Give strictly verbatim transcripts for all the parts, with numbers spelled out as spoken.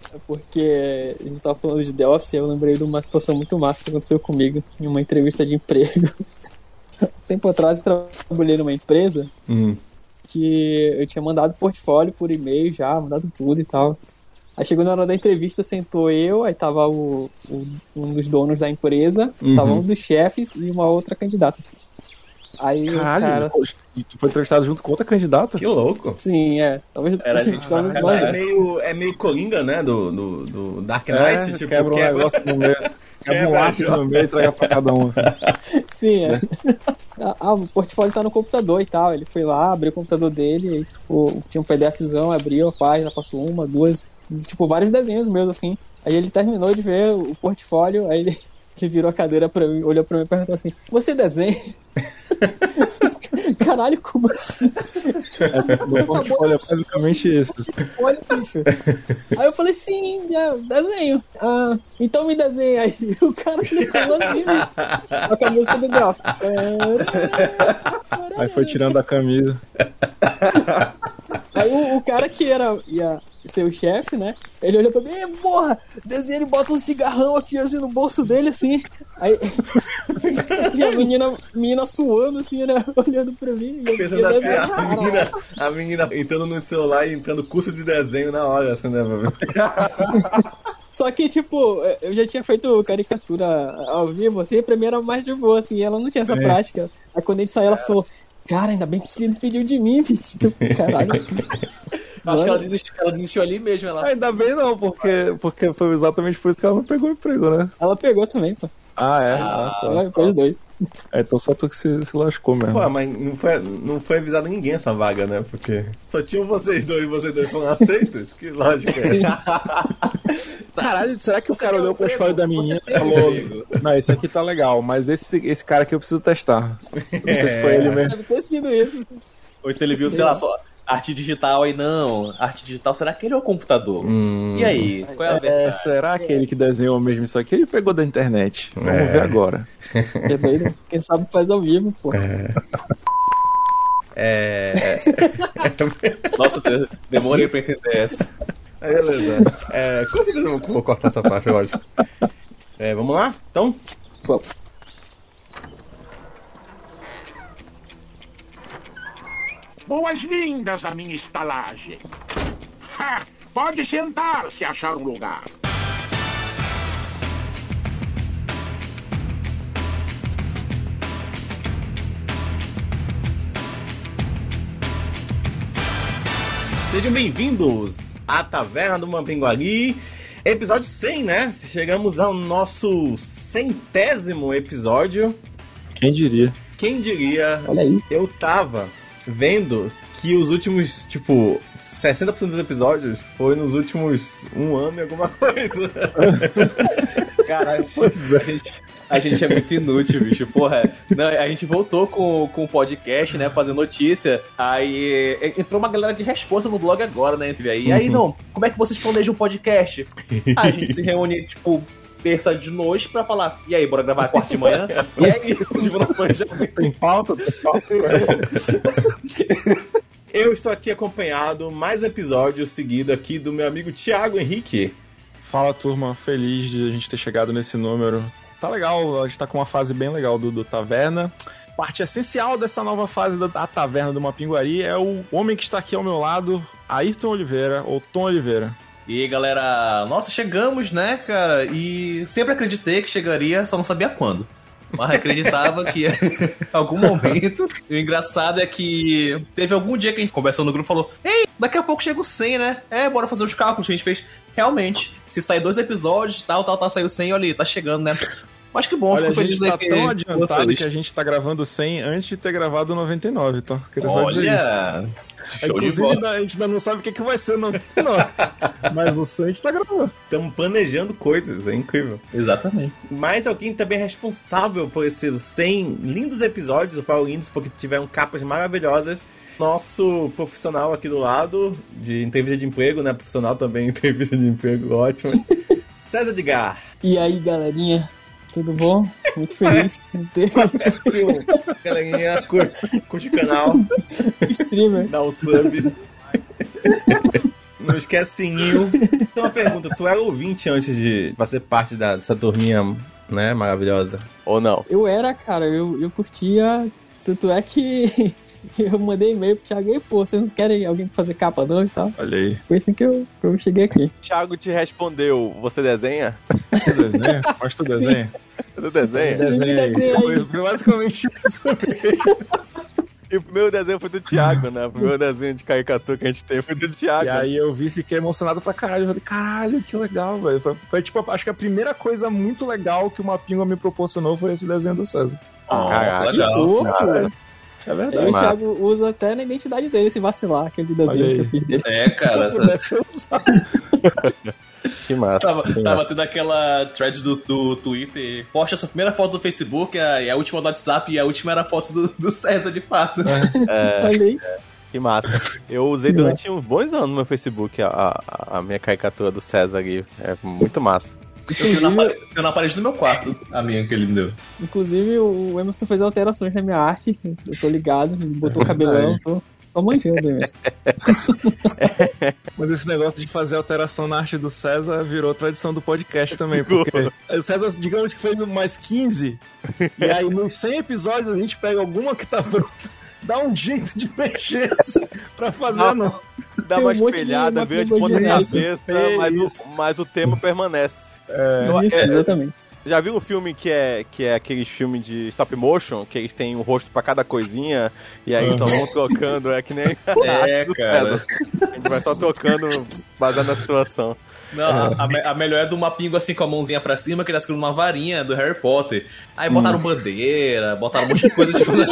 porque a gente tava falando de The Office e eu lembrei de uma situação muito massa que aconteceu comigo em uma entrevista de emprego. Tempo atrás eu trabalhei numa empresa hum. que eu tinha mandado portfólio por e-mail já, mandado tudo e tal. Aí chegou na hora da entrevista, sentou eu, aí tava o, o, um dos donos da empresa, uhum. tava um dos chefes e uma outra candidata. Assim. Aí Caralho, o cara... tu foi entrevistado junto com outra candidata? Que louco. Sim, é. Talvez Era a gente ah, é, é, meio, é meio Coringa, né? Do, do, do Dark Knight. É, tipo, quebra um quebra... negócio no meio. Quebra um lápis no meio e entrega pra cada um. Assim. Sim, é. Ah, o portfólio tá no computador e tal. Ele foi lá, abriu o computador dele, e, tipo, tinha um PDFzão, abriu a página, passou uma, duas, tipo, vários desenhos meus, assim. Aí ele terminou de ver o portfólio, aí ele, ele virou a cadeira pra mim, olhou pra mim e perguntou assim: você desenha? Caralho, como assim? É, meu portfólio é basicamente isso. Olha, bicho. Aí eu falei, sim, é, desenho. Ah, então me desenha aí. O cara clicou assim, com a música do The Office. Aí foi tirando a camisa. Aí o, o cara que era ia ser o chefe, né? Ele olhou pra mim, porra, desenha, ele bota um cigarrão aqui assim no bolso dele, assim. Aí e a menina, menina suando, assim, né? Olhando pra mim. Pensando assim, a menina, a menina entrando no celular e entrando curso de desenho na hora, assim, né, meu? Só que, tipo, eu já tinha feito caricatura ao vivo, assim, pra mim era mais de boa, assim, e ela não tinha essa é. prática. Aí quando a gente saiu, ela falou, cara, ainda bem que ele pediu de mim, bicho. Caralho. Acho que ela desistiu, ela desistiu ali mesmo. Ela... Ainda bem não, porque, porque foi exatamente por isso que ela não pegou o emprego, né? Ela pegou também, pô. Ah, é? Ah, ah, ela foi os dois. É, então só tu que se, se lascou mesmo. Pô, mas não foi, não foi avisado ninguém essa vaga, né? Porque só tinham vocês dois e vocês dois foram aceitos? Que lógica é? Caralho, será que o cara olhou o portfólio da menina e falou: não, esse aqui tá legal, mas esse, esse cara aqui eu preciso testar. Não sei se foi ele mesmo. Deve ter sido isso. Ou então ele viu, sei, sei lá, só arte digital aí, não. Arte digital, será que ele é o computador? Hum. E aí? Qual é a verdade? É, será que ele que desenhou mesmo isso aqui? Ele pegou da internet. Vamos é. ver agora. É doido. Quem sabe faz ao vivo, pô. É. É. Nossa, demorei pra entender essa. É, beleza. É, com certeza eu vou cortar essa parte, lógico. É, vamos lá? Então? Vamos. Boas-vindas à minha estalagem. Ha! Pode sentar se achar um lugar. Sejam bem-vindos à Taverna do Mapinguari, episódio cem, né? Chegamos ao nosso centésimo episódio. Quem diria? Quem diria? Olha aí. Eu tava vendo que os últimos, tipo, sessenta por cento dos episódios foi nos últimos um ano e alguma coisa. Caralho, a gente, a gente é muito inútil, bicho. Porra, não, a gente voltou com, com o podcast, né, fazer notícia. Aí entrou uma galera de resposta no blog agora, né? E aí, não, como é que vocês planejam o podcast? Aí a gente se reúne, tipo, terça de noite pra falar, e aí, bora gravar quarta de manhã? E é isso, tipo, nosso planejamento. Tem pauta? Tem pauta. Eu estou aqui acompanhado, mais um episódio seguido aqui do meu amigo Thiago Henrique. Fala, turma, feliz de a gente ter chegado nesse número. Tá legal, a gente tá com uma fase bem legal do, do Taverna. Parte essencial dessa nova fase da, da Taverna do Mapinguari é o homem que está aqui ao meu lado, Ayrton Oliveira, ou Tom Oliveira. E aí, galera, nossa, chegamos, né, cara? E sempre acreditei que chegaria, só não sabia quando. Mas acreditava que em algum momento. E o engraçado é que teve algum dia que a gente conversando no grupo falou: ei, daqui a pouco chega o cem, né? É, bora fazer os cálculos que a gente fez. Realmente, se sair dois episódios, tal, tal, tal, saiu cem, olha ali, tá chegando, né? Mas que bom, olha, fico feliz aí. A gente tá tão que adiantado vocês... que a gente tá gravando cem antes de ter gravado o noventa e nove, tá? Queria só dizer isso. Show. Inclusive, ainda, a gente ainda não sabe o que, que vai ser o noventa e nove. Mas o cem a gente tá gravando. Estamos planejando coisas, é incrível. Exatamente. Mas alguém também é responsável por esses cem lindos episódios, eu falo lindos porque tiveram capas maravilhosas. Nosso profissional aqui do lado, de entrevista de emprego, né? Profissional também, entrevista de emprego, ótimo. César Edgar. E aí, galerinha? Tudo bom? Muito feliz. Parece um galerinha, curte, curte o canal. Streamer. Dá um sub. no esquecinho. Então, uma pergunta: tu era ouvinte antes de fazer parte da, dessa turminha, né, maravilhosa? Ou não? Eu era, cara, eu, eu curtia. Tanto é que eu mandei e-mail pro Thiago e, pô, vocês não querem alguém pra fazer capa não e tal? Olha aí. Foi assim que eu, que eu cheguei aqui. Thiago te respondeu: você desenha? Você desenha? Mostra o desenho. Tu desenha? Desenha aí. Desenha aí. Foi foi basicamente isso mesmo. E o primeiro desenho foi do Thiago, né? O primeiro desenho de caricatura que a gente tem foi do Thiago. E aí eu vi e fiquei emocionado pra caralho. Eu falei, caralho, que legal, velho. Foi, foi tipo, acho que a primeira coisa muito legal que uma Pingua me proporcionou foi esse desenho do César. Caraca, Que fofo. É Aí verdade. o Thiago usa até na identidade dele, se vacilar, aquele Olha desenho aí. que eu fiz dele. É, cara. Se eu pudesse usar. que massa. Tava, que tava massa. tendo aquela thread do, do Twitter. Posta essa primeira foto do Facebook, a, e a última do WhatsApp, e a última era a foto do, do César, de fato. É, Olha aí. que massa. Eu usei durante uns bons anos no meu Facebook a, a, a minha caricatura do César ali. É muito massa. Eu tenho na, Inclusive, parede, eu tenho na parede do meu quarto, a minha que ele me deu. inclusive, o Emerson fez alterações na minha arte. Eu tô ligado, ele botou o cabelão, tô só manjando, Emerson. Mas esse negócio de fazer alteração na arte do César virou tradição do podcast também, porque o César, digamos que fez mais quinze, e aí nos cem episódios a gente pega alguma que tá pronta, dá um jeito de mexer assim, pra fazer a nova. Dá Tem uma um monte de espelhada, vira de macumba ponta genética. cabeça, mas Isso. o, mas o tema permanece. Eu- Isso, é, exatamente. Já viu um filme que é, que é aquele filme de stop motion, que eles têm um rosto pra cada coisinha, e aí só vão trocando, é que nem a É, arte do cara. César. A gente vai só trocando baseado na situação. Não, a, a me- a melhor é do mapingo assim com a mãozinha pra cima, que tá escrito uma varinha do Harry Potter. Aí botaram bandeira, botaram um monte de coisa tipo.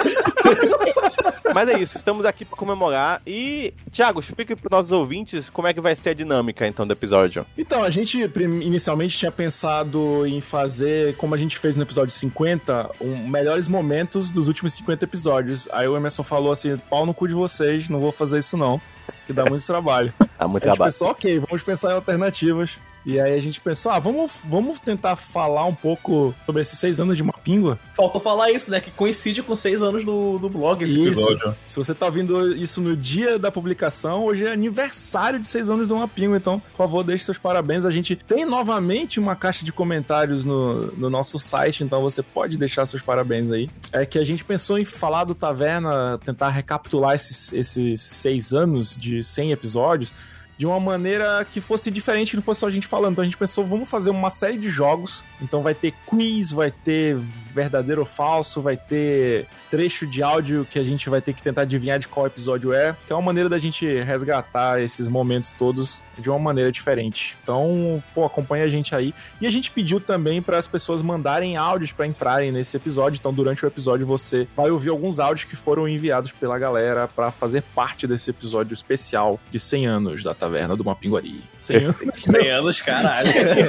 Mas é isso, estamos aqui pra comemorar. E, Thiago, explica pros nossos ouvintes como é que vai ser a dinâmica, então, do episódio. Então, a gente prim- inicialmente tinha pensado em fazer, como a gente fez no episódio cinquenta, um, melhores momentos dos últimos cinquenta episódios. Aí o Emerson falou assim, pau no cu de vocês, não vou fazer isso não, que dá muito trabalho. Dá muito A gente trabalho. pensou, ok, vamos pensar em alternativas. E aí a gente pensou, ah, vamos, vamos tentar falar um pouco sobre esses seis anos de Mapingua. Faltou falar isso, né? Que coincide com seis anos do, do blog esse Isso. episódio. Se você tá ouvindo isso no dia da publicação, hoje é aniversário de seis anos do Mapingua, então, por favor, deixe seus parabéns. A gente tem novamente uma caixa de comentários no, no nosso site, então você pode deixar seus parabéns aí. É que a gente pensou em falar do Taverna, tentar recapitular esses, esses seis anos de cem episódios, de uma maneira que fosse diferente, que não fosse só a gente falando. Então a gente pensou, vamos fazer uma série de jogos. Então vai ter quiz, vai ter verdadeiro ou falso, vai ter trecho de áudio que a gente vai ter que tentar adivinhar de qual episódio é, que é uma maneira da gente resgatar esses momentos todos de uma maneira diferente. Então, pô, acompanha a gente aí. E a gente pediu também para as pessoas mandarem áudios para entrarem nesse episódio. Então, durante o episódio você vai ouvir alguns áudios que foram enviados pela galera para fazer parte desse episódio especial de cem anos da Taverna do Mapinguari. cem anos. cem anos, caralho.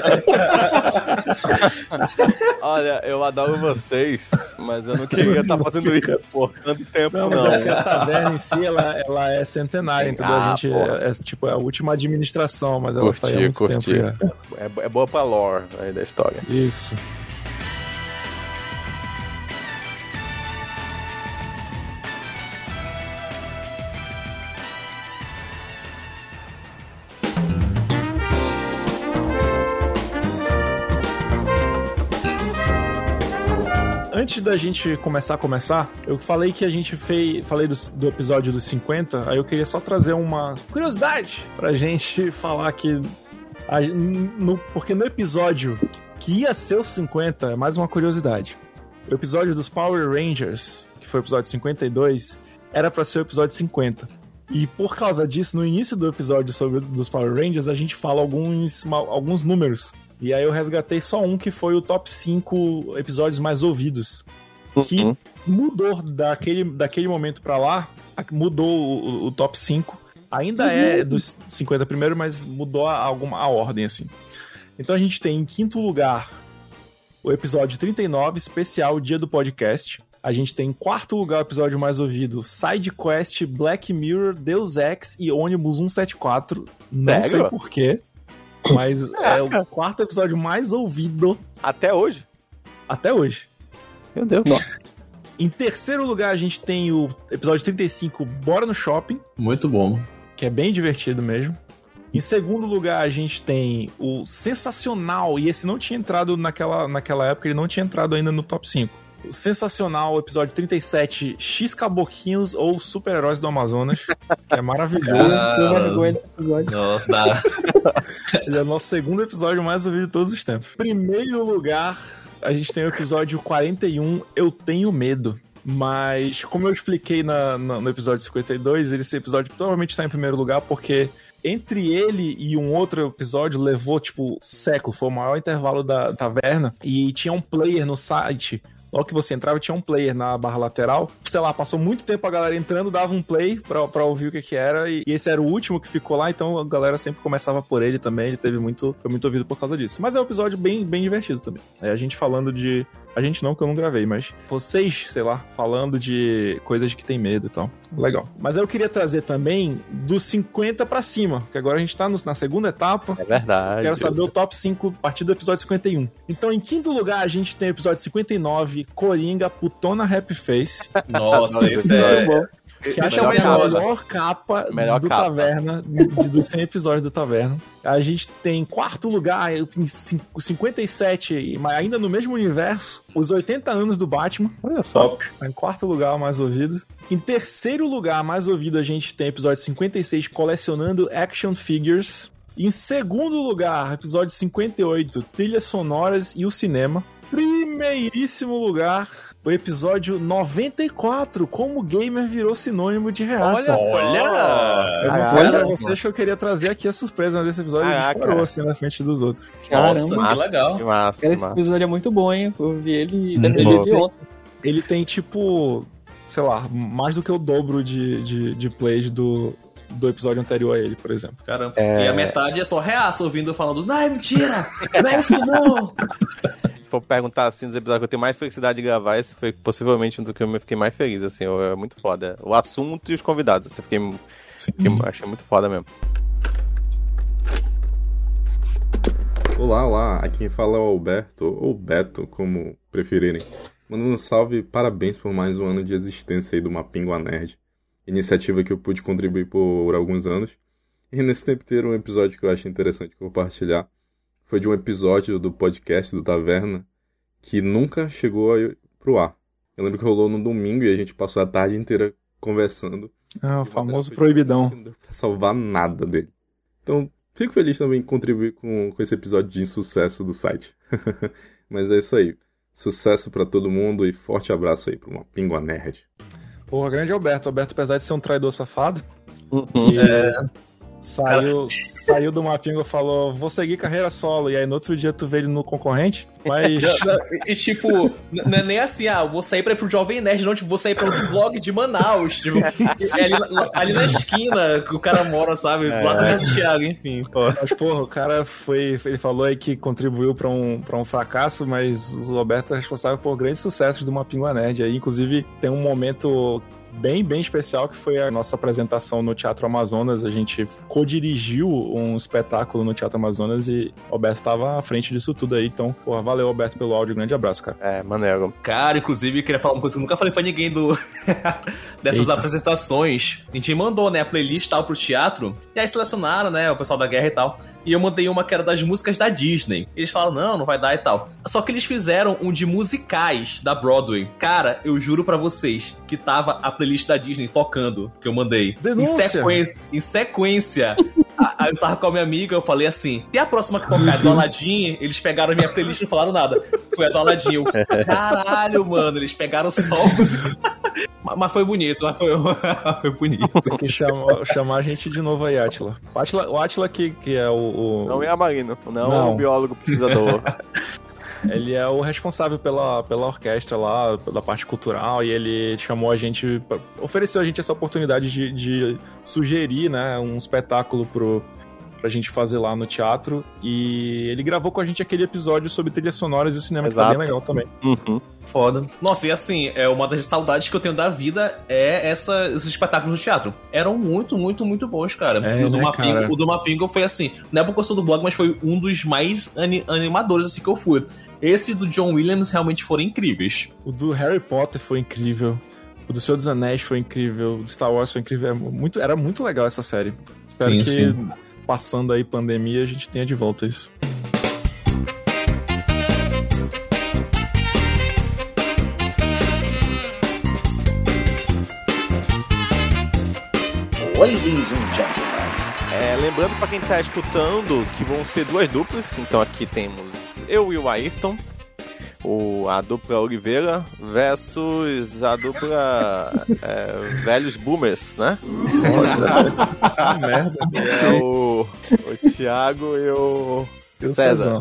Olha, eu adoro vocês, mas eu não queria estar fazendo isso por tanto tempo, Não, não. mas é porque a taverna em si, ela, ela é centenária, entendeu? Ah, a gente porra. é, é, tipo, é a última administração, mas ela tá aí há Curti, muito curti. tempo já. É, é boa pra lore aí da história. Isso. Antes da gente começar a começar, eu falei que a gente fez. Falei do, do episódio dos cinquenta, aí eu queria só trazer uma curiosidade pra gente falar que. A, no, porque no episódio que ia ser os cinquenta, é mais uma curiosidade. O episódio dos Power Rangers, que foi o episódio cinquenta e dois, era pra ser o episódio cinquenta. E por causa disso, no início do episódio sobre dos Power Rangers, a gente fala alguns, alguns números. E aí eu resgatei só um, que foi o top cinco episódios mais ouvidos. Que Uhum. mudou daquele, daquele momento pra lá, mudou o, o top cinco. Ainda é dos cinquenta primeiro, mas mudou a, alguma, a ordem, assim. Então a gente tem em quinto lugar o episódio trinta e nove, especial Dia do Podcast. A gente tem em quarto lugar o episódio mais ouvido, Side Quest, Black Mirror, Deus Ex e Ônibus cento e setenta e quatro. Não Sério? sei porquê, mas é o quarto episódio mais ouvido Até hoje? até hoje. Meu Deus. Nossa. Em terceiro lugar, a gente tem o episódio trinta e cinco, Bora no Shopping, Muito bom. que é bem divertido mesmo. Em segundo lugar, a gente tem o sensacional, e esse não tinha entrado naquela, naquela época, ele não tinha entrado ainda no top cinco. O sensacional episódio trinta e sete, X Caboquinhos ou Super-Heróis do Amazonas, que é maravilhoso. Eu tenho vergonha desse episódio. Nossa, dá. Ele é o nosso segundo episódio mais ouvido de todos os tempos. Primeiro lugar, a gente tem o episódio quarenta e um, Eu Tenho Medo. Mas, como eu expliquei na, na, no episódio cinquenta e dois, esse episódio provavelmente está em primeiro lugar porque entre ele e um outro episódio levou, tipo, século. Foi o maior intervalo da taverna e tinha um player no site. Logo que você entrava, tinha um player na barra lateral. Sei lá, passou muito tempo a galera entrando, dava um play pra, pra ouvir o que que era. E, e esse era o último que ficou lá, então a galera sempre começava por ele também. Ele teve muito, foi muito ouvido por causa disso. Mas é um episódio bem, bem divertido também. É a gente falando de... A gente não, que eu não gravei, mas vocês, sei lá, falando de coisas de que tem medo e tal. Legal. Mas eu queria trazer também dos cinquenta pra cima, que agora a gente tá no, na segunda etapa. É verdade. Quero saber o top cinco a partir do episódio cinquenta e um. Então, em quinto lugar, a gente tem o episódio cinquenta e nove, Coringa, Putona Happy Face. Nossa, esse é... Muito bom. Que acho que é a melhor capa Melhor do capa. Taverna, de, dos cem episódios do Taverna. A gente tem em quarto lugar, em cinquenta e sete, mas ainda no mesmo universo, os oitenta anos do Batman. Olha só. Tá em quarto lugar, mais ouvido. Em terceiro lugar, mais ouvido, a gente tem episódio cinquenta e seis, Colecionando Action Figures. Em segundo lugar, episódio cinquenta e oito, Trilhas Sonoras e o Cinema. Primeiríssimo lugar, o episódio noventa e quatro, Como o Gamer Virou Sinônimo de reaça. Olha! Eu não Caraca. falei pra vocês que eu queria trazer aqui a surpresa desse episódio. A gente Caraca. parou assim na frente dos outros. Nossa, Caramba. que legal. Que massa, que Esse massa. episódio é muito bom, hein? Eu vi ele e Hum, terminei de bom. ver ontem. Ele tem tipo, sei lá, mais do que o dobro de, de, de plays do, do episódio anterior a ele, por exemplo. Caramba. É. E a metade é só reaça ouvindo falando, não, é mentira! Não é isso não! Se for perguntar assim, dos episódios que eu tenho mais felicidade de gravar, esse foi possivelmente um dos que eu fiquei mais feliz, assim, é muito foda. O assunto e os convidados, assim, eu fiquei, fiquei achei muito foda mesmo. Olá, olá, aqui quem fala é o Alberto, ou Beto, como preferirem. Mandando um salve e parabéns por mais um ano de existência aí do Mapingua Nerd. Iniciativa que eu pude contribuir por alguns anos. E nesse tempo inteiro, um episódio que eu achei interessante compartilhar foi de um episódio do podcast do Taverna que nunca chegou a ir pro ar. Eu lembro que rolou no domingo e a gente passou a tarde inteira conversando. Ah, o E famoso foi proibidão. Não deu pra salvar nada dele. Então, fico feliz também em contribuir com, com esse episódio de insucesso do site. Mas é isso aí. Sucesso pra todo mundo e forte abraço aí pra uma Pingua Nerd. Porra, grande Alberto. Alberto, apesar de ser um traidor safado, É, saiu, saiu do Mapingo e falou, vou seguir carreira solo. E aí no outro dia tu vê ele no concorrente. Mas e tipo, n- não é nem assim, ah, vou sair pra ir pro Jovem Nerd, não, tipo, vou sair pra outro blog de Manaus. Tipo, é ali, na- ali na esquina que o cara mora, sabe? Do lado do Thiago, enfim. Pô. Mas, porra, o cara foi. Ele falou aí que contribuiu pra um, pra um fracasso, mas o Roberto é responsável por grandes sucessos do Mapingua Nerd. Aí, inclusive, tem um momento bem, bem especial que foi a nossa apresentação no Teatro Amazonas. A gente co-dirigiu um espetáculo no Teatro Amazonas e o Roberto tava à frente disso tudo aí. Então, porra, valeu, Roberto, pelo áudio. Grande abraço, cara. É, maneiro. Cara, inclusive, eu queria falar uma coisa que eu nunca falei pra ninguém do... dessas Eita. apresentações. A gente mandou, né, a playlist e tal pro teatro, e aí selecionaram, né, o pessoal da guerra e tal. E eu mandei uma que era das músicas da Disney. Eles falaram, não, não vai dar e tal. Só que eles fizeram um de musicais da Broadway. Cara, eu juro pra vocês que tava a playlist da Disney tocando, que eu mandei. Denúncia. Em, sequen... em sequência. Aí eu tava com a minha amiga, eu falei assim, se a próxima que tocar é do Aladdin, eles pegaram a minha playlist e não falaram nada. Foi a do Aladdin. Eu, caralho, mano, eles pegaram só o... Mas foi bonito, mas foi, foi bonito. Tem que chamar, chamar a gente de novo aí, Atila. O Atila, o Atila que, que é o, o- Não é a Marino, não, Não. o biólogo pesquisador. Ele é o responsável pela, pela orquestra lá, pela parte cultural, e ele chamou a gente, pra- ofereceu a gente essa oportunidade de, de sugerir, né, um espetáculo pro, pra gente fazer lá no teatro, e ele gravou com a gente aquele episódio sobre trilhas sonoras e o cinema, que tá Exato. bem legal também. Uhum. Foda. Nossa, e assim, é uma das saudades que eu tenho da vida é essa, esses espetáculos no teatro. Eram muito, muito, muito bons, cara. É, o, do né, Mapingo, cara? o do Mapingo foi assim, não é porque eu sou do blog, mas foi um dos mais ani- animadores assim que eu fui. Esse do John Williams realmente foram incríveis. O do Harry Potter foi incrível, o do Senhor dos Anéis foi incrível, o do Star Wars foi incrível, é muito, era muito legal essa série. Espero Sim, que... sim. passando aí pandemia, a gente tenha de volta isso. Ladies and gentlemen. É, lembrando pra quem tá escutando que vão ser duas duplas. Então aqui temos eu e o Ayrton, o, a dupla Oliveira versus a dupla é, Velhos Boomers, né? Nossa, que merda. É o, o Thiago e o, o César.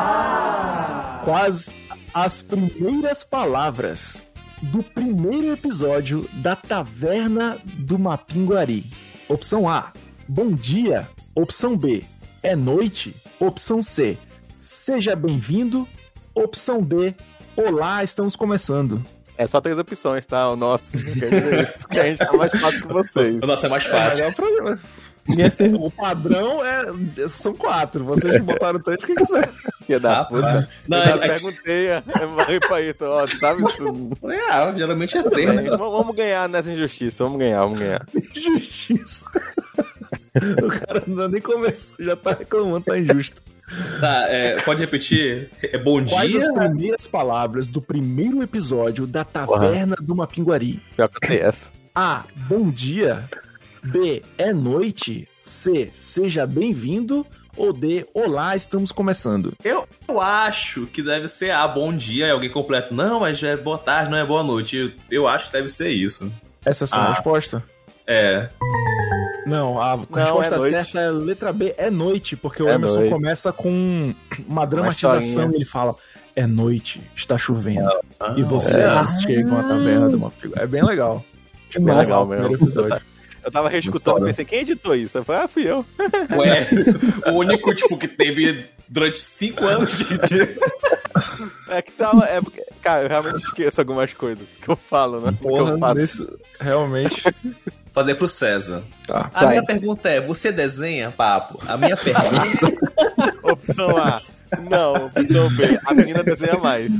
Quais as primeiras palavras do primeiro episódio da Taverna do Mapinguari? Opção A, bom dia. Opção B, é noite. Opção C, seja bem-vindo. Opção D, olá, estamos começando. É só três opções, tá? O nosso. Quer dizer isso, que a gente tá mais fácil que vocês. O nosso é mais fácil. É, é o problema. O padrão é. São quatro. Vocês botaram três, o que quiser. Filha da Ah, puta. não, eu já a- perguntei, eu falei pra Ayrton, ó, sabe tudo. É, geralmente é três, Bem, né? vamos vamos ganhar nessa injustiça, vamos ganhar, vamos ganhar. Justiça. O cara não nem começou, já tá reclamando, tá injusto. Tá, é, pode repetir? É bom Quais dia? as primeiras palavras do primeiro episódio da Taverna do Mapinguari? Pior que eu sei essa. A, bom dia. B, é noite. C, seja bem-vindo. Ou D, olá, estamos começando. Eu, eu acho que deve ser ah, bom dia, é alguém completo. Não, mas é boa tarde, não é boa noite. Eu, eu acho que deve ser isso. Essa é a sua Ah. resposta? É. Não, a Não, resposta é noite. certa é letra B, é noite, porque o É Emerson noite. começa com uma dramatização historinha. e ele fala, é noite, está chovendo, Ah, e vocês é. chegam à taverna do Mapinguari. É bem legal. Que Bem massa. legal Primeiro mesmo. episódio. Eu tava reescutando e foda. pensei, quem editou isso? Eu falei, ah, fui eu. Ué, o único, tipo, que teve durante cinco anos de... de- É que tava. É porque, cara, eu realmente esqueço algumas coisas que eu falo, né? que eu Porra, faço. nesse... realmente. Fazer pro César. Tá. A Vai. minha pergunta é, você desenha, papo? A minha pergunta... Opção A. Não, opção B. A menina desenha mais.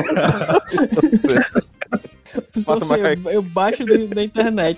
Só Bota uma sei, car- eu, eu baixo do- da internet.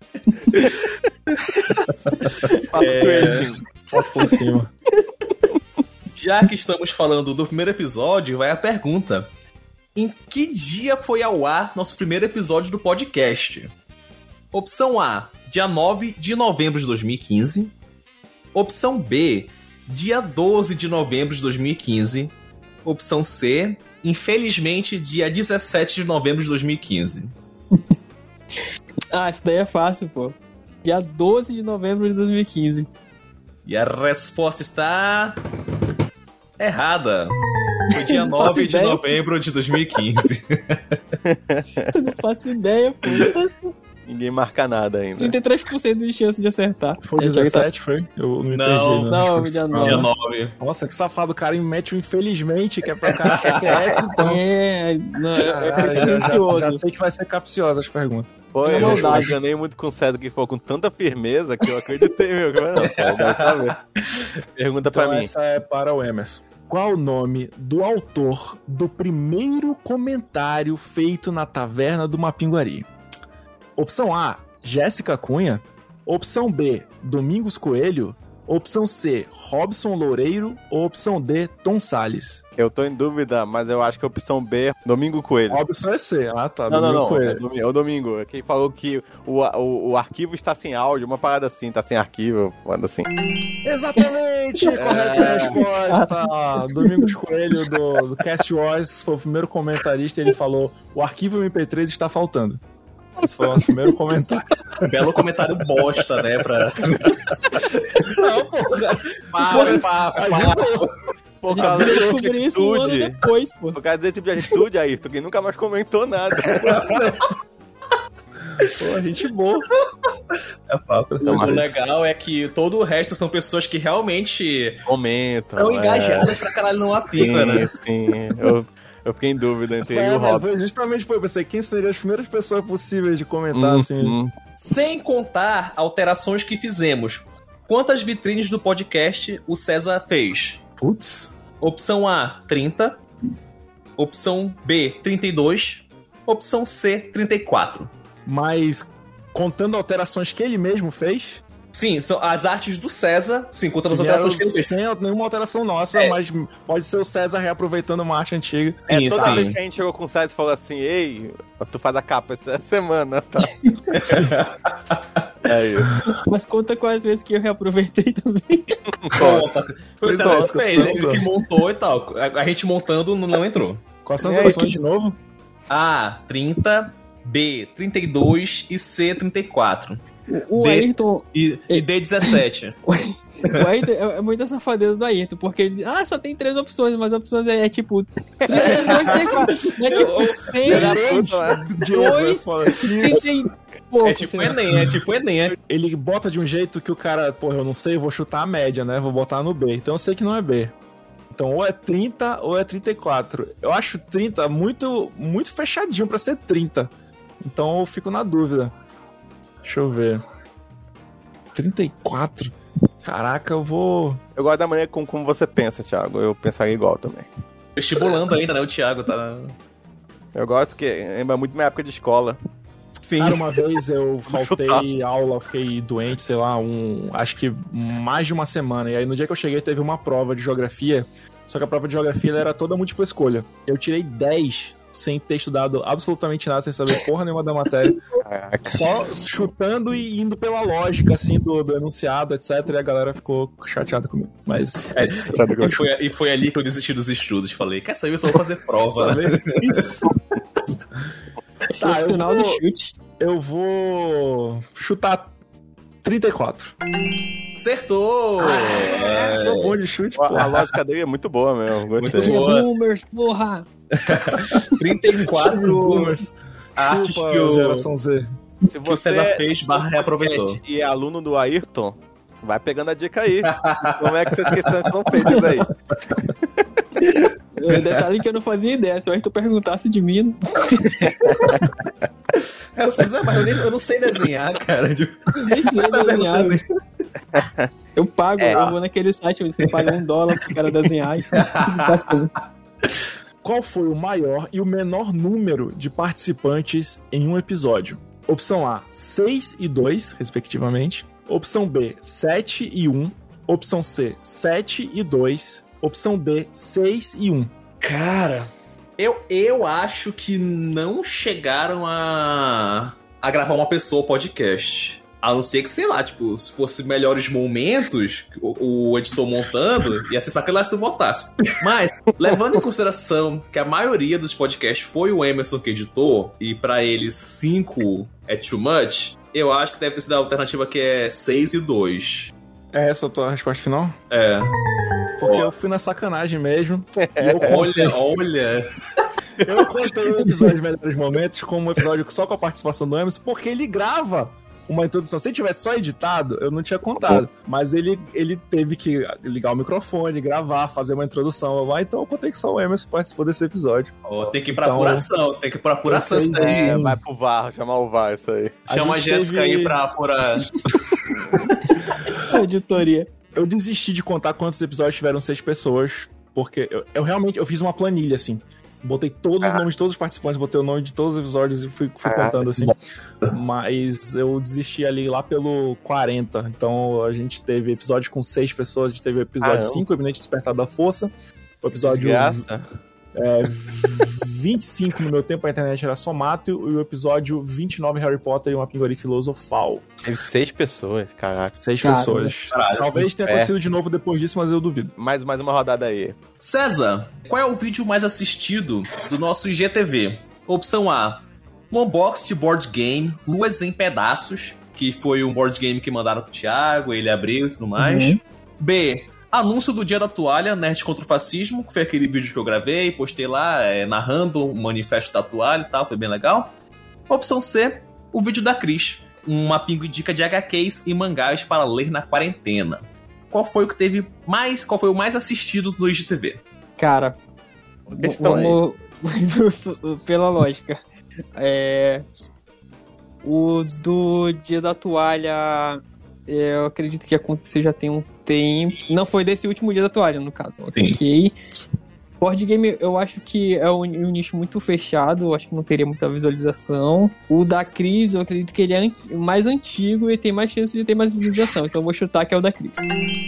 Faço É. tracing. Foto por cima. Já que estamos falando do primeiro episódio, vai a pergunta. Em que dia foi ao ar nosso primeiro episódio do podcast? Opção A, dia nove de novembro de dois mil e quinze. Opção B, dia doze de novembro de dois mil e quinze. Opção C, infelizmente, dia dezessete de novembro de dois mil e quinze. Ah, isso daí é fácil, pô. Dia doze de novembro de dois mil e quinze. E a resposta está... errada. Foi dia Não faço nove de ideia. novembro de dois mil e quinze. Eu não faço ideia, pô. Ninguém marca nada ainda. trinta e três por cento de chance de acertar. Foi É, já que tá- dezessete, foi? Eu me Não, perdi. não, Acho que dia foi- nove. Dia nove. Nossa, que safado. O cara mete o infelizmente, que é pra cara achar que é essa, então. É, não, é, Caralho, é já, já, pretencioso. já sei que vai ser capciosa as perguntas. Pô, É eu me maldade. enganei muito com o César que falou com tanta firmeza que eu acreditei, meu. Mas não, cara, deve saber. Pergunta Então pra mim. essa é para o Emerson. Qual o nome do autor do primeiro comentário feito na Taverna do Mapinguari? Opção A, Jéssica Cunha. Opção B, Domingos Coelho. Opção C, Robson Loureiro. Ou opção D, Tom Salles. Eu tô em dúvida, mas eu acho que a opção B é Domingo Coelho. Opção é C. Ah, tá. Não, não, Domingos não. É, Coelho. domingo, é o Domingo. É quem falou que o, o, o arquivo está sem áudio, uma parada assim, tá sem arquivo, manda assim. Exatamente! Correta resposta! Domingos Coelho do, do Cast Wars foi o primeiro comentarista e ele falou: o arquivo M P três está faltando. Esse foi o nosso primeiro comentário. Belo comentário bosta, né? Pra... Não, pô, cara. Para, para, para. Por A causa gente desse tipo descobriu de isso um ano atitude. depois, pô. Por causa desse tipo de atitude, Ayrton, que nunca mais comentou nada. Pô, gente boa. É papo. O legal é que todo o resto são pessoas que realmente Comentam. estão é. engajadas pra caralho no Apica, Sim, né? sim. Eu, eu fiquei em dúvida entre ele e o Foi, Rob. foi justamente foi, eu pensei, quem seriam as primeiras pessoas possíveis de comentar, Hum, assim. hum. Sem contar alterações que fizemos. Quantas vitrines do podcast o César fez? Putz. Opção A, trinta. Opção B, trinta e dois. Opção C, trinta e quatro. Mas, contando alterações que ele mesmo fez, Sim, são as artes do César, sim, contando as Que alterações vieram que ele fez. sem nenhuma alteração nossa, É. mas pode ser o César reaproveitando uma arte antiga. É, Sim, toda sim. vez que a gente chegou com o César e falou assim, ei, tu faz a capa essa semana, tá? É isso. Mas conta quais vezes que eu reaproveitei também. Conta. Foi o César Conta, que fez, né? conta. Ele que montou e tal. A, a gente montando não entrou. Quais são as E aí, opções de novo? A, trinta, B, trinta e dois e C, trinta e quatro. O D- Ayrton, E, e D, dezessete. o Ayrton é, é muita safadeza do Ayrton, porque ele, ah, só tem três opções, mas as opções é, é tipo trinta e dois, trinta e quatro, não é tipo cem, dois, trinta e pouco. É tipo sei lá. Enem, é tipo Enem. é. Ele bota de um jeito que o cara, porra, eu não sei, eu vou chutar a média, né? Vou botar no B. Então eu sei que não é B. Então ou é trinta ou é trinta e quatro. Eu acho trinta muito, muito fechadinho pra ser trinta. Então eu fico na dúvida. Deixa eu ver. trinta e quatro? Caraca, eu vou... Eu gosto da maneira como, como você pensa, Thiago. Eu pensaria igual também. Vestibulando ainda, né? O Thiago tá... Eu gosto que lembra muito minha época de escola. Sim. Cara, uma vez eu chutar. faltei aula, fiquei doente, sei lá, um, acho que mais de uma semana. E aí no dia que eu cheguei teve uma prova de geografia, só que a prova de geografia ela era toda múltipla escolha. Eu tirei dez sem ter estudado absolutamente nada, sem saber porra nenhuma da matéria. Caraca. Só chutando e indo pela lógica, assim, do, do enunciado, etcétera. E a galera ficou chateada comigo. Mas... É, e, foi, e foi ali que eu desisti dos estudos. Falei, quer saber, eu só vou fazer prova. né? Isso. Tá, eu Profissional vou, do chute. eu vou chutar trinta e quatro. Acertou! É, sou bom de chute, A, pô. a lógica dele é muito boa mesmo. Gostei. Muito boa. Boomers, porra! trinta e quatro artes Chupa, que o, Se geração Z. você que o César fez, barra reaproveitou. podcast e é aluno do Ayrton, vai pegando a dica aí. Como é que essas questões são feitas aí? O detalhe é que eu não fazia ideia, se o Ayrton perguntasse de mim, É, vocês, mas eu, nem, eu não sei desenhar, cara. nem sei desenhar. Eu pago, É. eu vou naquele site onde você paga um dólar pro cara desenhar e faz coisa. Qual foi o maior e o menor número de participantes em um episódio? Opção A, seis e dois, respectivamente. Opção B, sete e um. Opção C, sete e dois. Opção D, seis e um. Cara, eu, eu acho que não chegaram a, a gravar uma pessoa podcast. A não ser que, sei lá, tipo, se fosse melhores momentos, o, o editor montando, ia ser sacanagem se tu botasse. Mas, levando em consideração que a maioria dos podcasts foi o Emerson que editou, e pra ele cinco é too much, eu acho que deve ter sido a alternativa que é seis e dois. É essa a tua resposta final? É. Porque Ó. eu fui na sacanagem mesmo. E eu contei, Olha, olha. eu contei o episódio de Melhores Momentos como um episódio só com a participação do Emerson, porque ele grava uma introdução. Se ele tivesse só editado, eu não tinha contado. Mas ele, ele teve que ligar o microfone, gravar, fazer uma introdução lá. Então eu contei que só o Emerson participou desse episódio. Ó, tem que ir pra Então, apuração, tem que ir pra apuração. vocês- sério. É, Sim. vai pro V A R, chamar o V A R, isso aí. Chama a, gente Jéssica teve- aí pra apurar. Editoria. Eu desisti de contar quantos episódios tiveram seis pessoas, porque eu, eu realmente eu fiz uma planilha, assim. Botei todos os nomes de todos os participantes, botei o nome de todos os episódios e fui, fui contando, assim. Mas eu desisti ali lá pelo quarenta. Então a gente teve episódio com seis pessoas, a gente teve o episódio Caramba. cinco, Eminente Despertar da Força. O episódio Desgraça. é, vinte e cinco no meu tempo, a internet era Somato. E o episódio vinte e nove, Harry Potter e uma Pinguari Filosofal. Teve seis pessoas, caraca. Seis Caramba. pessoas. Caralho. Talvez tenha É. acontecido de novo depois disso, mas eu duvido. Mais, mais uma rodada aí. César, qual é o vídeo mais assistido do nosso I G T V? Opção A, um unboxing de board game, Luas em Pedaços, que foi um board game que mandaram pro Thiago, ele abriu e tudo mais. Uhum. B, anúncio do Dia da Toalha, Nerd contra o Fascismo, que foi aquele vídeo que eu gravei, postei lá, é, narrando o manifesto da toalha e tal, foi bem legal. Opção C, o vídeo da Cris, uma pinguidica de H Qs e mangás para ler na quarentena. Qual foi o que teve mais, qual foi o mais assistido do I G T V? Cara, Questão vamos pela lógica. É, o do Dia da Toalha, eu acredito que aconteceu já tem um tempo. Não foi desse último Dia da Toalha, no caso. Sim. Ok. Board game, eu acho que é um, um nicho muito fechado, eu acho que não teria muita visualização. O da Cris, eu acredito que ele é mais antigo e tem mais chance de ter mais visualização, então eu vou chutar que é o da Cris.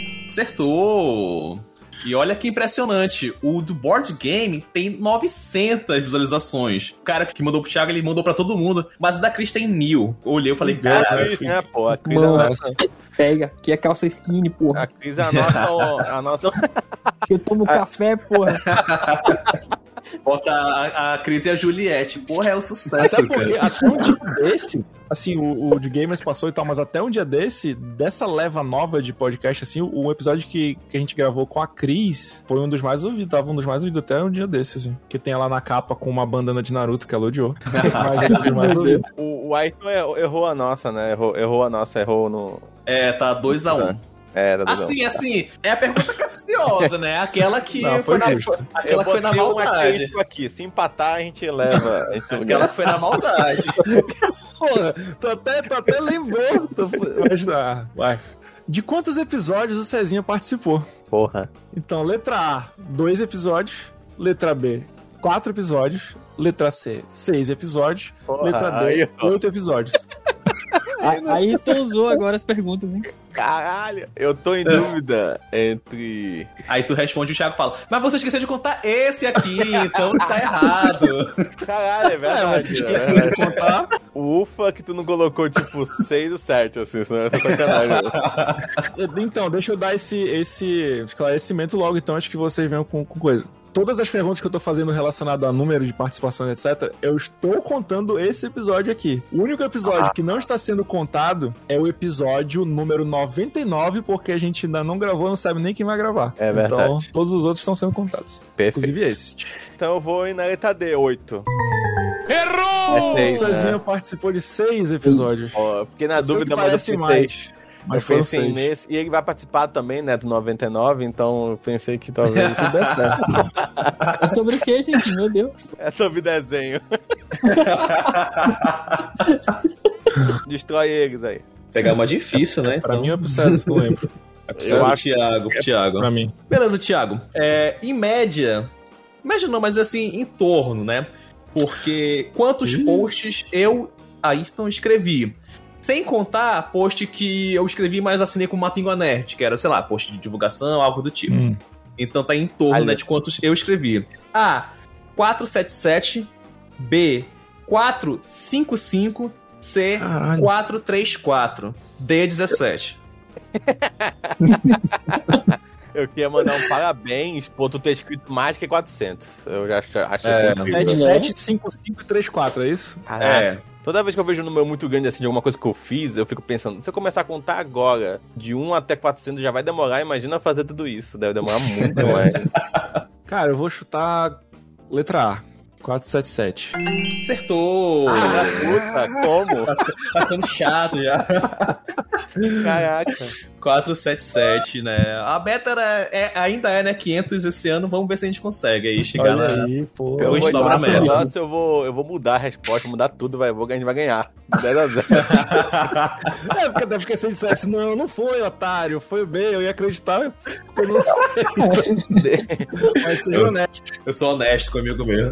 Acertou! E olha que impressionante, o do board game tem novecentas visualizações. O cara que mandou pro Thiago, ele mandou pra todo mundo, mas o da Cris tem mil. Eu olhei e falei, cara, a Cris, né, pô? A Cris é a Mano, nossa. pega, que é calça skinny, porra. A Cris é a nossa. A nossa... Eu tomo café, porra. Bota a, a Cris e a Juliette. Porra, é um sucesso, Até porque cara. até um dia desse, assim, o, o de Gamers passou e tal, mas até um dia desse, dessa leva nova de podcast, assim, o, o episódio que, que a gente gravou com a Cris foi um dos mais ouvidos, tava um dos mais ouvidos até um dia desse, assim. Que tem ela na capa com uma bandana de Naruto que ela odiou. Mas é um dos mais ouvidos. O, o Ayrton errou, errou a nossa, né? Errou, errou a nossa, errou no. É, tá dois a um. É, tá dois a um. Assim, assim, é a pergunta capciosa, né? Aquela que Não, foi, foi na, justo. aquela que foi na botei um maldade. asterisco aqui. Se empatar, a gente leva. A gente Aquela que foi na maldade. Porra, tu até, tu até lembrou. Tu, mas, ah, vai. De quantos episódios o Cezinha participou? Porra. Então, letra A, dois episódios. Letra B, quatro episódios. Letra C, seis episódios. Porra, Letra D, aí, ó. oito episódios. A- Aí tu usou agora as perguntas, hein? Caralho. Eu tô em dúvida entre. Aí tu responde e o Thiago fala, mas você esqueceu de contar esse aqui, então está errado. Caralho, é verdade. É, mas esqueci é de contar. Ufa que tu não colocou, tipo, seis ou sete, assim, senão é sacanagem. Então, deixa eu dar esse, esse esclarecimento logo, então, acho que vocês venham com, com coisa. Todas as perguntas que eu tô fazendo relacionado a número de participação, etcétera, eu estou contando esse episódio aqui. O único episódio Ah. que não está sendo contado é o episódio número noventa e nove, porque a gente ainda não gravou, não sabe nem quem vai gravar. É verdade. Então, todos os outros estão sendo contados. Perfeito. Inclusive esse. Então eu vou ir na letra D, oito. Errou! É seis, O Cezinha né? participou de seis episódios. Ó, fiquei na Eu sei dúvida, que mas eu parece pensei, mais. Mas eu foram pensei seis. nesse. E ele vai participar também, né, do noventa e nove, então eu pensei que talvez tudo desse certo. É sobre o que, gente? Meu Deus. É sobre desenho. Destrói eles aí. Pegar uma difícil, né? Pra mim é pro César, não lembro. É pro César, Eu acho- Thiago, Thiago. Pra mim. Beleza, Thiago. É, em média, média não, mas assim, em torno, né? Porque quantos posts eu, Ayrton, escrevi? Sem contar post que eu escrevi, mas assinei com uma Pingua Nerd, que era, sei lá, post de divulgação, algo do tipo. Hum. Então tá em torno, Ali. né, de quantos eu escrevi. A, quatrocentos e setenta e sete. B, quatrocentos e cinquenta e cinco. C, Caralho. quatrocentos e trinta e quatro. D, dezessete. Eu queria mandar um parabéns por tu ter escrito mais que quatrocentos. Eu já acho, acho É, isso sete incrível. sete cinco cinco três quatro, é isso? Caraca. É. Toda vez que eu vejo um número muito grande assim de alguma coisa que eu fiz, eu fico pensando, se eu começar a contar agora, de um até quatrocentos já vai demorar, imagina fazer tudo isso. Deve demorar muito mais. Cara, eu vou chutar letra A. quatrocentos e setenta e sete. Acertou! Ah, puta, como? Tá ficando chato já. Caraca. quatrocentos e setenta e sete, né? A meta era, é, ainda é, né? quinhentos esse ano. Vamos ver se a gente consegue aí chegar Olha na. aí, pô. Eu a gente vou dobra a esse meta. negócio, eu vou, eu vou mudar a resposta, mudar tudo, vai, vou, a gente vai ganhar. dez a zero. É, porque, até porque se ele dissesse, não, não foi, otário, foi o B, eu ia acreditar, eu não sei. Mas seja honesto. Eu sou honesto comigo mesmo.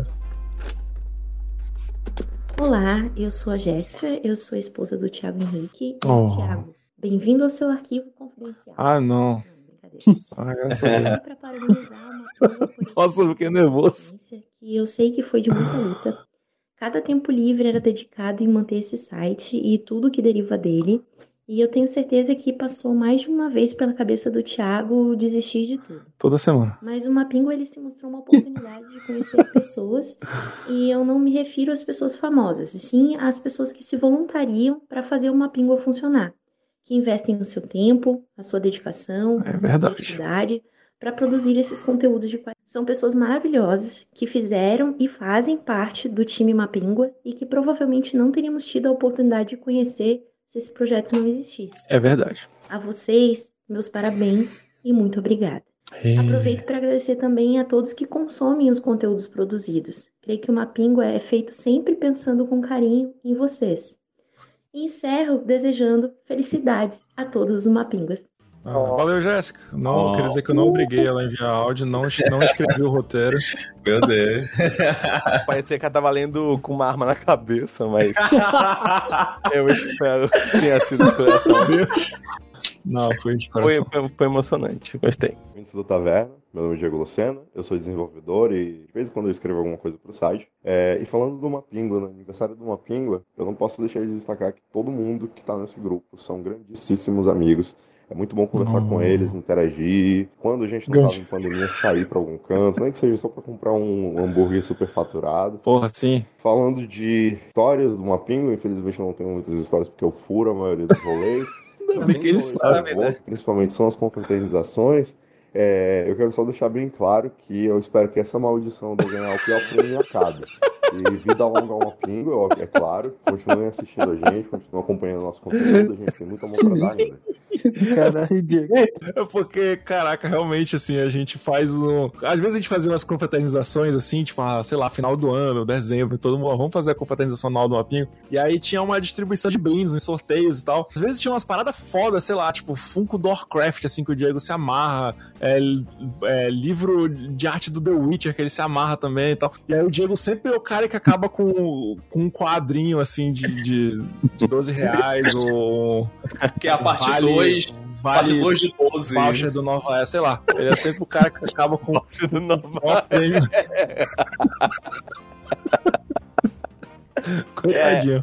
Olá, eu sou a Jéssica, eu sou a esposa do Thiago Henrique. E, Oh. Thiago, bem-vindo ao seu arquivo confidencial. Ah, não. brincadeira. Ah, graças Eu a tô Deus. aqui pra parabenizar uma turma por esse Nossa, eu fiquei nervoso. que eu sei que foi de muita luta. Cada tempo livre era dedicado em manter esse site e tudo que deriva dele. E eu tenho certeza que passou mais de uma vez pela cabeça do Thiago desistir de tudo. Toda semana. Mas o Mapingo, ele se mostrou uma oportunidade de conhecer pessoas, e eu não me refiro às pessoas famosas, e sim às pessoas que se voluntariam para fazer o Mapingo funcionar, que investem no seu tempo, a sua dedicação, É a sua verdade. criatividade para produzir esses conteúdos de qualidade. São pessoas maravilhosas que fizeram e fazem parte do time Mapingua e que provavelmente não teríamos tido a oportunidade de conhecer se esse projeto não existisse. É verdade. A vocês, meus parabéns e muito obrigada. Aproveito para agradecer também a todos que consomem os conteúdos produzidos. Creio que o Mapingua é feito sempre pensando com carinho em vocês. E encerro desejando felicidades a todos os Mapinguas. Ah, valeu, Jéssica. Não, Oh. quer dizer que eu não obriguei ela a enviar áudio, não, não escrevi o roteiro. Meu Deus. Parecia que ela tava lendo com uma arma na cabeça, mas eu espero que tenha sido de coração. Não, foi de Foi, coração. foi, foi emocionante, gostei. Ouvintes do Taverna, meu nome é Diego Lucena, eu sou desenvolvedor e de vez em quando eu escrevo alguma coisa pro site. É, e falando do Mapingua, no aniversário do Mapingua, eu não posso deixar de destacar que todo mundo que tá nesse grupo são grandíssimos amigos. É muito bom conversar Oh. com eles, interagir. Quando a gente não Grande. tava em pandemia, sair pra algum canto, nem que seja só pra comprar um hambúrguer super faturado. Porra, sim. Falando de histórias do Mapingua, infelizmente eu não tenho muitas histórias porque eu furo a maioria dos rolês. Ainda bem que ele sabe, né? Principalmente são as confraternizações. É, eu quero só deixar bem claro que eu espero que essa maldição de eu ganhar o pior prêmio acabe. E vida longa ao Mapingua, é claro. Continuem assistindo a gente, continuem acompanhando o nosso conteúdo. A gente tem muito amor pra dar ainda. Caralho, Diego. É porque, caraca, realmente, assim, a gente faz um... Às vezes a gente fazia umas confraternizações, assim, tipo, ah, sei lá, final do ano, dezembro, todo mundo, ó, vamos fazer a confraternização anual do Mapinho. E aí tinha uma distribuição de brindes, em sorteios e tal. Às vezes tinha umas paradas fodas, sei lá, tipo, Funko do Warcraft, assim, que o Diego se amarra, é, é, livro de arte do The Witcher, que ele se amarra também e tal. E aí o Diego sempre é o cara que acaba com, com um quadrinho, assim, de, de, de doze reais, ou... Que é a parte Vale- dois, parte Vale dois de doze. voucher do Nova Era, sei lá. Ele é sempre o cara que acaba com Do Nova o prêmio. Coitadinho.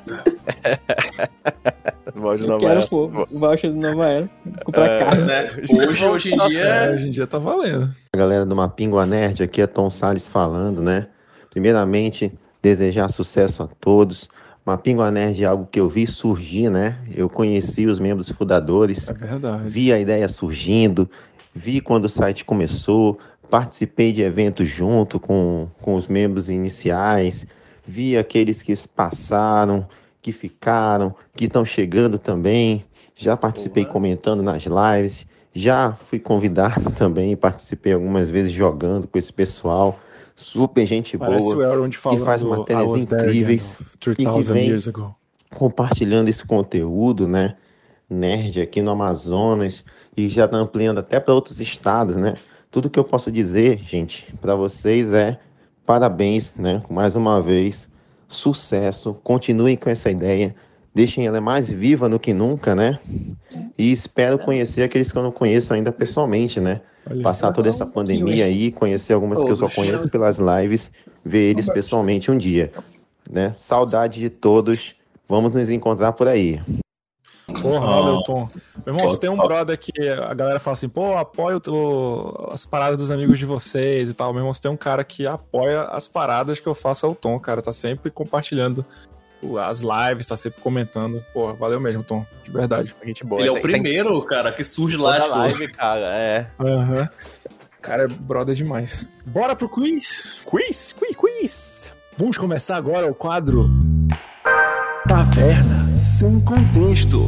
Voz de Eu Nova quero, Era. pô, o voucher do Nova Era. Comprar É. carne. Né? Hoje, hoje em É, dia... hoje em dia tá valendo. Galera do Mapingua Nerd, aqui é Tom Salles falando, né? Primeiramente, desejar sucesso a todos. Mapingua Nerd é algo que eu vi surgir, né? Eu conheci os membros fundadores, É verdade. vi a ideia surgindo, vi quando o site começou, participei de eventos junto com, com os membros iniciais, vi aqueles que passaram, que ficaram, que estão chegando também. Já participei comentando nas lives, já fui convidado também, participei algumas vezes jogando com esse pessoal. Super gente Parece o boa, Elrond falando faz matérias I was there incríveis again, three e que thousand vem years ago. compartilhando esse conteúdo, né, nerd aqui no Amazonas e já tá ampliando até para outros estados, né? Tudo que eu posso dizer, gente, para vocês é parabéns, né? Mais uma vez, sucesso, continuem com essa ideia, deixem ela mais viva do que nunca, né? E espero conhecer aqueles que eu não conheço ainda pessoalmente, né? Olha, Passar toda essa pandemia aí, conhecer algumas que eu só conheço pelas lives, ver eles pessoalmente um dia, né? Saudade de todos, vamos nos encontrar por aí. Porra, valeu, Tom. Meu irmão, Pô, se tem um top. brother que a galera fala assim, pô, apoia o- o- as paradas dos amigos de vocês e tal. Meu irmão, se tem um cara que apoia as paradas que eu faço é o Tom, cara. Tá sempre compartilhando o- as lives, tá sempre comentando. Porra, valeu mesmo, Tom. De verdade. Gente boa. Ele é o Tem- tem primeiro, cara, que surge lá, toda tipo... live, cara. É. Aham. Cara, é brother demais. Bora pro quiz? Quiz, quiz, quiz. Vamos começar agora o quadro Taverna Sem Contexto.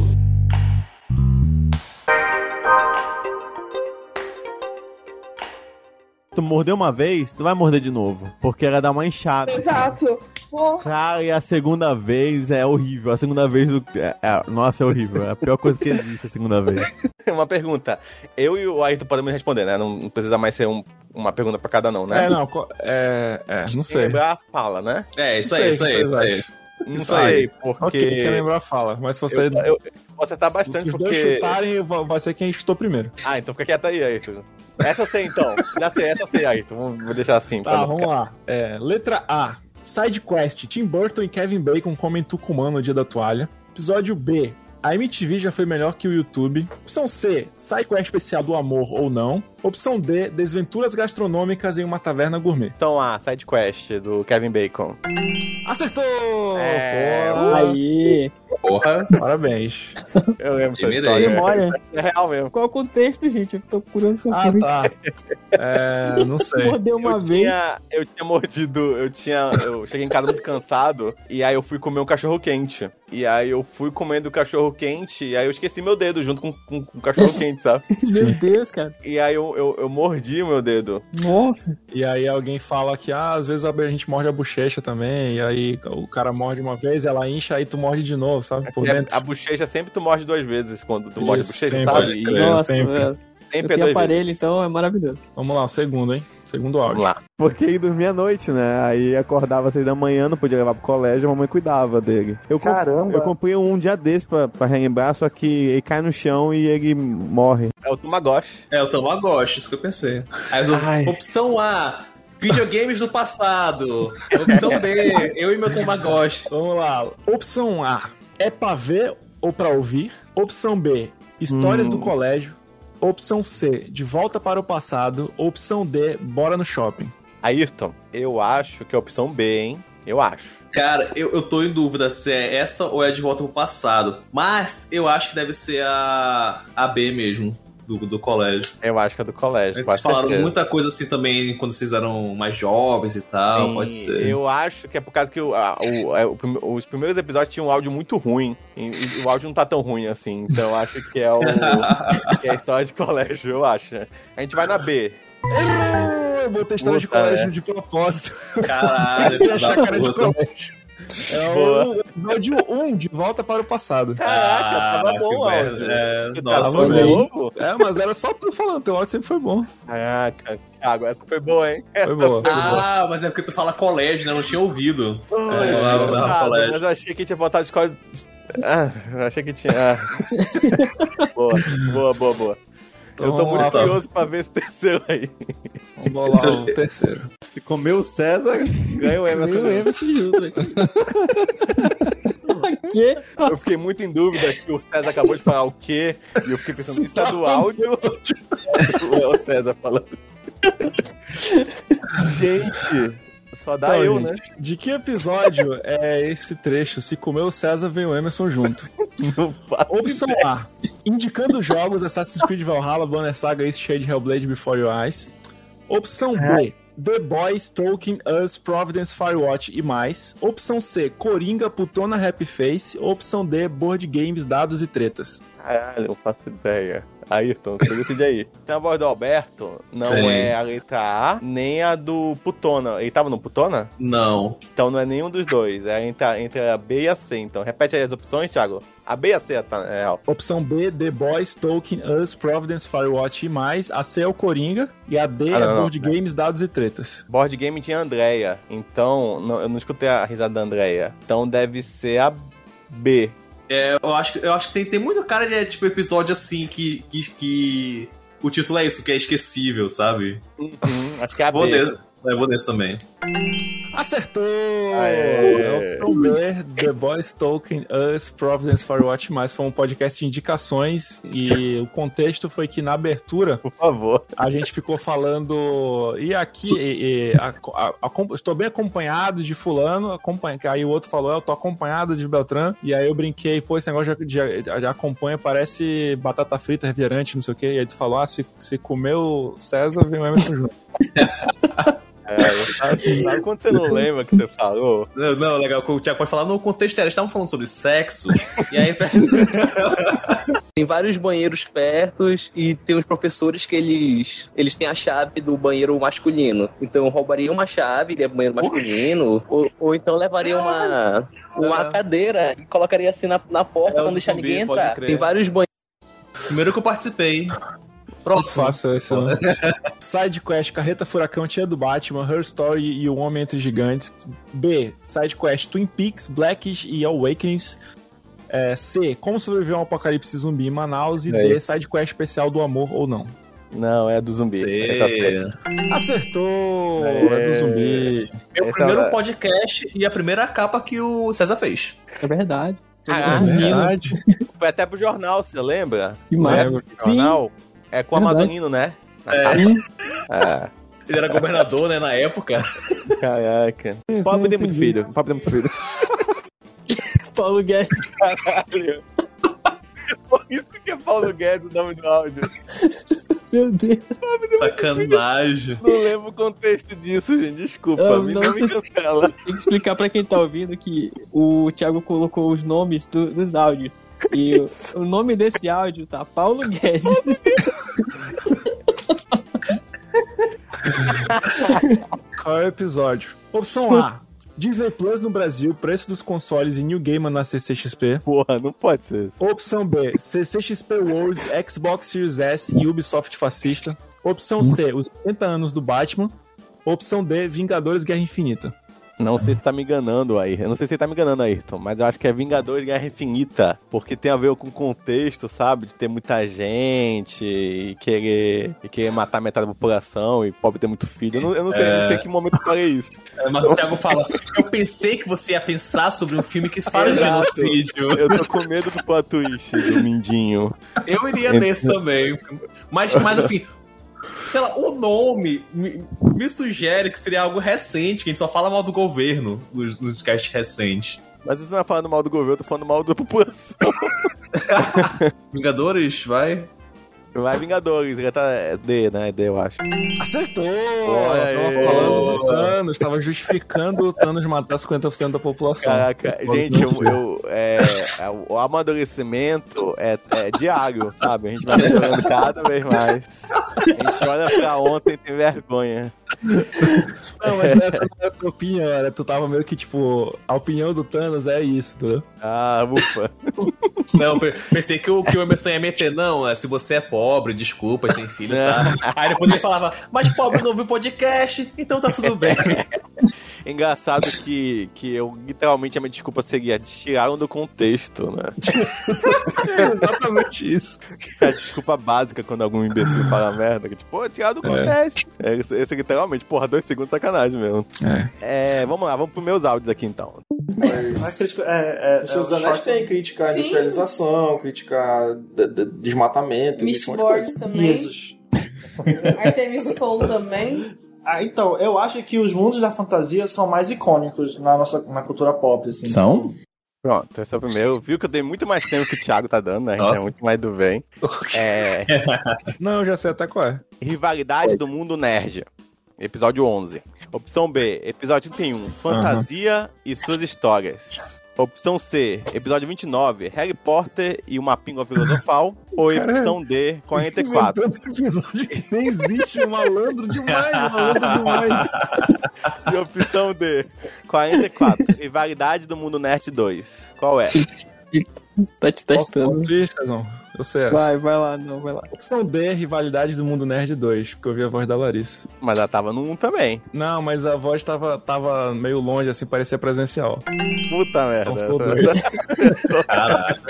Tu mordeu uma vez, tu vai morder de novo. Porque ela dá uma inchada. Exato. Porra. Cara, e a segunda vez é horrível. A segunda vez. do- É, é- nossa, é horrível. É a pior coisa que existe a segunda vez. Uma pergunta. Eu e o Ayrton podemos responder, né? Não, não precisa mais ser um- uma pergunta pra cada não, né? É, não, co- é, é, não Quem sei. lembrar, fala, né? É, isso Não aí, sei isso o aí, que isso vocês aí. acham. Não Isso sei, aí. porque... Ok, quem lembrar fala. Mas se você, Eu, eu, eu vou acertar se bastante os dois porque... chutarem, va- vai ser quem chutou primeiro. Ah, então fica quieto aí, Ayrton. Essa eu sei, então. Já sei, essa eu sei, Ayrton. Vou, vou deixar assim. pra Tá, não vamos ficar- lá. É, letra A. Side Quest. Tim Burton e Kevin Bacon comem Tucumã no Dia da Toalha. Episódio B. A M T V já foi melhor que o YouTube. Opção C. Side Quest especial do amor ou não. Opção D. Desventuras gastronômicas em uma taverna gourmet. Então, a Side Quest do Kevin Bacon. Acertou! É, Pô, Aí. Porra. parabéns. Eu lembro dessa Primeira história. aí. Memória. É real mesmo. Qual é o contexto, gente? Eu tô curioso pra Ah, saber. tá. É, não sei. Mordeu uma eu vez. Tinha, eu tinha mordido, eu tinha. Eu cheguei em casa muito cansado, e aí eu fui comer um cachorro quente. E aí eu fui comendo o cachorro quente, e aí eu esqueci meu dedo junto com, com, com o cachorro quente, sabe? Meu Deus, cara. E aí eu, eu, eu mordi meu dedo. Nossa. E aí alguém fala que, ah, às vezes a gente morde a bochecha também, e aí o cara morde uma vez, ela incha, aí tu morde de novo, sabe? Por É, dentro. a bochecha sempre tu morde duas vezes quando tu morde a Isso, bochecha, sempre, sabe? pode E crer. Nossa, sempre. velho. sempre Eu é tenho duas aparelho, vezes. então é maravilhoso. Vamos lá, o segundo, hein? Segundo áudio. Vamos lá. Porque ele dormia à noite, né? Aí acordava às seis da manhã, não podia levar pro colégio, a mamãe cuidava dele. Eu comp- Caramba. Eu comprei um, um dia desse pra, pra relembrar, só que ele cai no chão e ele morre. É o Tamagotchi. É o Tamagotchi, isso que eu pensei. Aí, op- opção A, videogames do passado. Opção B, eu e meu Tamagotchi. Vamos lá. Opção A, é pra ver ou pra ouvir? Opção B, histórias Hum. do colégio. Opção C, de volta para o passado. Opção D, bora no shopping. Ayrton, eu acho que é a opção B, hein? Eu acho. Cara, eu, eu tô em dúvida se é essa ou é de volta pro passado. Mas eu acho que deve ser a, a B mesmo, do, do colégio. Eu acho que é do colégio. com Eles falaram certeza. muita coisa assim também quando vocês eram mais jovens e tal, Sim, pode ser. Eu acho que é por causa que o, a- o- é, o prime- os primeiros episódios tinham um áudio muito ruim. E, e o áudio não tá tão ruim assim. Então eu acho que é, o, que é a história de colégio, eu acho. A gente vai na B. Eu botei história de Puta, colégio é. de propósito. Caralho, Você achar da que era de puta. colégio. É Boa. o episódio um, de volta para o passado. Caraca, tava Ah, bom que o áudio. merda. É, Você nossa, tá foi de bem. novo? É, mas era só tu falando, teu áudio sempre foi bom. Caraca, Thiago, essa foi boa, hein? Foi boa. Ah, mas é porque tu fala colégio, né? Eu não tinha ouvido. Ai, É, eu lá, tinha lá, escutado, colégio. mas eu achei que tinha botado escola. Ah, eu achei que tinha. Ah. boa, boa, boa, boa. Eu tô Então, muito lá, tá. curioso pra ver esse terceiro aí. Vamos bolar o terceiro. Se comeu o César, Ganha o Emerson. Eu Emerson junto, velho. O quê? Eu fiquei muito em dúvida que o César acabou de falar o quê? E eu fiquei pensando, isso é do áudio? É o César falando. Gente, só dá Então, eu, gente, né? de que episódio é esse trecho? Se comeu o César, vem o Emerson junto. Não faço Opção ideia. A, indicando jogos Assassin's Creed Valhalla, Banner Saga, Ace Shade, Hellblade Before Your Eyes. Opção B, The Boys, Tolkien, Us, Providence, Firewatch e mais. Opção C, Coringa, Putona, Happy Face. Opção D, Board Games, Dados e Tretas. Caralho, não faço ideia. Ayrton, você decide aí. Então a voz do Alberto não Sim. é a letra A, nem a do Putona. Ele tava no Putona? Não. Então não é nenhum dos dois. É entre a, entre a B e a C. Então repete aí as opções, Thiago. A B e a C tá, é real. Opção B, The Boys, Tolkien, Us, Providence, Firewatch e mais. A C é o Coringa e a D Ah, é não, não. Board Games, Dados e Tretas. Board Game tinha a Andrea. Então, não- eu não escutei a risada da Andrea. Então deve ser a B. É, eu acho, que- eu acho que tem, tem muito cara de tipo, episódio assim que, que, que o título é isso, que é esquecível, sabe? Uhum, acho que é a Vou B. nesse, eu vou nesse também. Acertou! Aê. É Opção B, The Boys, Tolkien, Us, Providence, Firewatch e mais. Foi um podcast de indicações e o contexto foi que na abertura Por favor. a gente ficou falando e aqui e, e, a- a- a- estou bem acompanhado de fulano, acompanha, aí o outro falou, eu tô acompanhado de Beltrán, e aí eu brinquei, pô, esse negócio de, de, de acompanha parece batata frita, refrigerante, não sei o que, e aí tu falou, ah, se, se comeu César, vem o Emerson junto. É, sabe, sabe quando você não lembra que você falou? Não, não, legal, o Thiago pode falar no contexto era, eles estavam falando sobre sexo, e aí Tem vários banheiros perto e tem uns professores que eles, eles têm a chave do banheiro masculino. Então roubaria uma chave do banheiro masculino, ou, ou então levaria uma, uma É. cadeira e colocaria assim na, na porta É, pra o não deixar zumbi, ninguém pode entrar. crer. Tem vários banheiros. primeiro que eu participei. Próximo. Fácil esse, né? Side Quest, Carreta Furacão, Tia do Batman, Her Story e O Homem Entre Gigantes. B, Side Quest, Twin Peaks, Blackish e Awakenings. É, C, Como Sobreviver a um Apocalipse Zumbi em Manaus. E É D, isso. Side Quest Especial do Amor ou Não. Não, é a do zumbi. É, tá certo. Acertou! É. É do zumbi. Meu Esse primeiro é- podcast e a primeira capa que o César fez. É verdade. Ah, Os meninos. verdade. Foi até pro jornal, você lembra? Que massa. Lembra do jornal? É com o Verdade. Amazonino, né? É, É. ele era governador, né, na época. Caraca. Pobre tem muito filho. Pobre tem muito filho. Paulo Guedes. Caralho. Por isso que é Paulo Guedes o nome do áudio. Meu Deus. Sacanagem. Não lembro o contexto disso, gente. Desculpa. Eu me não não me sei- cancela. Tem que explicar pra quem tá ouvindo que o Thiago colocou os nomes do- dos áudios. E o, o nome desse áudio tá Paulo Guedes. Qual é o episódio? Opção A. Disney Plus no Brasil, preço dos consoles e New Gamer na C C X P. Porra, não pode ser. Opção B. C C X P Worlds, Xbox Series S e Ubisoft fascista. Opção C. Os setenta anos do Batman. Opção D. Vingadores Guerra Infinita. Não sei se tá me enganando aí. Eu não sei se tá me enganando, Ayrton, mas eu acho que é Vingadores Guerra Infinita. Porque tem a ver com o contexto, sabe? De ter muita gente e querer, e querer matar metade da população e pobre ter muito filho. Eu não, eu não sei, É. eu não sei em que momento eu falei isso. É, mas o Thiago fala, eu pensei que você ia pensar sobre um filme que fala de Exato. genocídio. Eu tô com medo do plot twist do Mindinho. Eu iria nesse também. Mas, mas assim, sei lá, o nome me, me sugere que seria algo recente, que a gente só fala mal do governo nos, nos casts recentes. Mas você não é falando mal do governo, eu tô falando mal da população. Vingadores, vai. Vai Vingadores, já tá é D, né? É D, eu acho. Acertou! Olha Eu tava aí. falando do Thanos, tava justificando o Thanos matar cinquenta por cento da população. Caraca, gente, eu, eu, é, é, o amadurecimento é, é diário, sabe? A gente vai melhorando cada vez mais. A gente olha pra ontem e tem vergonha. Não, mas essa não é a tua opinião, era, tu tava meio que tipo, a opinião do Thanos é isso, entendeu? Ah, ufa. Não, pe- pensei que o que o Emerson ia meter, não, é se você é pobre, desculpa, tem filho, tá? Aí depois ele falava, mas pobre não ouviu podcast, então tá tudo bem. Engraçado que, que eu, literalmente, a minha desculpa seria tiraram do contexto, né? É exatamente isso. A desculpa básica quando algum imbecil fala merda, que tipo, pô, tiraram do contexto. É. Esse, esse literalmente, porra, dois segundos de sacanagem mesmo. É. É, vamos lá, vamos pros meus áudios aqui então. A crítica é, é, Os seus é, anéis short- tem crítica à Sim. industrialização, crítica a de- de- desmatamento, Mist um monte de coisa. Boards também. Jesus. Artemis Fowl também. Ah, então, eu acho que os mundos da fantasia são mais icônicos na nossa na cultura pop, assim. São? Pronto, esse é o primeiro. Viu que eu dei muito mais tempo que o Thiago tá dando, né? A gente Nossa. é muito mais do bem. É... Não, eu já sei até qual é. Rivalidade do Mundo Nerd. Episódio onze. Opção B, episódio trinta e um. Fantasia e suas histórias. Opção C, episódio vinte e nove. Harry Potter e uma Píngua Filosofal. Ou opção D, quarenta e quatro. Inventando episódio que nem existe, malandro demais, malandro demais. E opção D, quarenta e quatro. Rivalidade do Mundo Nerd dois. Qual é? Tá te testando. Posso ir, Cezão? Eu sei essa. Vai, vai lá, não, vai lá. Opção D, Rivalidade do Mundo Nerd dois, porque eu vi a voz da Larissa. Mas ela tava no um também. Não, mas a voz tava, tava meio longe, assim, parecia presencial. Puta merda. Então, ficou dois. Caraca.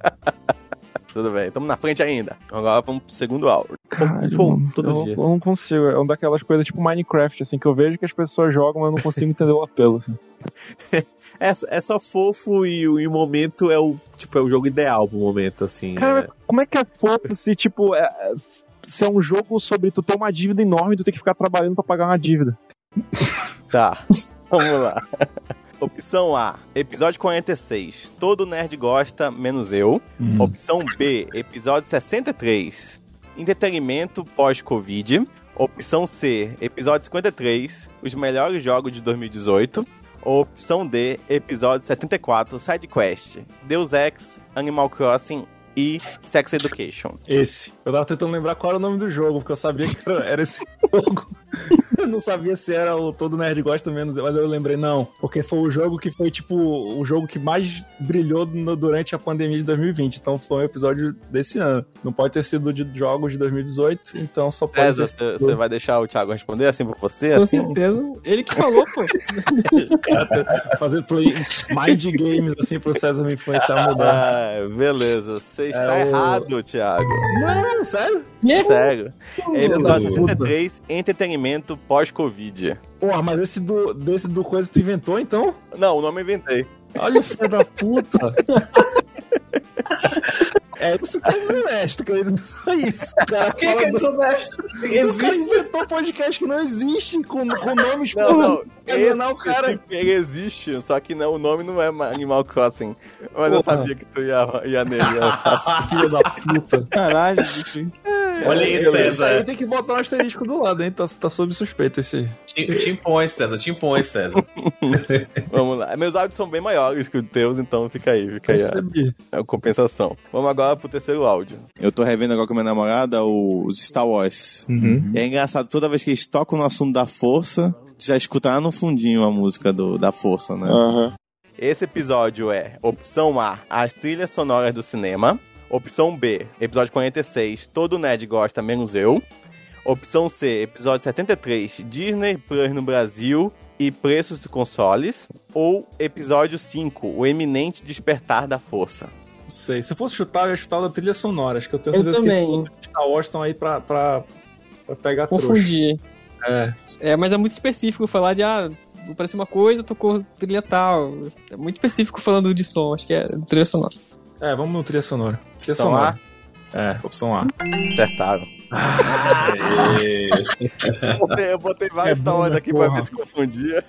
Tudo bem, estamos na frente ainda. Agora vamos pro segundo áudio. Caralho, Pô, mano, todo eu, dia. eu não consigo. É uma daquelas coisas tipo Minecraft, assim, que eu vejo que as pessoas jogam, mas eu não consigo entender o apelo, assim. É, é só fofo e, o- e o momento é o, tipo, é o jogo ideal pro momento, assim. Cara, como é que é fofo se, tipo, é, é- se é um jogo sobre tu ter uma dívida enorme e tu ter que ficar trabalhando pra pagar uma dívida? Tá, vamos lá. Opção A, episódio quarenta e seis. Todo nerd gosta, menos eu. Hum. Opção B, episódio sessenta e três. Entretenimento pós-Covid. Opção C, episódio cinquenta e três. Os melhores jogos de dois mil e dezoito. Opção D, episódio setenta e quatro. Side Quest. Deus Ex, Animal Crossing e Sex Education. Esse. Eu tava tentando lembrar qual era o nome do jogo, porque eu sabia que era, era esse jogo. Eu não sabia se era o Todo Nerd Gosta Menos, mas eu lembrei, não. Porque foi o jogo que foi, tipo, o jogo que mais brilhou no- durante a pandemia de dois mil e vinte. Então foi um episódio desse ano. Não pode ter sido de jogos de dois mil e dezoito, então só pode César, ter você vai deixar o Thiago responder assim por você? Com assim? certeza. Ele que falou, pô. fazer play mind games, assim, pro César me influenciar a mudar. Ah, beleza. Você está É o- errado, Thiago. Não, sério? Sério. É Filho da episódio sessenta e puta. três, entretenimento pós-Covid. Porra, mas esse do, desse do coisa tu inventou, então? Não, o nome eu inventei. Olha o filho da puta. É isso que é desonesto, que é só isso. O cara Quem fala que é do- desonesto? O cara inventou podcast que não existe, com, com nomes Não, não. pra Esse enganar o cara. tipo, ele existe, só que não, o nome não é Animal Crossing. Mas eu Porra. sabia que tu ia, ia nele. Filho da puta. Caralho, bicho. Ai, Olha aí, Isso César. aí tem que botar um asterisco do lado, hein? Tá, tá sob suspeita esse. Te, te impõe, César, te impõe, César. Vamos lá. Meus áudios são bem maiores que os teus, então fica aí, fica aí a, a compensação. Vamos agora pro terceiro áudio. Eu tô revendo agora com minha namorada os Star Wars. Uhum. E é engraçado, toda vez que eles tocam no assunto da força, já escuta lá no fundinho a música do, da força, né? Uhum. Esse episódio é opção A, as trilhas sonoras do cinema. Opção B, episódio quarenta e seis, todo nerd gosta, menos eu. Opção C, episódio setenta e três, Disney Plus no Brasil e preços de consoles. Ou episódio cinco, o eminente despertar da força. Não sei, se eu fosse chutar, eu ia chutar da trilha sonora. Acho que eu tenho Eu certeza também. que os Star Wars estão aí pra, pra, pra pegar Confundir. trouxa. É. É, mas é muito específico falar de, ah, parece uma coisa, tocou trilha tal. É muito específico falando de som, acho que é trilha sonora. É, vamos no trilha sonora. Trilha Opção sonora. A? É, opção A. Acertaram. Ah, eu, botei, eu botei vários É Star Wars bom, aqui porra. pra ver se confundia.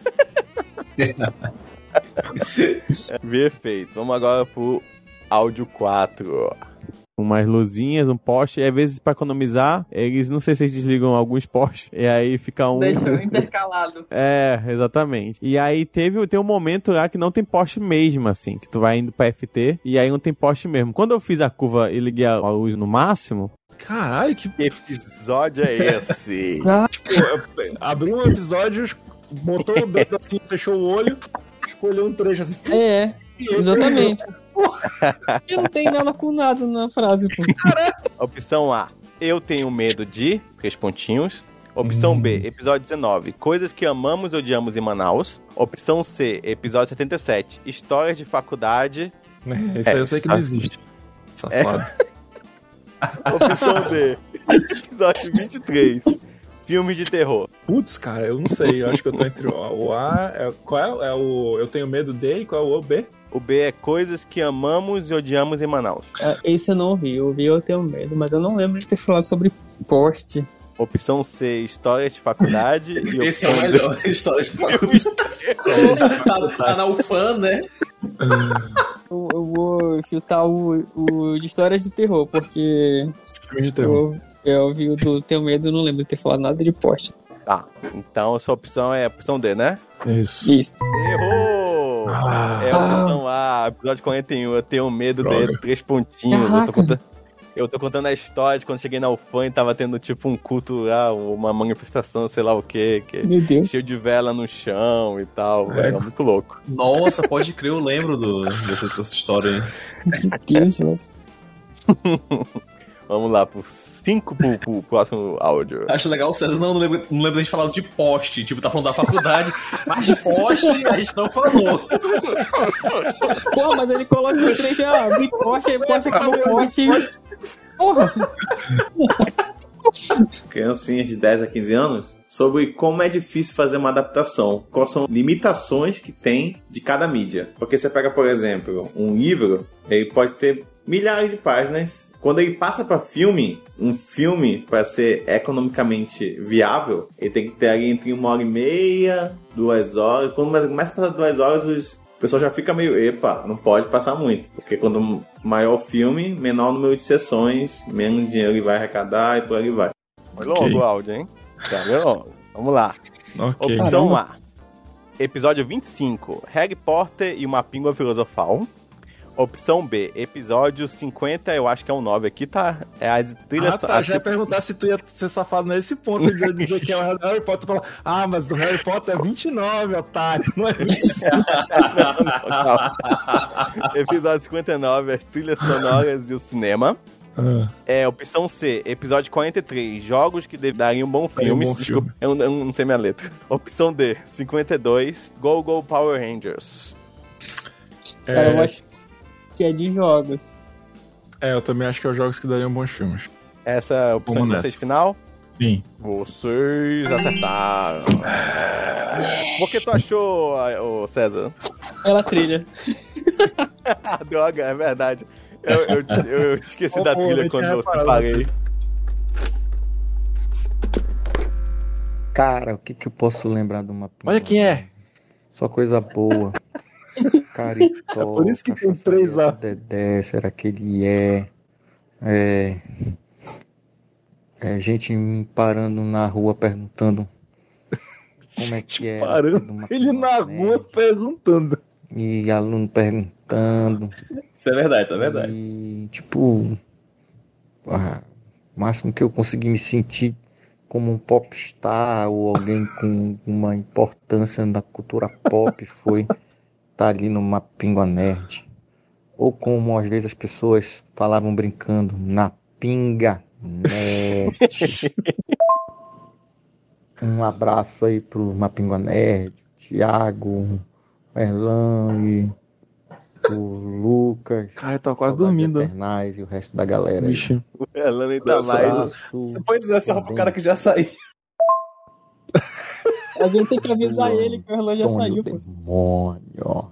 Perfeito. Vamos agora pro áudio quatro. Umas luzinhas, um poste, e às vezes pra economizar, eles, não sei se eles desligam alguns postes, e aí fica um... Deixou intercalado. É, exatamente. E aí teve, tem um momento lá que não tem poste mesmo, assim, que tu vai indo pra F T, e aí não tem poste mesmo. Quando eu fiz a curva e liguei a luz no máximo... Caralho, que episódio é esse? Tipo, abriu um episódio, botou o dedo assim, fechou o olho, escolheu um trecho assim. É, exatamente. E não tem nada com nada na frase, pô. Opção A, eu tenho medo de... Três pontinhos. Opção hum. B, episódio dezenove, coisas que amamos e odiamos em Manaus. Opção C, episódio setenta e sete, histórias de faculdade. É, isso aí eu sei que não existe. Safado. É. Opção D, episódio vinte e três, filmes de terror. Putz, cara, eu não sei. Eu acho que eu tô entre o A. O A é, qual é? É o eu tenho medo de e qual é o B? O B é coisas que amamos e odiamos em Manaus. É, esse eu não ouvi. Eu ouvi Eu Tenho Medo, mas eu não lembro de ter falado sobre poste. Opção C, histórias de faculdade. E esse é o melhor, histórias de faculdade. tá, tá na U F A M, né? Eu, eu vou chutar o, o de histórias de terror, porque de terror. Eu, eu ouvi o do Tenho Medo e não lembro de ter falado nada de poste. Tá, então a sua opção é a opção D, né? Isso. Isso. Errou! Ah. É a opção A, episódio quarenta e um, eu tenho medo Droga. de três pontinhos. Eu tô, contando, eu tô contando a história de quando cheguei na U F A M e tava tendo tipo um culto lá, uma manifestação, sei lá o quê, que Meu Deus. Cheio de vela no chão e tal. É, é muito louco. Nossa, pode crer, eu lembro do, dessa, dessa história aí. Meu Deus, mano. Vamos lá, por cinco pro, pro próximo áudio. Acho legal o César, não, não lembro, não lembro da gente falar de poste, tipo, tá falando da faculdade, mas poste a gente não falou. Porra, mas ele coloca no trecho, ah, vi poste, poste acabou poste. Porra! Criancinhas de dez a quinze anos, sobre como é difícil fazer uma adaptação, quais são limitações que tem de cada mídia. Porque você pega, por exemplo, um livro, ele pode ter milhares de páginas. Quando ele passa para filme, um filme, para ser economicamente viável, ele tem que ter ali entre uma hora e meia, duas horas. Quando começa a passar duas horas, os... o pessoal já fica meio, epa, não pode passar muito. Porque quando maior o filme, menor o número de sessões, menos dinheiro ele vai arrecadar e por aí vai. Foi longo okay. o áudio, hein? Tá vendo? Vamos lá. Okay. Opção A. Episódio vinte e cinco, Harry Potter e uma Píngua Filosofal. Opção B, episódio cinquenta, eu acho que é um nove aqui, tá? É a trilha... Ah, tá, já ia perguntar se tu ia ser safado nesse ponto de dizer que é o Harry Potter. Falar, ah, mas do Harry Potter é vinte e nove, otário, não é vinte e cinco. não, não, não. Episódio cinquenta e nove, as trilhas sonoras e o cinema. Ah. É, opção C, episódio quarenta e três, jogos que dariam um bom filme. É um bom Desculpa, filme. Eu, eu não sei minha letra. Opção D, cinquenta e dois, Go Go Power Rangers. É... Cara, eu acho que é de jogos. É, eu também acho que é os jogos que dariam bons filmes. Essa é a opção de vocês final? Sim. Vocês acertaram. Por que tu achou, ô César? Ela trilha. Droga, é verdade. Eu, eu, eu esqueci oh, da trilha pô, quando eu separei. Cara, o que que eu posso lembrar de uma... Olha quem é. Só coisa boa. Caritó, é por isso que tem três A. Dedé, será que ele é? É. É, gente me parando na rua perguntando como é que era. Parando ele na rua perguntando. E aluno perguntando. Isso é verdade, isso é verdade. E, tipo, ah, o máximo que eu consegui me sentir como um popstar ou alguém com uma importância na cultura pop foi estar ali no Mapingua Nerd. Ou como às vezes as pessoas falavam brincando, na Pinga Nerd. Um abraço aí pro Mapingua Nerd, Thiago, Erlan e o Lucas. Cara, eu tô quase dormindo. Eternais e o resto da galera. Vixe. O Erlan nem tá mais. Você pode dizer essa pro cara que já saiu. Alguém tem que avisar ele que o Erlan já saiu. Demônio.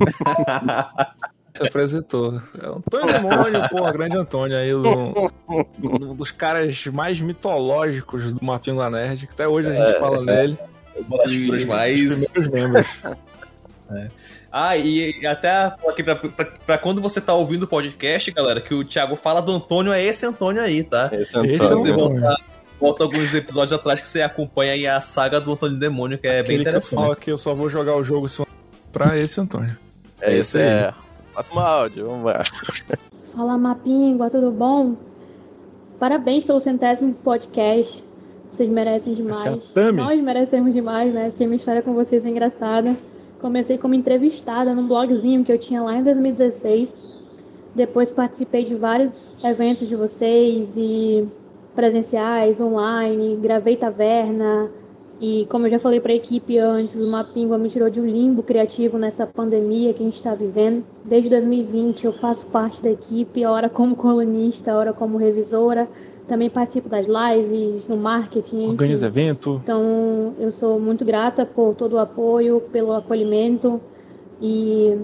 Se apresentou. É o Antônio Demônio, pô, grande Antônio aí, um, um dos caras mais mitológicos do Mapingua Nerd, que até hoje a gente É, fala é. nele. Uma das figuras mais. Primeiros membros. É. Ah, e, e até aqui pra, pra, pra quando você tá ouvindo o podcast, galera, que o Thiago fala do Antônio, é esse Antônio aí, tá? Esse Antônio. Se você voltar, volta alguns episódios atrás que você acompanha aí a saga do Antônio Demônio, que é bem Aquele que eu interessante. falo que eu só vou jogar o jogo se pra esse Antônio. É esse é. Próximo áudio, vamos lá. Fala Mapingua, tudo bom? Parabéns pelo centésimo podcast. Vocês merecem demais. Essa é a Tami. Nós merecemos demais, né? Porque a minha história com vocês é engraçada. Comecei como entrevistada num blogzinho que eu tinha lá em dois mil e dezesseis. Depois participei de vários eventos de vocês e presenciais, online, gravei taverna. E como eu já falei para a equipe antes, o Mapingua me tirou de um limbo criativo nessa pandemia que a gente está vivendo. Desde dois mil e vinte eu faço parte da equipe, ora como colunista, ora como revisora. Também participo das lives, no marketing. Organiza enfim. evento. Então eu sou muito grata por todo o apoio, pelo acolhimento. E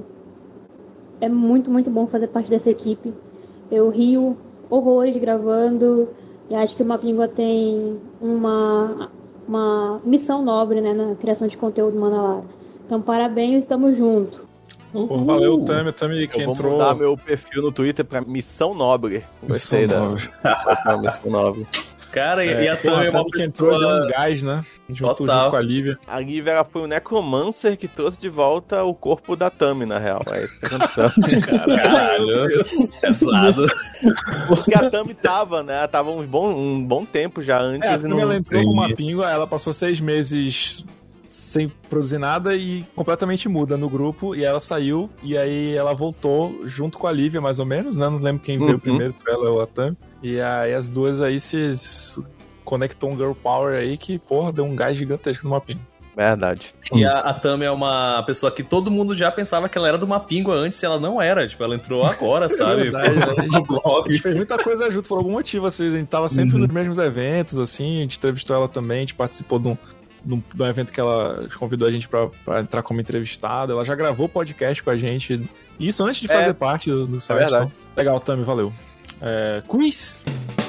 é muito, muito bom fazer parte dessa equipe. Eu rio horrores gravando e acho que o Mapingua tem uma... uma missão nobre, né, na criação de conteúdo Manalara. Então, parabéns, estamos juntos. Pô, valeu, Tami, Tami que Eu vou entrou. mudar meu perfil no Twitter pra Missão Nobre. Gostei Missão da Nobre. da Missão Nobre. Cara, e- É, e a pô, Tami é uma que entrou, deu pessoa... um gás, né? Junto, Total. junto com a Lívia. A Lívia ela foi o necromancer que trouxe de volta o corpo da Tami, na real. É isso que tá acontecendo. Caralho, pesado. Porque a Tami tava, né? Ela tava um bom, um bom tempo já antes. É, a e Tami, não... ela entrou no Mapingua, ela passou seis meses sem produzir nada e completamente muda no grupo, e ela saiu, e aí ela voltou junto com a Lívia, mais ou menos, né? Não lembro quem veio Uhum. primeiro, se foi ela ou a Tami. E aí as duas aí se se conectou um girl power aí que, porra, deu um gás gigantesco no Mapingua. Verdade. E a, a Tami é uma pessoa que todo mundo já pensava que ela era do Mapingua antes, e ela não era. Tipo, ela entrou agora, sabe? Verdade, né? a, no gente, blog. a gente fez muita coisa junto por algum motivo, assim, a gente tava sempre Uhum. nos mesmos eventos, assim, a gente entrevistou ela também, a gente participou de um, de um, de um evento que ela convidou a gente pra, pra entrar como entrevistada, ela já gravou podcast com a gente, isso antes de É, fazer parte do, do site. verdade. Então. Legal, Tami, valeu. É, quiz!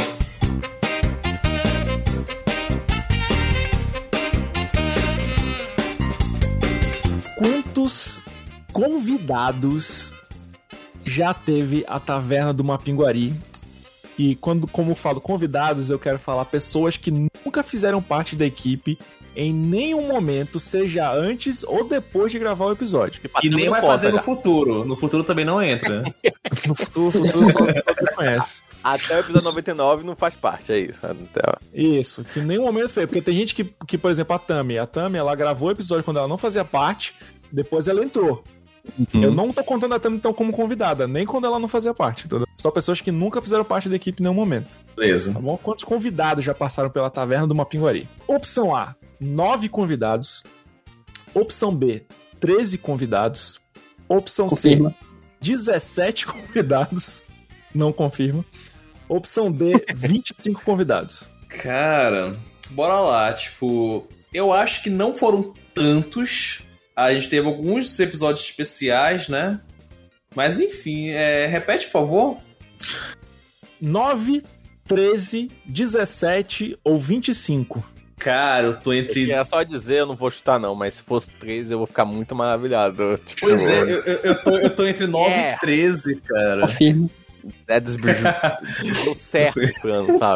Quantos convidados já teve a Taverna do Mapinguari? E quando, como eu falo convidados, eu quero falar pessoas que nunca fizeram parte da equipe em nenhum momento, seja antes ou depois de gravar o episódio. E nem vai fazer no futuro. No futuro também não entra. No futuro, no futuro só, só quem conhece. Até o episódio noventa e nove não faz parte, é isso. Até... Isso, que em nenhum momento fez. Porque tem gente que, que, por exemplo, a Tami. A Tami, ela gravou o episódio quando ela não fazia parte, depois ela entrou. Uhum. Eu não tô contando a Tami então como convidada, nem quando ela não fazia parte. Entendeu? Só pessoas que nunca fizeram parte da equipe em nenhum momento. Beleza. Tá bom? Quantos convidados já passaram pela Taverna do Mapinguari? Opção A, nove convidados. Opção B, treze convidados. Opção Confirma. C, dezessete convidados. Não confirma. Opção D, vinte e cinco convidados. Cara, bora lá. Tipo, eu acho que não foram tantos. A gente teve alguns episódios especiais, né? Mas enfim, é... repete, por favor. nove, treze, dezessete ou vinte e cinco? Cara, eu tô entre... É só dizer, eu não vou chutar não, mas se fosse treze eu vou ficar muito maravilhado. Tipo, Pois é, eu, eu, eu, tô, eu tô entre nove É. e treze, cara. Confirma. Dead Bridge deu certo o plano, sabe?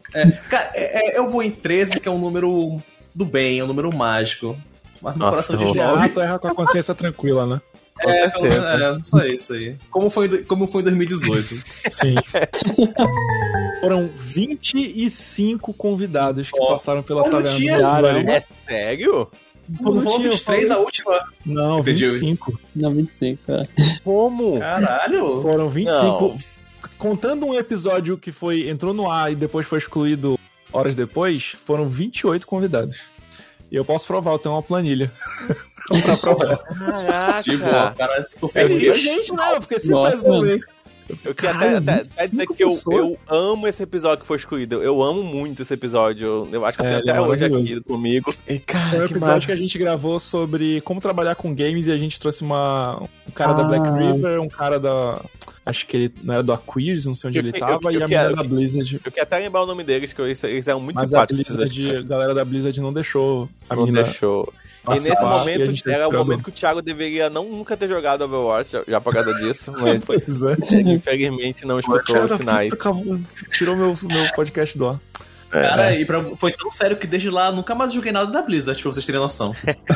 É, cara, é, é, eu vou em treze, que é um número do bem, é um número mágico. Mas meu coração diz nove. Ah, tu erra com a consciência tranquila, né? É, pelo menos, é, só isso aí. Como foi, em- como foi em dois mil e dezoito. Sim. Foram vinte e cinco convidados que passaram pela Pô, não taverna tinha, do Pinguari. mano. É sério? Pô, Não foram tinha, vinte e três eu a falei. última? Não, Entendi. vinte e cinco. Não, vinte e cinco, cara. Como? Caralho! Foram vinte e cinco. Não. Contando um episódio que foi entrou no ar e depois foi excluído horas depois, foram vinte e oito convidados. E eu posso provar, eu tenho uma planilha. pra provar. Caraca. De boa, cara. Tô É muita feliz. gente, né? Eu fiquei Nossa, surpreso mano. também. Eu queria Caralho, até, até, vinte e até dizer cinco que eu, pessoas. eu amo esse episódio que foi excluído. Eu amo muito esse episódio. Eu, eu acho que eu É, tenho ele é até hoje maravilhoso. aqui comigo. E, cara, Foi um que episódio massa. que a gente gravou sobre como trabalhar com games e a gente trouxe uma, um cara da Ah. Black River, um cara da... Acho que ele não era do Aquiles, não sei onde Eu- ele eu- tava, eu e a quero- menina da Blizzard. Eu queria até lembrar o nome deles, que eles, eles eram muito Mas a simpáticos. Blizzard, a galera da Blizzard não deixou a Não menina... deixou. E participar, nesse e a momento, gente teve era o que momento gravar. que o Thiago deveria não, nunca ter jogado Overwatch, já, já por causa disso, mas Pois é. infelizmente não escutou Cara, os sinais. puta, acabou- tirou meu, meu podcast do ar. Cara, e pra- foi tão sério que desde lá nunca mais joguei nada da Blizzard, pra vocês terem noção.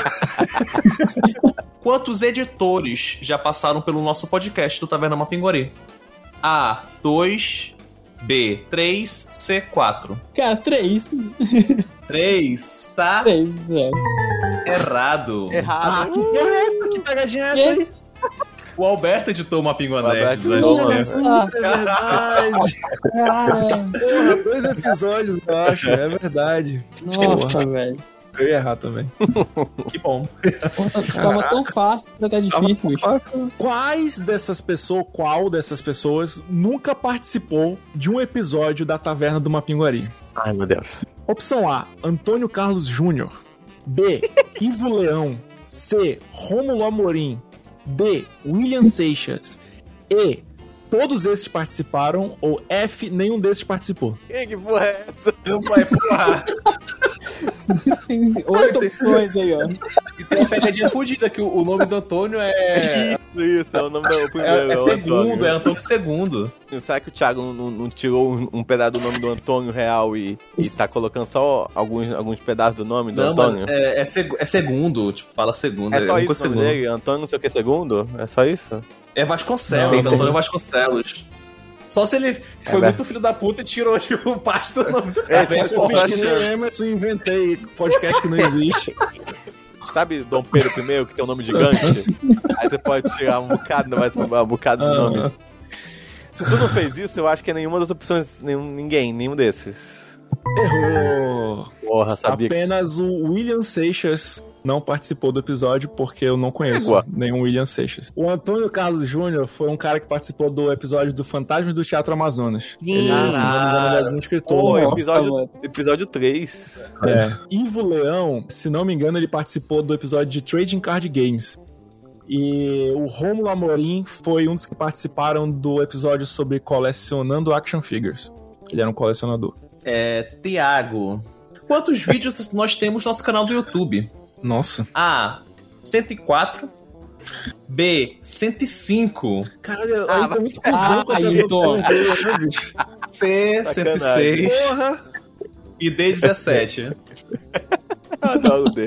Quantos editores já passaram pelo nosso podcast do Taverna Mapinguari? A, dois, B, três, C, quatro. Cara, três. três, tá? Três, velho. Errado. Errado. Ah, que porra é essa? Que pegadinha é essa aí? O Alberto editou o Mapinguá O Alberto Nerd. editou. né? Ah, É verdade. cara. Porra, dois episódios, eu acho. É verdade. Nossa, velho. Eu ia errar também. Que bom. Tava tão fácil, já tá difícil, bicho. Quais dessas pessoas, qual dessas pessoas nunca participou de um episódio da Taverna do Mapinguari? Ai, meu Deus. Opção A, Antônio Carlos Júnior. B, Ivo Leão. C, Rômulo Amorim. D, William Seixas. E, todos esses participaram. Ou F, nenhum desses participou. Quem que porra é essa? Meu pai, porra. Tem oito opções aí, ó. E tem uma pegadinha fodida que o, o nome do Antônio é. Isso, isso, é o nome do primeiro. É, é o segundo, Antônio. é Antônio segundo. Será que o Thiago não, não tirou um, um pedaço do nome do Antônio real e, e tá colocando só alguns, alguns pedaços do nome do Não, mas Antônio? é, é, seg- é segundo, tipo, fala segundo. É só uma isso coisa o nome segundo. dele? Antônio não sei o que segundo? É só isso? É Vasconcelos, Não, Antônio não. Vasconcelos. Só se ele foi verdade. muito filho da puta e tirou tipo, parte do nome do É, cara. sim, Eu fiz porra, que nem Emerson e inventei podcast que não existe. Sabe Dom Pedro I, que tem um nome gigante? Aí você pode tirar um bocado, não vai tomar um bocado do Ah. nome. Se tu não fez isso, eu acho que é nenhuma das opções, nenhum, ninguém, nenhum desses. Errou. Porra, sabia que... Apenas o William Seixas não participou do episódio porque eu não conheço Igual. nenhum William Seixas. O Antônio Carlos Júnior foi um cara que participou do episódio do Fantasmas do Teatro Amazonas. Ele, se não me engano, ele é algum escritor. Pô, Nossa, episódio, mano. episódio três. É. Ivo Leão, se não me engano, ele participou do episódio de Trading Card Games. E o Rômulo Amorim foi um dos que participaram do episódio sobre colecionando action figures. Ele era um colecionador. É, Tiago. Quantos vídeos nós temos no nosso canal do YouTube? Nossa. A, cento e quatro. B, cento e cinco. Caralho, Ah, aí tá muito Ah, cuzão com essa aí, opção Tom. dele, né, bicho? C, cento e seis. Porra! E D, dezessete. Adoro o D.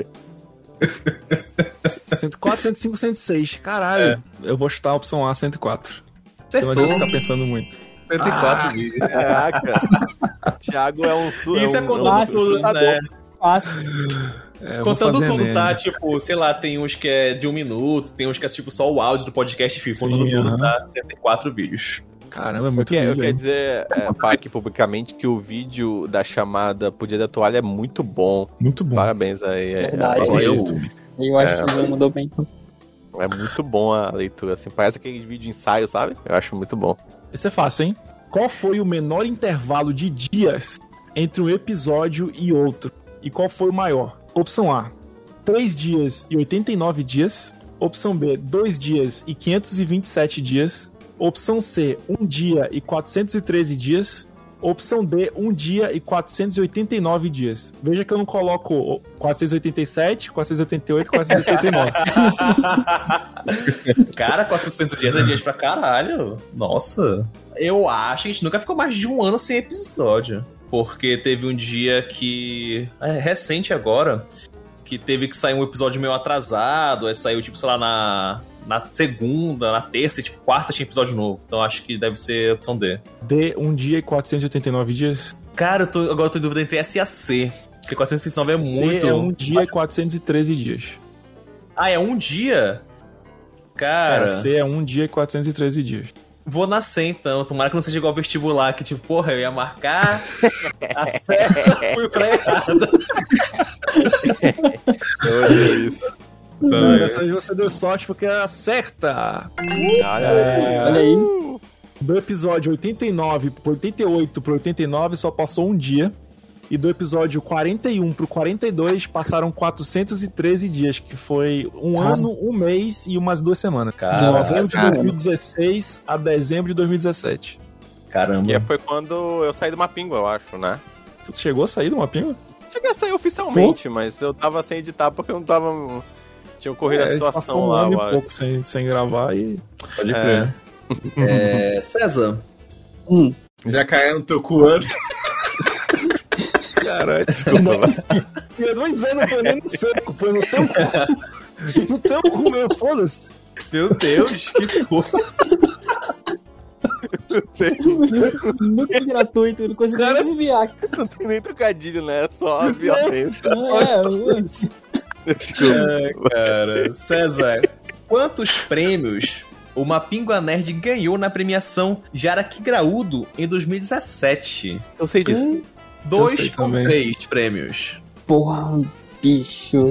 cento e quatro, cento e cinco, cento e seis. Caralho. É. Eu vou chutar a opção A, cento e quatro. Então não Acertou. adianta ficar pensando muito. cento e quatro vídeos. Caraca. Thiago é um... su- Isso é um, contando um, tudo, um, né? Fácil. É, eu vou Contando fazer tudo, Enem. tá? Tipo, sei lá, tem uns que é de um minuto, tem uns que é tipo só o áudio do podcast, enfim, Sim, contando tudo, aham. tá? cento e quatro vídeos. Caramba, é Eu, muito quero, eu vídeo, quero hein? dizer, é, falar aqui publicamente que o vídeo da chamada pro Dia da Toalha é muito bom. Muito bom. Parabéns aí. é- Verdade. é- Eu, Eu acho É. que ele mandou bem. É muito bom a leitura, assim. Parece aquele vídeo ensaio, sabe? Eu acho muito bom. Esse é fácil, hein? Qual foi o menor intervalo de dias entre um episódio e outro? E qual foi o maior? Opção A, três dias e oitenta e nove dias. Opção B, dois dias e quinhentos e vinte e sete dias. Opção C, um dia e quatrocentos e treze dias. Opção D, um dia e quatrocentos e oitenta e nove dias. Veja que eu não coloco quatrocentos e oitenta e sete, quatrocentos e oitenta e oito, quatrocentos e oitenta e nove. Cara, quatrocentos dias é dias pra caralho. Nossa. Eu acho que a gente nunca ficou mais de um ano sem episódio. porque teve um dia que... É recente agora, que teve que sair um episódio meio atrasado, aí saiu, tipo, sei lá, na, na segunda, na terça, e, tipo, quarta tinha episódio novo. Então acho que deve ser a opção D. D, um dia e quatrocentos e oitenta e nove dias? Cara, eu tô, agora eu tô em dúvida entre S e A C, porque quatrocentos e oitenta e nove é C muito... é um dia e quatrocentos e treze dias. Ah, é um dia? Cara... É, C é um dia e quatrocentos e treze dias. Vou nascer, então. Tomara que não seja igual ao vestibular, que tipo, porra, eu ia marcar a certa, fui pra errada. Eu olhei isso. Então, dessa vez você deu sorte porque é a certa. Olha, é... Olha aí. Do episódio oitenta e nove pro oitenta e oito pro oitenta e nove só passou um dia. E do episódio quarenta e um pro quarenta e dois passaram quatrocentos e treze dias, que foi um Caramba. ano, um mês e umas duas semanas. Cara, de novembro de caramba. dois mil e dezesseis a dezembro de dois mil e dezessete. Caramba. Que foi quando eu saí do Mapingua, eu acho, né? Tu chegou a sair do Mapingua? Cheguei a sair oficialmente, mas eu tava sem editar porque eu não tava... Tinha ocorrido É, a situação passou um lá, ano eu e acho. pouco sem, sem gravar e... Pode É. crer. É... César. Hum. Já caiu no teu cu antes. Caralho, eu não dizer, não foi nem no seco, foi no teu cu. No teu cu, meu, foda-se. Meu Deus, que porra. Muito gratuito, não consegui nem desviar. Não tem nem trocadilho, né? É só violência. É, É, cara. César, quantos prêmios o Mapingua Nerd ganhou na premiação Jaraqui Graúdo em dois mil e dezessete? Eu sei disso. Dois sei ou também. três prêmios? porra, bicho.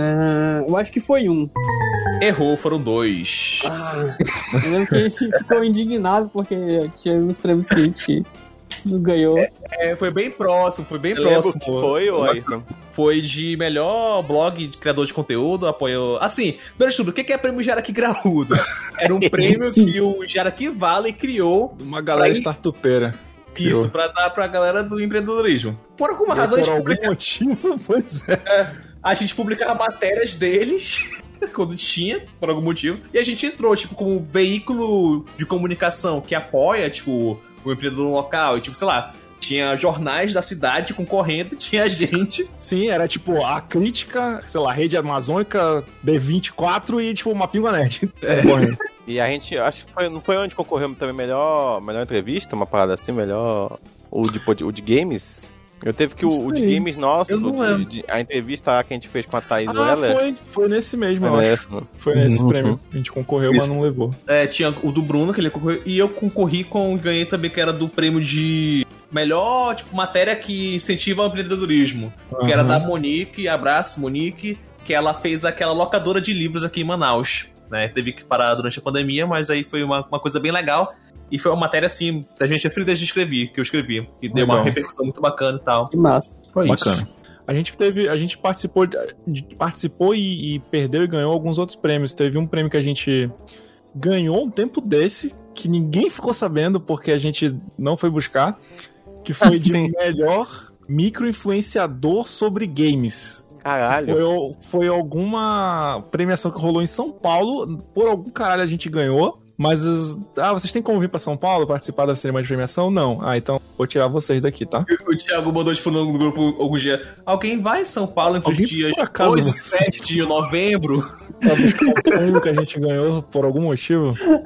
Ah, eu acho que foi um. Errou, foram dois. Ah, eu lembro que a gente ficou indignado porque tinha uns prêmios que a gente não ganhou. É, é, foi bem próximo, foi bem Eu lembro próximo. que foi, ô Ayrton? Foi de melhor blog de criador de conteúdo, apoiou... Assim, primeiro de tudo, o que é prêmio Jaraqui Graúdo? Era um prêmio que o Jaraqui Valley criou... Uma galera pra... startupeira. Isso, pra dar pra galera do empreendedorismo. Por alguma razão... Por a gente algum publica... motivo, pois é. A gente publicava matérias deles... quando tinha, por algum motivo. E a gente entrou, tipo, como veículo de comunicação que apoia, tipo, o empreendedor local. E, tipo, sei lá, tinha jornais da cidade concorrendo, tinha gente. Sim, era tipo a crítica, sei lá, Rede Amazônica, B vinte e quatro e, tipo, Mapingua Nerd. É. E a gente, acho que foi, não foi onde concorremos também melhor, melhor entrevista, uma parada assim, melhor. O de, o de games. Eu teve que o, o de games nosso, Eu não de, lembro. de, a entrevista que a gente fez com a Thaís Ah, Weller. foi, foi nesse mesmo, eu Foi acho. nesse, né? Foi nesse Uhum. prêmio. A gente concorreu, Isso. mas não levou. É, tinha o do Bruno, que ele concorreu, e eu concorri com, ganhei também, que era do prêmio de melhor, tipo, matéria que incentiva o empreendedorismo. Uhum. Que era da Monique, abraço, Monique, que ela fez aquela locadora de livros aqui em Manaus, né? Teve que parar durante a pandemia, mas aí foi uma, uma coisa bem legal. E foi uma matéria, assim, da gente preferidas de escrever, que eu escrevi. E deu Legal. uma repercussão muito bacana e tal. Que massa. Foi Bacana. isso. A gente teve, a gente participou, de- de- participou e, e perdeu e ganhou alguns outros prêmios. Teve um prêmio que a gente ganhou um tempo desse, que ninguém ficou sabendo porque a gente não foi buscar, que foi de Sim. melhor micro-influenciador sobre games. Caralho. Foi, o- foi alguma premiação que rolou em São Paulo, por algum caralho a gente ganhou. Mas, as- ah, vocês têm como vir pra São Paulo participar da cerimônia de premiação? Não. Ah, então vou tirar vocês daqui, tá? O Thiago mandou, tipo, no grupo algum dia. Alguém vai em São Paulo entre Alguém, os dias por acaso, dois e você- sete de novembro? Pra buscar o prêmio que a gente ganhou por algum motivo.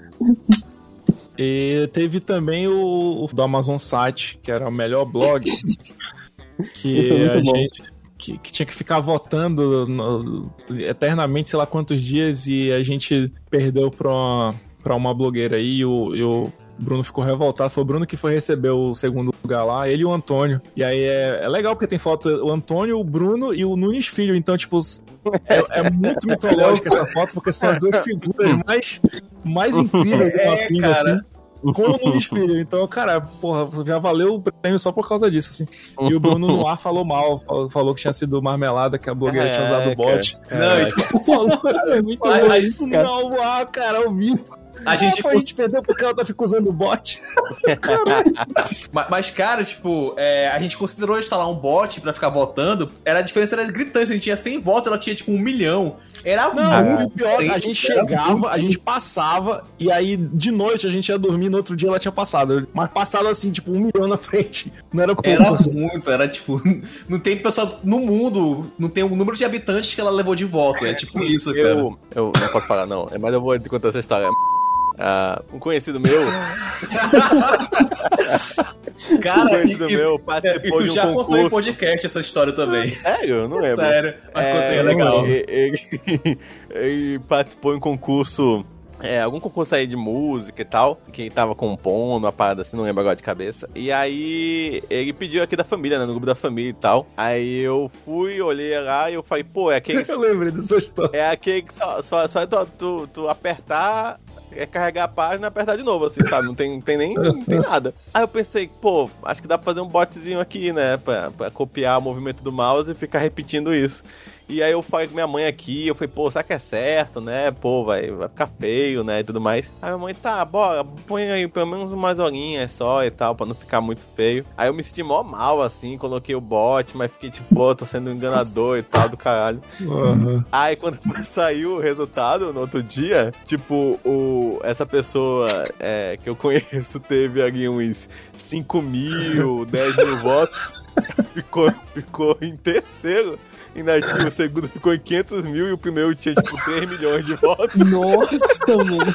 E teve também o, o do Amazon Site, que era o melhor blog. Que Isso é muito a bom. gente que, que tinha que ficar votando no- eternamente, sei lá quantos dias, e a gente perdeu pra, pra uma blogueira aí, e o, e o Bruno ficou revoltado. Foi o Bruno que foi receber o segundo lugar lá, ele e o Antônio. E aí é, é legal porque tem foto o Antônio, o Bruno e o Nunes Filho. Então, tipo, é, é muito mitológica essa foto, porque são as duas figuras mais, mais incríveis do É, Mapinga, cara. assim. Com o Nunes Filho. Então, cara, porra, já valeu o prêmio só por causa disso, assim. E o Bruno no ar falou mal, falou, falou que tinha sido marmelada, que a blogueira tinha usado o bot. Caraca. Não, e tipo, falou, É muito Faz bom isso isso, cara. não, ah, cara, ao vivo. A gente, Pô, a gente perdeu porque ela tá ficando usando o bot. mas, mas, cara, tipo, é, a gente considerou instalar um bot pra ficar votando. Era, a diferença era gritante. A gente tinha cem votos, ela tinha tipo um milhão. Era Não, muito o pior, diferente, a gente era chegava, muito- a gente passava, e aí de noite a gente ia dormir, no outro dia ela tinha passado. Mas passado assim, tipo, um milhão na frente. Não era pouco. Era assim. muito, era tipo. Não tem pessoa no mundo, não tem o número de habitantes que ela levou de voto. É tipo isso, cara. Eu, eu não posso falar, não. Mas eu vou te contar essa história. Ah, um conhecido meu. Cara, um conhecido e- meu participou e de um já contou em concurso. podcast essa história também. Sério? Eu não lembro. Sério, mas contei, é legal. Ele, ele- ele participou em um concurso. É, algum concurso aí de música e tal, que tava compondo uma parada assim, não lembro agora de cabeça. E aí, ele pediu aqui da família, né, no grupo da família e tal. Aí eu fui, olhei lá e eu falei, pô, é aquele... Eu lembrei dessa história. É aquele que só, só, só é tu, tu, tu apertar, é carregar a página e apertar de novo, assim, sabe? Não tem, não tem nem não tem nada. Aí eu pensei, pô, acho que dá pra fazer um botzinho aqui, né, pra, pra copiar o movimento do mouse e ficar repetindo isso. E aí eu falei com minha mãe aqui, eu falei, pô, será que é certo, né? Pô, vai, vai ficar feio, né? E tudo mais. Aí minha mãe, tá, bora, põe aí pelo menos umas horinhas só e tal, pra não ficar muito feio. Aí eu me senti mó mal, assim, coloquei o bot, mas fiquei tipo, pô, tô sendo um enganador e tal, do caralho. Uhum. Aí quando saiu o resultado no outro dia, tipo, o, essa pessoa é, que eu conheço teve ali uns cinco mil, dez mil votos, ficou, ficou em terceiro. E na, o segundo ficou em quinhentos mil e o primeiro tinha, tipo, três milhões de votos. Nossa, mano.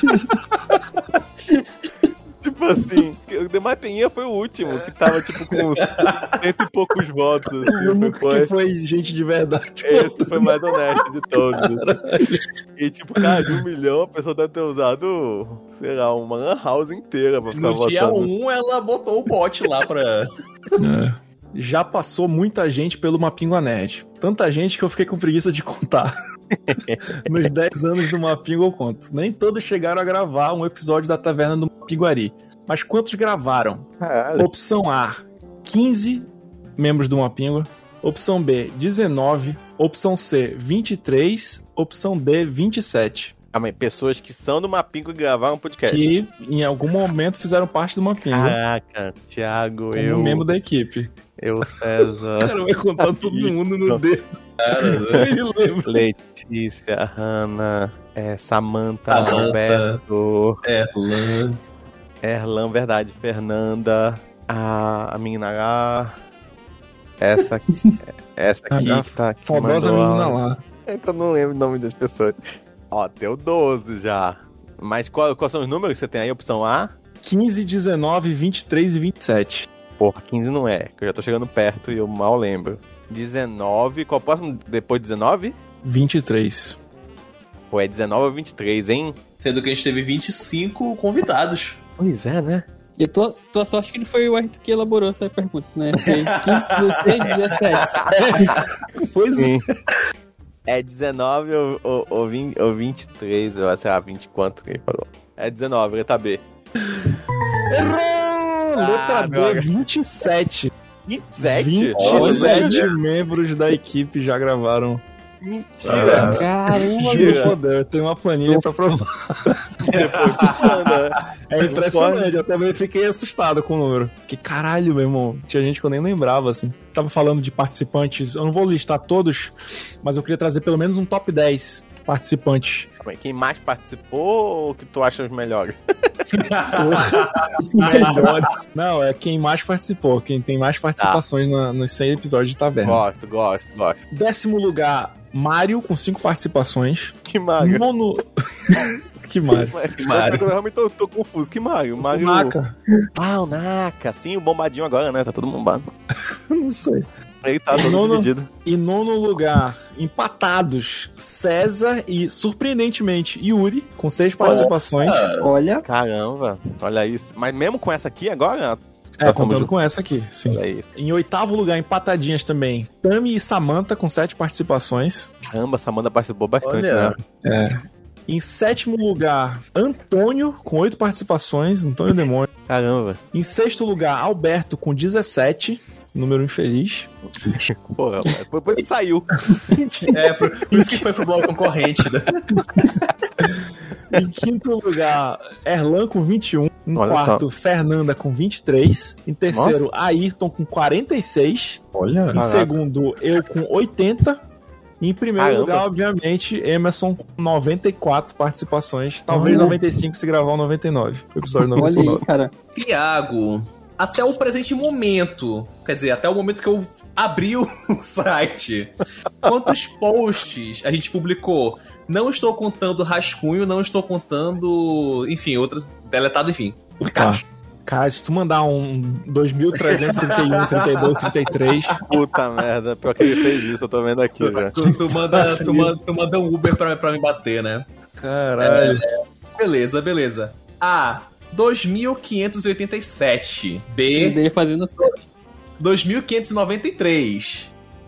Tipo assim, o demais peninha foi o último, que tava, tipo, com uns cento e poucos votos. Assim, O único que foi gente de verdade. Esse foi o mais honesto de todos. E, tipo, cara, de um milhão, a pessoa deve ter usado, sei lá, uma lan house inteira pra ficar No dia votando. um, ela botou o bot lá pra... É. Já passou muita gente pelo Mapingua Nerd. Tanta gente que eu fiquei com preguiça de contar. Nos dez anos do Mapingua eu conto. Nem todos chegaram a gravar um episódio da Taverna do Mapinguari. Mas quantos gravaram? Caralho. Opção A, quinze membros do Mapingua. Opção B, dezenove. Opção C, vinte e três. Opção D, vinte e sete. Ah, mas pessoas que são do Mapingo e gravaram um podcast. Que em algum momento fizeram parte do Mapingua. Caraca, Thiago, Como eu... membro da equipe. Eu, César... O cara vai contar todo mundo no dedo. Ele lembra. Letícia, Hanna, é, Samantha, Samantha, Alberto... Erlan... Erlan, verdade. Fernanda, a, a menina lá... Essa aqui, essa aqui A que tá... que saudosa mandou a- menina lá. Então não lembro o nome das pessoas. Ó, deu doze já. Mas qual, quais são os números que você tem aí? Opção A? quinze, dezenove, vinte e três e vinte e sete. Porra, quinze não é, que eu já tô chegando perto e eu mal lembro. dezenove, qual é o próximo depois de dezenove? vinte e três. Pô, é dezenove ou vinte e três, hein? Sendo que a gente teve vinte e cinco convidados. Pois é, né? E tua, tua sorte que não foi o Arthur que elaborou essa pergunta, né? Foi quinze, dezesseis, dezessete. Pois é. É dezenove ou, ou, ou, vinte, ou vinte e três, ou sei lá, vinte quanto que ele falou. É dezenove, letra B. Errou! Letra Ah, B, droga. vinte e sete. vinte e sete? vinte e sete membros da equipe já gravaram. Mentira! Caramba, Mentira. Tem uma planilha pra provar. Depois tu manda. É impressionante, eu também fiquei assustado com o número. Que caralho, meu irmão. Tinha gente que eu nem lembrava, assim. Tava falando de participantes, eu não vou listar todos, mas eu queria trazer pelo menos um top dez participantes. Quem mais participou ou que tu acha os melhores? Os melhores. Não, é quem mais participou, quem tem mais participações na, nos cem episódios de Taverna. Gosto, gosto, gosto. Décimo lugar, Mário, com cinco participações. Que Mário? Nono... que Mário? Que Mário? Eu realmente tô, tô confuso. Que Mário? Mário... O Naka. Ah, o Naka. Sim, o bombadinho agora, né? Tá todo bombado. Não sei. Ele tá todo nono, dividido. Em nono lugar, empatados, César e, surpreendentemente, Yuri, com seis participações. Olha. Caramba, olha isso. Mas mesmo com essa aqui agora... É, tá contando junto. com essa aqui, sim. Olha isso. Em oitavo lugar, empatadinhas também, Tami e Samantha, com sete participações. Caramba, a Samantha participou bastante, Olha. né? É. Em sétimo lugar, Antônio, com oito participações, Antônio Demônio. Caramba. Em sexto lugar, Alberto, com dezessete, número infeliz. Porra, depois ele saiu. É, por, por isso que foi pro bloco concorrente, né? Em quinto lugar, Erlan com vinte e um. Em Olha quarto, só. Fernanda com vinte e três. Em terceiro, Nossa. Ayrton com quarenta e seis. Olha. Em Caraca. segundo, eu com oitenta. E em primeiro Caramba. lugar, obviamente, Emerson com noventa e quatro participações. Talvez Olha. noventa e cinco se gravar o noventa e nove. O episódio noventa e Olha nove. aí, cara. Tiago, até o presente momento, quer dizer, até o momento que eu abri o site, quantos posts a gente publicou? Não estou contando rascunho, não estou contando, enfim, outro deletado, enfim. Tá. Cara, se tu mandar um dois mil trezentos e trinta e um, trinta e dois, trinta e três... Puta merda, pior que ele fez isso, eu tô vendo aqui já. Tu, tu, manda, tu, manda, tu manda um Uber pra, pra me bater, né? Caralho. É, beleza, beleza. A, dois mil quinhentos e oitenta e sete. B, Ele fazendo dois mil quinhentos e noventa e três.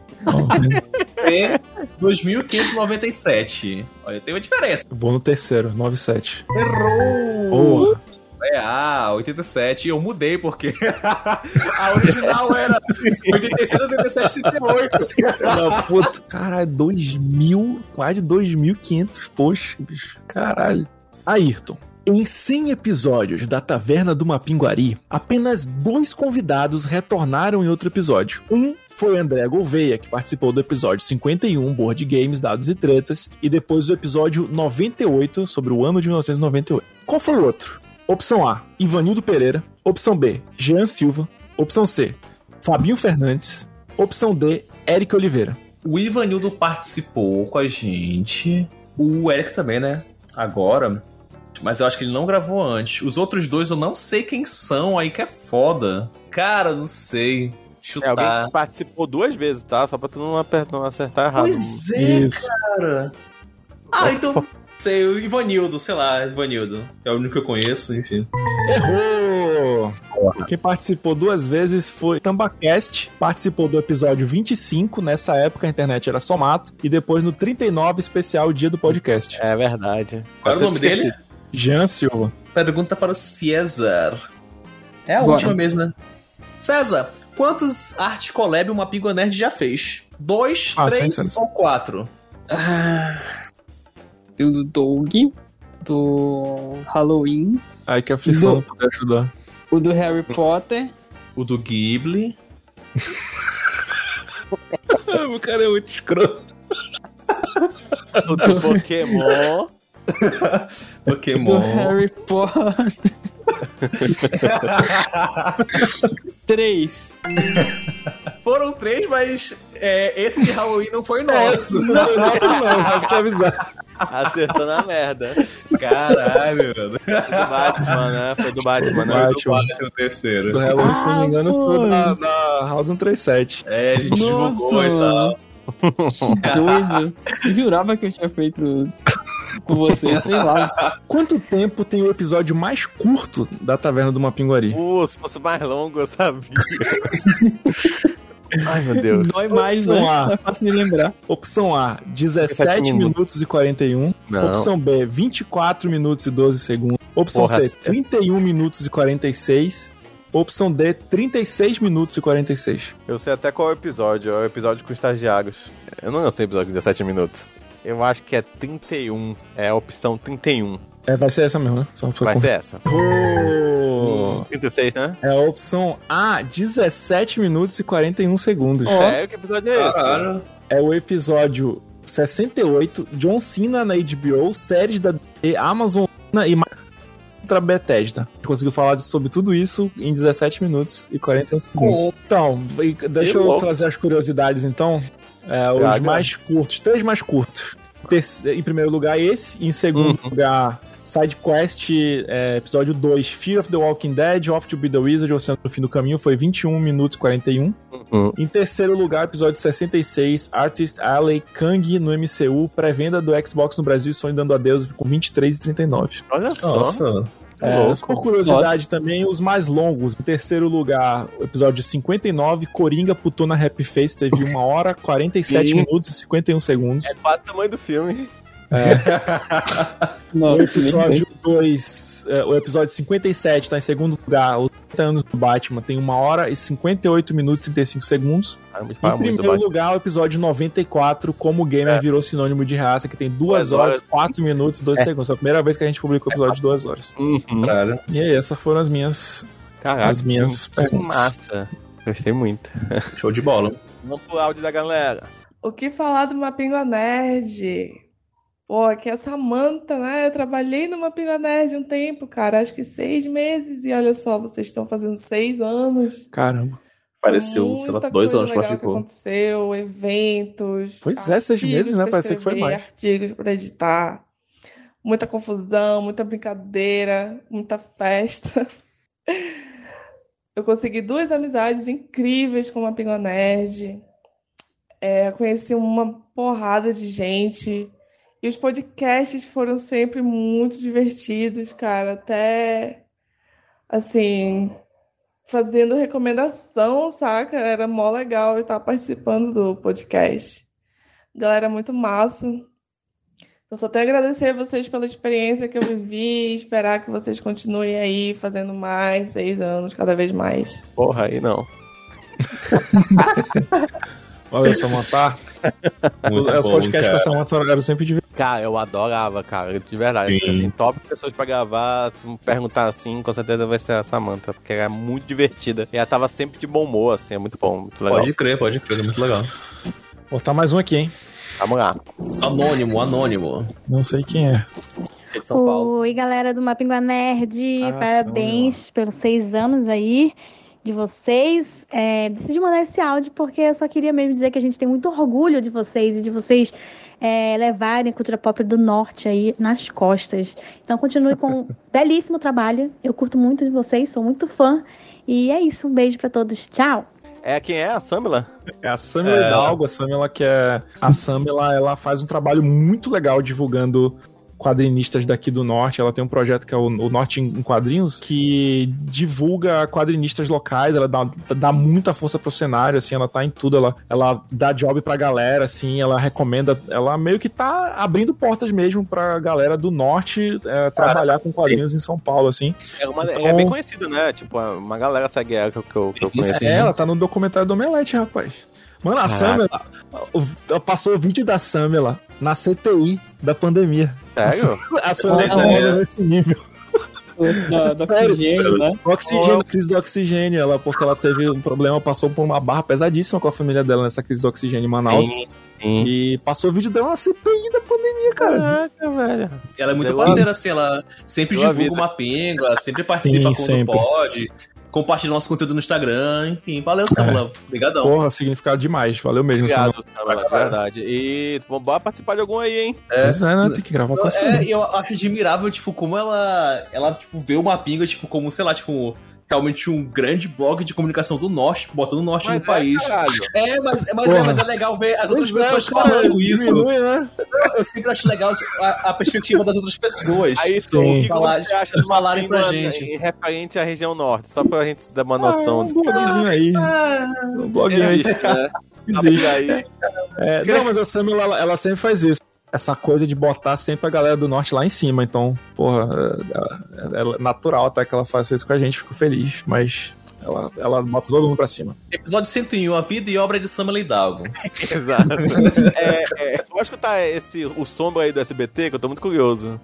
C, dois mil quinhentos e noventa e sete. Olha, tem uma diferença. Vou no terceiro, noventa e sete. Errou! Boa. É, ah, oitenta e sete. E eu mudei, porque a original era oitenta e seis, oitenta e sete, trinta e oito. Não, puta. Caralho, dois mil, quase dois mil e quinhentos posts, bicho. Caralho. Ayrton. Em cem episódios da Taverna do Mapinguari, apenas dois convidados retornaram em outro episódio. Um foi André Gouveia, que participou do episódio cinquenta e um, Board Games, Dados e Tretas, e depois do episódio noventa e oito, sobre o ano de mil novecentos e noventa e oito. Qual foi o outro? Opção A, Ivanildo Pereira. Opção B, Jean Silva. Opção C, Fabinho Fernandes. Opção D, Eric Oliveira. O Ivanildo participou com a gente. O Eric também, né? Agora. Mas eu acho que ele não gravou antes. Os outros dois eu não sei quem são, aí que é foda. Cara, não sei. Chutar. É alguém que participou duas vezes, tá? Só pra tu não, apertar, não acertar errado. Pois é, Isso. cara. Ah, então... Sei, o Ivanildo, sei lá, Ivanildo. É o único que eu conheço, enfim. Errou! Quem participou duas vezes foi Tambacast, participou do episódio vinte e cinco, nessa época a internet era só mato, e depois no trinta e nove, especial Dia do Podcast. É verdade. Qual era o nome dele? Jean Silva. Pergunta para o César. É a Bora. última mesmo, né? César, quantos Art Collab uma Pingua Nerd já fez? Dois, Ah, três sim, sim. ou quatro? Ah, tem o do Doug, do Halloween. Ai, que aflição, Do- não poder ajudar. O do Harry Potter. O do Ghibli. O cara é muito escroto. O do Pokémon. Pokémon. Do Harry Potter. Três. Foram três, mas é, esse de Halloween não foi nosso. Não foi nosso não, só pra te avisar. Acertou na merda. Caralho, mano. Foi do Batman, né? Foi do Batman, né? Batman. O terceiro. Do Halloween, se não me engano, Ah, foi foi. da, da House cento e trinta e sete. É, a gente Nossa. divulgou e tal. Doido. Eu jurava que eu tinha feito com você, sei lá. Quanto tempo tem o episódio mais curto da Taverna do Mapinguari? Pô, se fosse mais longo, eu sabia. Ai, meu Deus. Dói mais, Opção né? A. É fácil de lembrar. Opção A, dezessete minutos e quarenta e um. Não. Opção B, vinte e quatro minutos e doze segundos. Opção Porra, C, é- trinta e um minutos e quarenta e seis. Opção D, trinta e seis minutos e quarenta e seis. Eu sei até qual é o episódio. É o episódio com estagiários. Eu não sei o episódio com dezessete minutos. Eu acho que é trinta e um. É a opção trinta e um. É, vai ser essa mesmo, né? Só pra Vai ser essa. Oh. trinta e seis, né? É a opção A, dezessete minutos e quarenta e um segundos. Sério? Que episódio é esse? Caralho. É o episódio sessenta e oito, John Cena na H B O, séries da D C, Amazon e contra a Bethesda. Conseguiu falar de- sobre tudo isso em dezessete minutos e quarenta e um segundos. Oh. Então, e- deixa Que eu louco. trazer as curiosidades, então. É, os Gaga. mais curtos, três mais curtos. Terce- Em primeiro lugar, esse. Em segundo Uhum. lugar, Side Quest, é, episódio dois, Fear of the Walking Dead, Off to be the Wizard, Oceano no Fim do Caminho, foi vinte e um minutos e quarenta e um. Uhum. Em terceiro lugar, episódio sessenta e seis, Artist Alley, Kang no M C U, pré-venda do Xbox no Brasil, Sonho Dando Adeus, com vinte e três e trinta e nove. Olha só. Nossa. É, louco. por curiosidade também, os mais longos. Em terceiro lugar, o episódio cinquenta e nove, Coringa putou na Happy Face, teve uma hora, quarenta e sete Sim. minutos e cinquenta e um segundos. É quase o tamanho do filme. Não, O episódio dois, é, o episódio cinquenta e sete tá em segundo lugar, o anos do Batman tem uma hora e cinquenta e oito minutos e trinta e cinco segundos. Ah, me Em fala muito do primeiro Batman. lugar, o episódio noventa e quatro, Como o Gamer É. virou sinônimo de raça, que tem duas Duas horas, horas. quatro minutos e dois É. segundos. Foi a primeira vez que a gente publicou o episódio de duas horas. Uhum. Caralho. E aí, essas foram as minhas, Caraca, as minhas que perguntas. massa. Gostei muito. Show de bola. Vamos pro áudio da galera. O que falar do Mapinga Nerd? Pô, aqui é a Samantha, né? Eu trabalhei no Mapinga Nerd um tempo, cara. Acho que seis meses. E olha só, vocês estão fazendo seis anos. Caramba. Pareceu, sei lá, Muita dois coisa anos que ela legal que ficou. aconteceu, eventos. Pois é, seis artigos meses, né? pra Parecia que foi escrever, mais. Artigos para editar. Muita confusão, muita brincadeira, muita festa. Eu consegui duas amizades incríveis com o Mapinga Nerd. É, conheci uma porrada de gente. E os podcasts foram sempre muito divertidos, cara. Até, assim, fazendo recomendação, saca? Era mó legal eu estar participando do podcast. Galera, muito massa. Eu só tenho a agradecer a vocês pela experiência que eu vivi. Esperar que vocês continuem aí fazendo mais, seis anos, cada vez mais. Porra, aí não. Valeu, Samantha. Muito Os bom, podcasts com a cara. Samantha eram sempre divertidos. Cara, eu adorava, cara, de verdade. Sim. Assim, top pessoas pra gravar, se me perguntar assim, com certeza vai ser a Samantha, porque ela é muito divertida. E ela tava sempre de bom humor, assim, é muito bom, muito legal. Pode crer, pode crer, é muito legal. Vou botar mais um aqui, hein? Vamos lá. Anônimo, anônimo. Não sei quem é. De São Paulo. Oi, galera do Mapinga Nerd. Ah, Parabéns pelos seis anos aí de vocês. É, decidi mandar esse áudio porque eu só queria mesmo dizer que a gente tem muito orgulho de vocês e de vocês é, levarem a cultura pop do norte aí nas costas. Então continue com um belíssimo trabalho. Eu curto muito de vocês, sou muito fã. E é isso, um beijo pra todos. Tchau! É quem é? A Samila? É a Samila É. Hidalgo. A Samila que é... A Samila, ela faz um trabalho muito legal divulgando quadrinistas daqui do Norte. Ela tem um projeto que é o, o Norte em Quadrinhos, que divulga quadrinistas locais. Ela dá, dá muita força pro cenário, assim, ela tá em tudo. Ela, ela dá job pra galera, assim, ela recomenda... Ela meio que tá abrindo portas mesmo pra galera do Norte é, trabalhar com quadrinhos em São Paulo, assim. É, uma, Então- é bem conhecida, né? Tipo, uma galera segue ela que eu, que eu, que eu conheço. É, ela tá no documentário do Omelete, rapaz. Mano, a Samela, o- passou o vídeo da Samela na C P I da pandemia. Sério? A Samela tá É. nesse nível. Esse da, do Sério, oxigênio, né? O oxigênio, crise do oxigênio, ela, porque ela teve um problema, passou por uma barra pesadíssima com a família dela nessa crise do oxigênio em Manaus. Sim, sim. E passou o vídeo dela na C P I da pandemia, cara. Caraca, velho. Ela é muito Deu parceira, assim, ela sempre Deu a divulga vida. uma pinga, ela sempre participa Sim, quando sempre. pode, compartilha nosso conteúdo no Instagram, enfim, valeu, Samula. Obrigadão. Porra, significado demais. Valeu mesmo, Samela. Obrigado, Samila, de verdade. E vamos bora participar de algum aí, hein? Pois é, né? Tem que gravar com a É, Samela. e eu acho admirável, tipo, como ela, ela tipo, vê uma pinga, tipo, como, sei lá, tipo, realmente um grande blog de comunicação do Norte, botando o Norte Mas no é, país. caralho. É, mas, mas, Porra. é, mas é legal ver as outras Pois é, pessoas cara, falando isso. diminui, né? Eu, eu sempre acho legal a, a perspectiva das outras pessoas. Aí, Sim. Tom, o que, que Falar- você acha de uma falarem pra pinga gente. em referente à região norte? Só pra gente dar uma Ah, noção. um de blogzinho aí. Um blogzinho aí. Existe, né? Existe. Aí. É, não, mas a Samela, ela, ela sempre faz isso. Essa coisa de botar sempre a galera do norte lá em cima. Então, porra, é, é- é natural até que ela faça isso com a gente, fico feliz. Mas ela, ela bota todo mundo pra cima. Episódio cento e um, a vida e obra de Samela Hidalgo. Exato. É, é, pode escutar esse, o sombra aí do S B T, que eu tô muito curioso.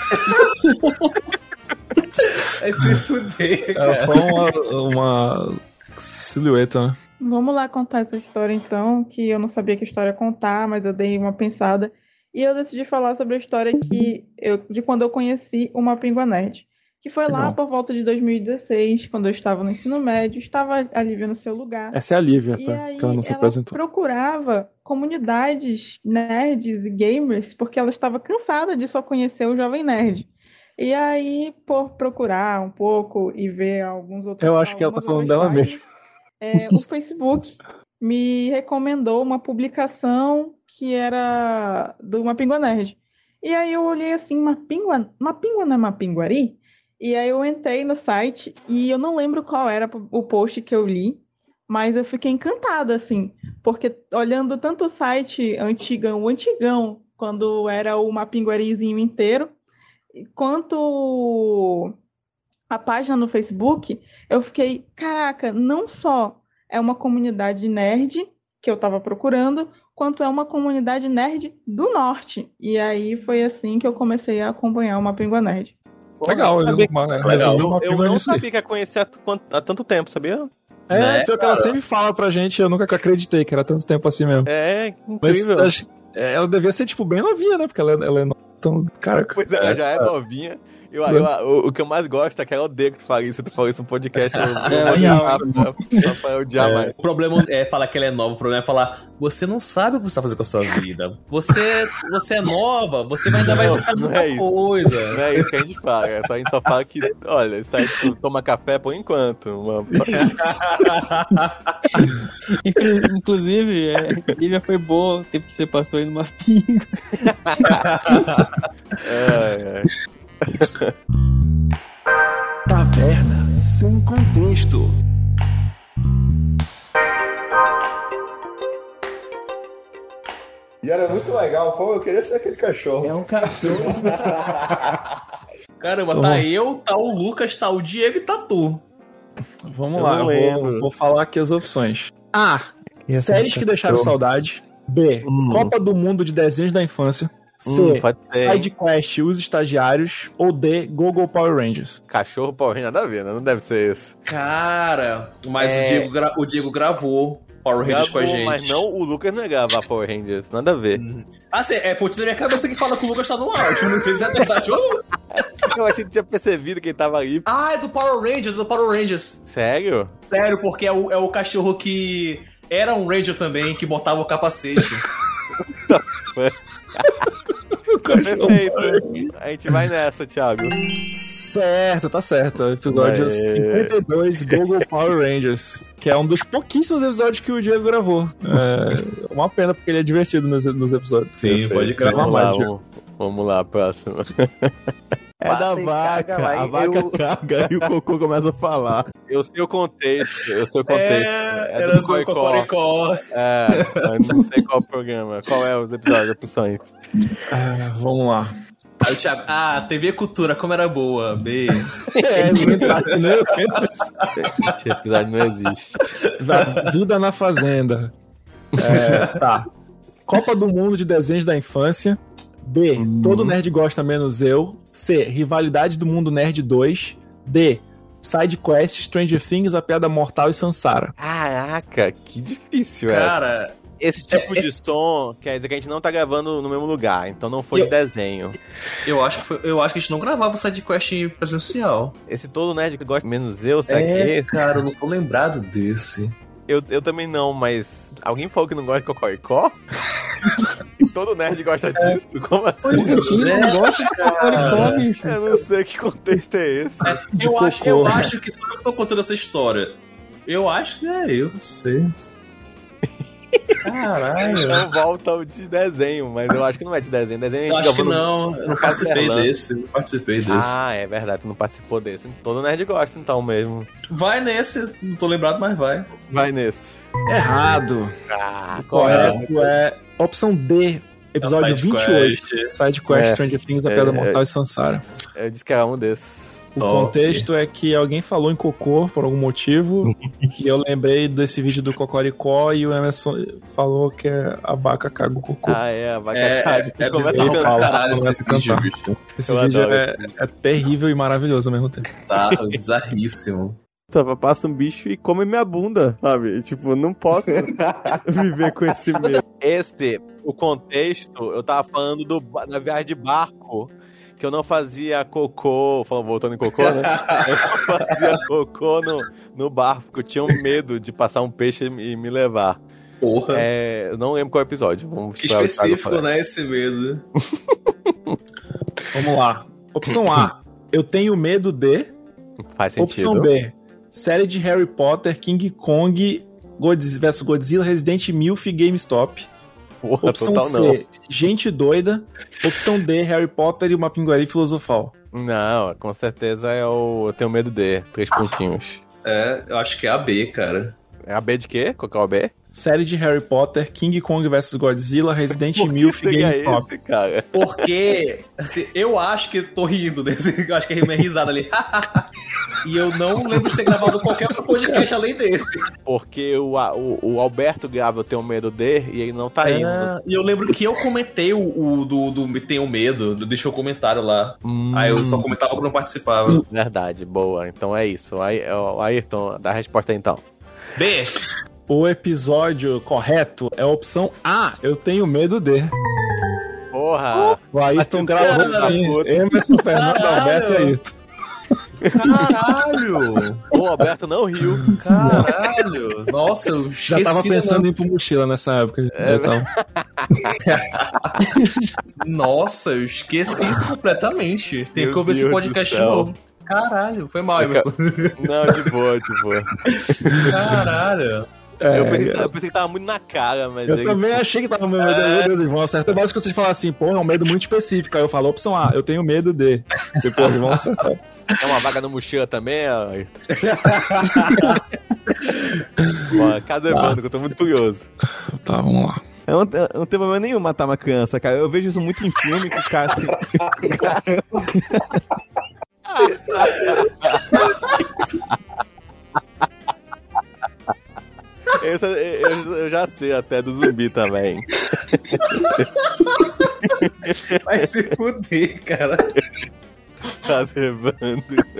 É se fuder, É cara. só uma, uma silhueta, né? Vamos lá contar essa história então, que eu não sabia que história contar, mas eu dei uma pensada e eu decidi falar sobre a história que eu, de quando eu conheci o Mapinga Nerd, que foi lá Legal. por volta de dois mil e dezesseis, quando eu estava no ensino médio, estava ali no seu lugar. Essa é a Lívia, E pra- aí que ela não se ela apresentou. procurava comunidades nerds e gamers, porque ela estava cansada de só conhecer o Jovem Nerd. E aí, por procurar um pouco e ver alguns outros Eu acho que ela tá algumas falando outras dela páginas, mesmo. é, o Facebook me recomendou uma publicação que era do Mapinga Nerd. E aí eu olhei assim, Mapinga, Mapinga não é Mapinguari? E aí eu entrei no site e eu não lembro qual era o post que eu li, mas eu fiquei encantada, assim, porque olhando tanto o site antigão, o antigão, quando era o Mapinguarizinho inteiro, quanto a página no Facebook, eu fiquei, caraca, não só é uma comunidade nerd que eu estava procurando, quanto é uma comunidade nerd do norte. E aí foi assim que eu comecei a acompanhar o Mapingua Nerd. Legal, eu, sabia, uma, legal. uma eu, eu não sabia que ia conhecer há, há tanto tempo, sabia? É, né, pior que ela sempre fala pra gente, eu nunca acreditei que era tanto tempo assim mesmo. É, incrível. Mas acho, ela devia ser, tipo, bem novinha, né? Porque ela, ela é no... tão... Cara, pois é, ela já é novinha. Eu, eu, o, o que eu mais gosto é que ela odeia que tu fale isso, tu fala isso no podcast. Eu, eu, eu, eu, só pra odiar é, mais. O problema é falar que ela é nova, o problema é falar, você não sabe o que você tá fazendo com a sua vida. Você, você é nova, você ainda vai ficar não muita é isso. coisa. Não é isso que a gente fala, é só, a gente só fala que, olha, isso aí tu toma café por enquanto. Uma... Inclusive, é, Lívia foi boa o tempo que você passou aí numa pinga. Ai, ai. Taverna sem contexto. E era muito legal, pô, eu queria ser aquele cachorro. É um cachorro. Caramba, tá eu, tá o Lucas, tá o Diego e tá tu. Vamos Eu lá, não eu vou, lembro. vou falar aqui as opções. A. Ia ser Séries um que deixaram cachorro. saudade. B. Hum. Copa do Mundo de desenhos da infância. C. Hum, pode ser. Side Quest Os Estagiários. Ou D. Google Power Rangers. Cachorro, Power Ranger, nada a ver, né? Não deve ser isso. Cara, mas É. o, Diego gra- o Diego gravou Power Rangers com a Gravou, gente. Mas não, o Lucas não ia gravar Power Rangers, nada a ver. Ah, sim, é fonte da minha cabeça que fala que o Lucas tá no áudio. Não sei se é verdade ou não. Eu achei que tinha percebido que ele tava aí. Ah, é do Power Rangers, é do Power Rangers. Sério? Sério, porque é o, é o cachorro que era um Ranger também, que botava o capacete. Perfeito. A gente vai nessa, Thiago. Certo, tá certo. Episódio Aê. cinquenta e dois, Google Power Rangers. Que é um dos pouquíssimos episódios que o Diego gravou. É uma pena, porque ele é divertido nos, nos episódios. Sim, pode gravar Vamos lá, mais. vamos, vamos lá, próximo. É da vaca. caga lá, A vaca eu- caga e o cocô começa a falar. Eu sei o contexto, eu sei o contexto. É, É era do do Cocoricó. Cocoricó. É, mas não sei qual programa. Qual é os episódios, opções? Ah, vamos lá. Aí o Thiago, ah, T V Cultura, como era boa. B. É, Esse episódio não existe. Vida na Fazenda. É, tá. Copa do Mundo de Desenhos da Infância. B. Todo nerd gosta menos eu. C. Rivalidade do Mundo Nerd dois. D. Side Quest, Stranger Things, A Piada Mortal e Sansara. Caraca, que difícil essa. Cara, Esse tipo é- de som quer dizer que a gente não tá gravando no mesmo lugar, então não foi Eu- de desenho. eu acho, que foi- eu acho que a gente não gravava o sidequest presencial. Esse todo nerd que gosta menos eu, sabe que É, esse? cara, eu não tô lembrado desse. Eu, eu também não, mas alguém falou que não gosta de Cocoricó? Todo nerd gosta disso? Como assim? Pois Quem não gosta de Cocoricó, bicho? Eu não sei que contexto é esse. Eu acho, eu acho que sou eu que tô contando essa história. Eu acho que é eu, não sei. Caralho. Então volta ao de desenho, mas eu acho que não é de desenho. Desenho a Eu gente acho que gravou no- não, eu no não participei Casterlan. desse, não participei desse. Ah, é verdade, tu não participou desse. Todo nerd gosta então mesmo. Vai nesse, não tô lembrado, mas vai. Vai nesse. Errado. Ah, Correto é opção D. Episódio É o Side vinte e oito. Quest. Side Quest, É. Stranger Things, A Piada É, Mortal é. e Sansara. Eu disse que era um desses. O Top. contexto é que alguém falou em cocô por algum motivo e eu lembrei desse vídeo do Cocoricó e o Emerson falou que a vaca caga o cocô. Ah, é, a vaca É, caga. é Começa bizarro a pra cantar. caralho esse começa a vídeo, cantar. bicho. Esse Eu vídeo adoro é, é terrível e maravilhoso ao mesmo tempo. Tá, bizarríssimo. Tava, passa um bicho e come minha bunda, sabe? Tipo, não posso viver com esse medo. Esse, o contexto, eu tava falando do, da viagem de barco, que eu não fazia cocô, falando, voltando em cocô, né? Eu não fazia cocô no, no barco, porque eu tinha um medo de passar um peixe e me levar. Porra. É, eu não lembro qual episódio. Vamos Que esperar o Thiago específico, falar. né, esse medo. Vamos lá. Opção A, eu tenho medo de. Faz sentido. Opção B, série de Harry Potter, King Kong Godz- versus Godzilla, Resident Milf e GameStop. Porra, Opção total C, não. Gente Doida. Opção D, Harry Potter e uma Pinguari Filosofal. Não, com certeza é o Eu Tenho Medo de. Três pontinhos. É, eu acho que é a B, cara. É a B de quê? Qual que é o B? série de Harry Potter, King Kong versus Godzilla, Resident Evil e GameStop. Cara? Porque assim, eu acho que tô rindo desse, eu acho que é minha risada ali. E eu não lembro de ter gravado qualquer outro podcast além desse. Porque o, o, o Alberto grava Eu Tenho Medo de e ele não tá é, indo. E eu lembro que eu comentei o, o do, do Tenho Medo, do, deixou o comentário lá. Hum. Aí eu só comentava quando não participava. Verdade, boa. Então é isso. Aí, Ayrton, dá a resposta aí então. B. O episódio correto é a opção A. Eu Tenho Medo de. Porra! O Ayrton gravou sim. Emerson, Fernando, Alberto e Ayrton. Caralho! O Alberto não riu. Caralho! Nossa, eu esqueci. Já tava pensando não. em ir pro mochila nessa época. É, tava... Nossa, eu esqueci isso completamente. Tem Meu que ouvir Deus esse podcast de novo. Caralho, foi mal, Emerson. Não, de boa, de boa. Caralho. É, eu, pensei, eu pensei que tava muito na cara, mas... Eu aí... também achei que tava muito medo. É. Meu Deus, Ivão, acertou. Mas quando vocês falam assim, pô, é um medo muito específico. Aí eu falo, opção A, eu tenho medo de... Você, pô, Ivão, acertar. É uma vaga no mochila também? Bom, cadê o bando, que eu tô muito curioso. Tá, vamos lá. Eu não, eu não tenho problema nenhum matar uma criança, cara. Eu vejo isso muito em filme, que o cara assim... Esse, eu, eu já sei até do zumbi também. Vai se fuder, cara. Tá levando.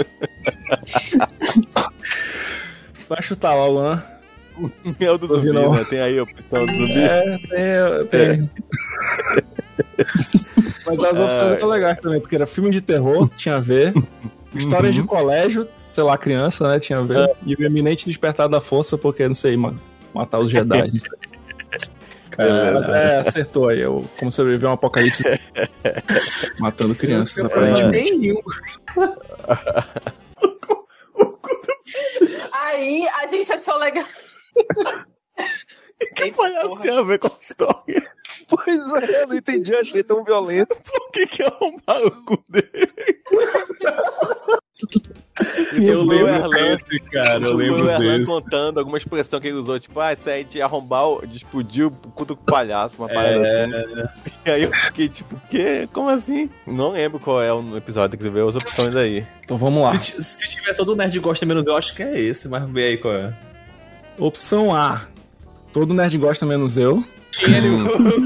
Vai chutar lá, Luan. É o do zumbi, não. Né? Tem aí a opção do zumbi? É, tem. tem. É. Mas as opções eram legais também, porque era filme de terror, tinha a ver. Histórias uhum. de colégio, sei lá, criança, né? Tinha a ver. É. E o eminente despertar da força, porque, não sei, mano, matar os Jedi. Cara, mas é, acertou aí. Eu, como sobreviver a um apocalipse matando crianças, eu aparentemente. Nenhum. Aí a gente achou legal. O que foi assim a ver com a história? Pois é, eu não entendi, eu achei tão violento. Por que que arrombaram o cu dele? Eu lembro desse, cara. Eu lembro desse. Contando alguma expressão que ele usou, tipo, ah, se a gente arrombar, de explodir o cu do palhaço, uma parada é, assim. É. E aí eu fiquei tipo, o quê? Como assim? Não lembro qual é o episódio, tem que ver as opções aí. Então vamos lá. Se, se tiver todo nerd gosta menos eu, acho que é esse, mas vê aí qual é. Opção A. Todo nerd gosta menos eu. Hum.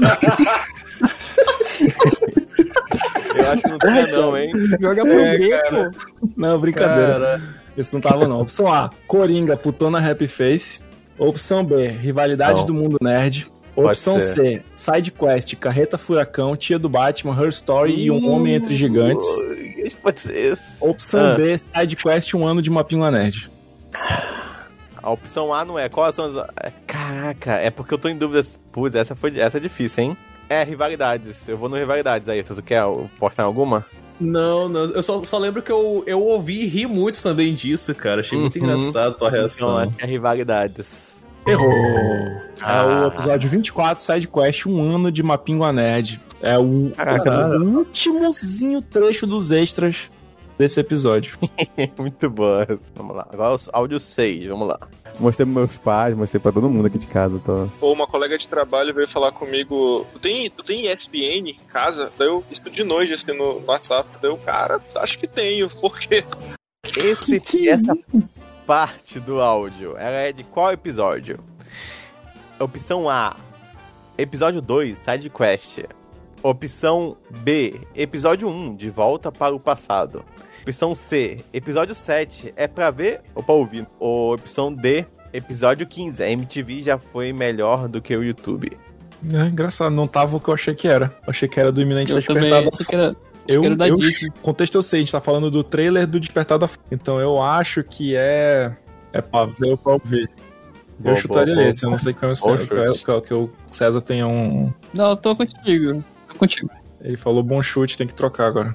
Eu acho que não tem não, hein? Joga pro é, B, pô. Não, brincadeira. Cara. Esse não tava não. Opção A, Coringa, putona Happy Face. Opção B, Rivalidade não. do Mundo Nerd. Opção C, Side Quest, Carreta Furacão, Tia do Batman, Her Story hum, e Um Homem Entre Gigantes. Pode ser esse. Opção ah. B, Side Quest, Um Ano de Mapinguá Nerd. A opção A não é. Quais são as... Caraca, é porque eu tô em dúvida. Putz, essa, foi... essa é difícil, hein? É, rivalidades. Eu vou no rivalidades aí. Tu quer postar alguma? Não, não. Eu só, só lembro que eu, eu ouvi e ri muito também disso, cara. Achei uhum. muito engraçado a tua reação. Então, acho que é rivalidades. Errou. Ah. É o episódio vinte e quatro, Side Quest, Um Ano de Mapinguá Nerd. É o, ah, o últimozinho trecho dos extras desse episódio. Muito bom. Vamos lá. Agora o áudio seis, vamos lá. Mostrei pros meus pais, mostrei pra todo mundo aqui de casa. Tô... Pô, uma colega de trabalho veio falar comigo, tu tem, tu tem E S P N em casa? Daí eu estudo de noite assim no WhatsApp. Daí eu, cara, acho que tenho, por quê? Esse, essa parte do áudio, ela é de qual episódio? Opção A, episódio dois, Side Quest. Opção B, episódio um, De Volta para o Passado. Opção C, episódio sete, é pra ver ou pra ouvir? Ou opção D, episódio quinze, a M T V já foi melhor do que o YouTube. É engraçado, não tava o que eu achei que era. Eu achei que era do Iminente Despertar da Força. Que era, eu, que era da eu, Disney. Contexto eu sei, a gente tá falando do trailer do Despertar da Força. Então eu acho que é... É pra ver ou pra ouvir. Eu boa, chutaria boa, esse, boa. Eu não sei qual é o que o César tem um... Não, eu tô contigo. Tô contigo. Ele falou bom chute, tem que trocar agora.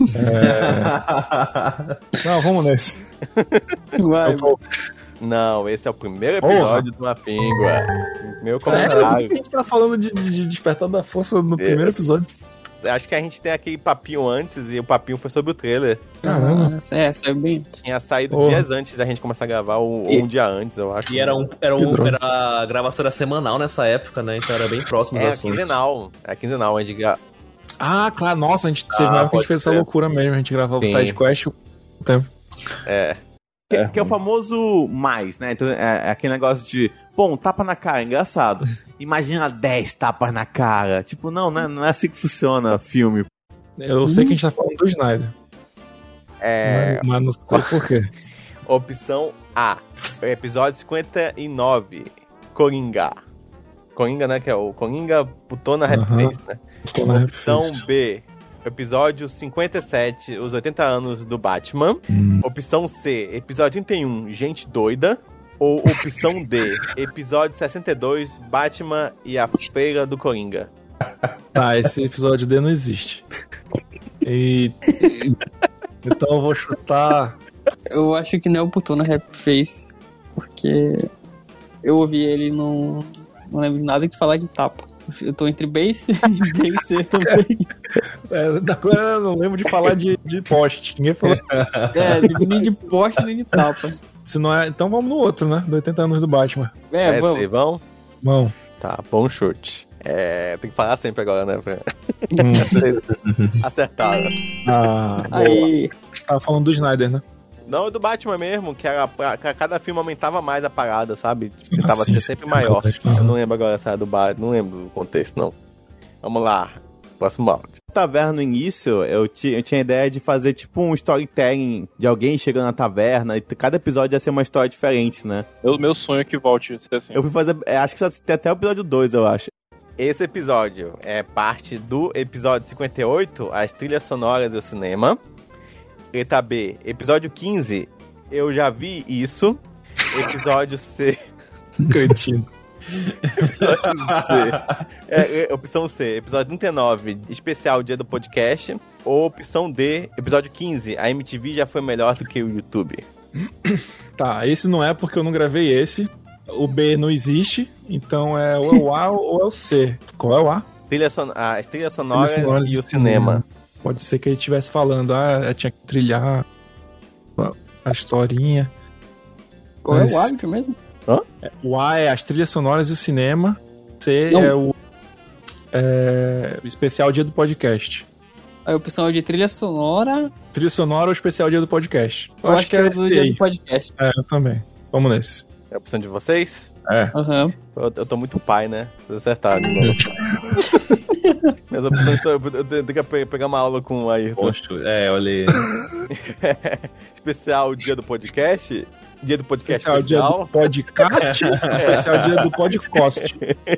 É... Não, vamos nesse. Vai, vou... Não, esse é o primeiro episódio do Mapingua. Meu comentário. Sério? Por que a gente tá falando de, de Despertar da Força no esse... primeiro episódio? Acho que a gente tem aquele papinho antes e o papinho foi sobre o trailer. Caramba. É, saiu bem. Tinha saído Oh. dias antes da gente começar a gravar, ou, E- ou um dia antes, eu acho. E era, um, era, Que um, droga. era a gravação era semanal nessa época, né? Então era bem próximo os É, assuntos. quinzenal. É quinzenal, a gente gra... Ah, claro, nossa, a gente teve Ah, uma época que a gente pode fez essa ser. loucura mesmo, a gente gravava o Sim. SideQuest o tempo. É. Que, que é o famoso mais, né? Então, é, é aquele negócio de, bom, tapa na cara, engraçado. Imagina dez tapas na cara. Tipo, não, não é, não é assim que funciona filme. Eu sei que a gente tá falando do Snyder. É... Mas, mas não sei por quê. Opção A, episódio cinquenta e nove, Coringa. Coringa, né? Que é o Coringa putona Aham. Rapface, né? Putona Opção Rapface. B, episódio cinquenta e sete, os oitenta anos do Batman. Hum. Opção C, episódio trinta e um, Gente Doida. Ou opção D, episódio sessenta e dois, Batman e a Feira do Coringa. Tá, esse episódio D não existe. E... Então eu vou chutar... Eu acho que não é o Putona Rapface, porque eu ouvi ele e não, não lembro nada que falar de tapa. Eu tô entre base e B e C também. É, da coisa, eu não lembro de falar de, de poste. Ninguém falou. É, nem de poste nem de tapa. Se não é, então vamos no outro, né? Do oitenta anos do Batman. É, É, vamos. C, vão? Vamos. Tá, bom chute. É, tem que falar sempre agora, né? Pra... Hum. Acertaram. Ah, Aí. boa. Tava falando do Snyder, né? Não, do Batman mesmo, que era pra, que cada filme aumentava mais a parada, sabe? Tentava sim, ser sim. sempre maior. Uhum. Eu não lembro agora se era do Batman, não lembro do contexto, não. Vamos lá, próximo áudio. Taverna no início, eu, ti, eu tinha a ideia de fazer tipo um storytelling de alguém chegando na taverna e cada episódio ia ser uma história diferente, né? O meu sonho é que volte a ser assim. Eu fui fazer, é, acho que só tem até o episódio dois, eu acho. Esse episódio é parte do episódio cinquenta e oito, as trilhas sonoras do cinema. Letra B, episódio quinze, eu já vi isso. Episódio C. Cretino. Episódio C. É, é, opção C, episódio trinta e nove, especial dia do podcast. Ou opção D, episódio quinze, a M T V já foi melhor do que o YouTube. Tá, esse não é porque eu não gravei esse. O B não existe, então é ou é o A ou é o C. Qual é o A? Trilha son... As trilhas sonoras, Trilhas sonoras e o do cinema. Pode ser que ele estivesse falando, ah, tinha que trilhar a- a historinha. Qual Mas- é o árbitro mesmo? É, o A é as trilhas sonoras e o cinema. C Não. é o, é o especial dia do podcast. A opção é de trilha sonora. Trilha sonora ou especial dia do podcast? Eu acho que é o do esse dia aí. do podcast. É, eu também. Vamos nesse. É a opção de vocês? É. Aham. Eu, eu tô muito pai, né? Vocês acertaram de novo. Minhas opções são. Eu tenho que pe- pegar uma aula com o Ayrton. Poxa, é, olha aí. Especial dia do podcast. Dia do podcast Especial dia do especial. podcast. Especial dia do podcast.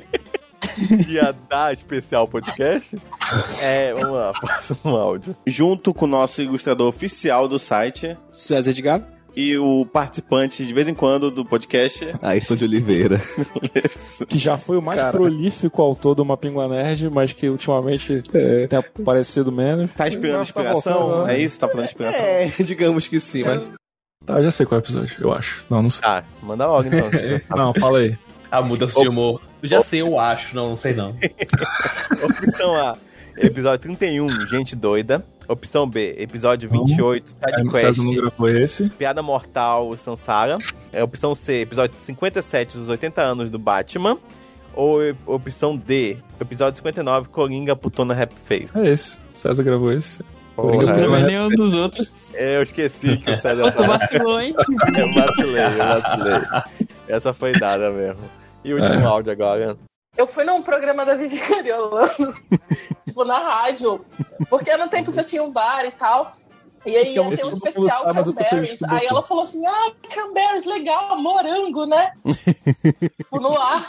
Dia da especial podcast. É, vamos lá, próximo áudio. Junto com o nosso ilustrador oficial do site, César de Gabi. e o participante de vez em quando do podcast, Ayrton de Oliveira. Que já foi o mais Cara. prolífico autor do Mapingua Nerd, mas que ultimamente tem aparecido menos. Tá esperando Mas tá inspiração? voltando, né? É isso? Tá falando de inspiração? É, digamos que sim, mas... Tá, eu já sei qual é o episódio, eu acho. Não, não sei. Ah, manda logo então. Não, fala aí. A mudança de humor. Eu já sei, eu acho. Não, não sei não. Opção A, episódio trinta e um, Gente Doida. Opção B, episódio vinte e oito, É, Side o César não Quest, gravou esse. Piada Mortal, Sansara. É, opção C, episódio cinquenta e sete, os oitenta anos do Batman. Ou e- opção D, episódio cinquenta e nove, Coringa Putona Rapface. É esse. César gravou esse. Porra, Coringa é. Putona Não é nenhum dos outros. É, eu esqueci que o César Tu vacilou, hein? Eu vacilei, eu vacilei. Essa foi dada mesmo. E o último É. áudio agora. Eu fui num programa da Vivi Cariolano, tipo, na rádio, porque no tempo que eu tinha um bar e tal. E aí Esse é um- ia ter esse um todo mundo especial sabe, mas eu tô feliz Cranberries. que Aí botou. ela falou assim: ah, Cranberries, legal, morango, né? Tipo, no ar.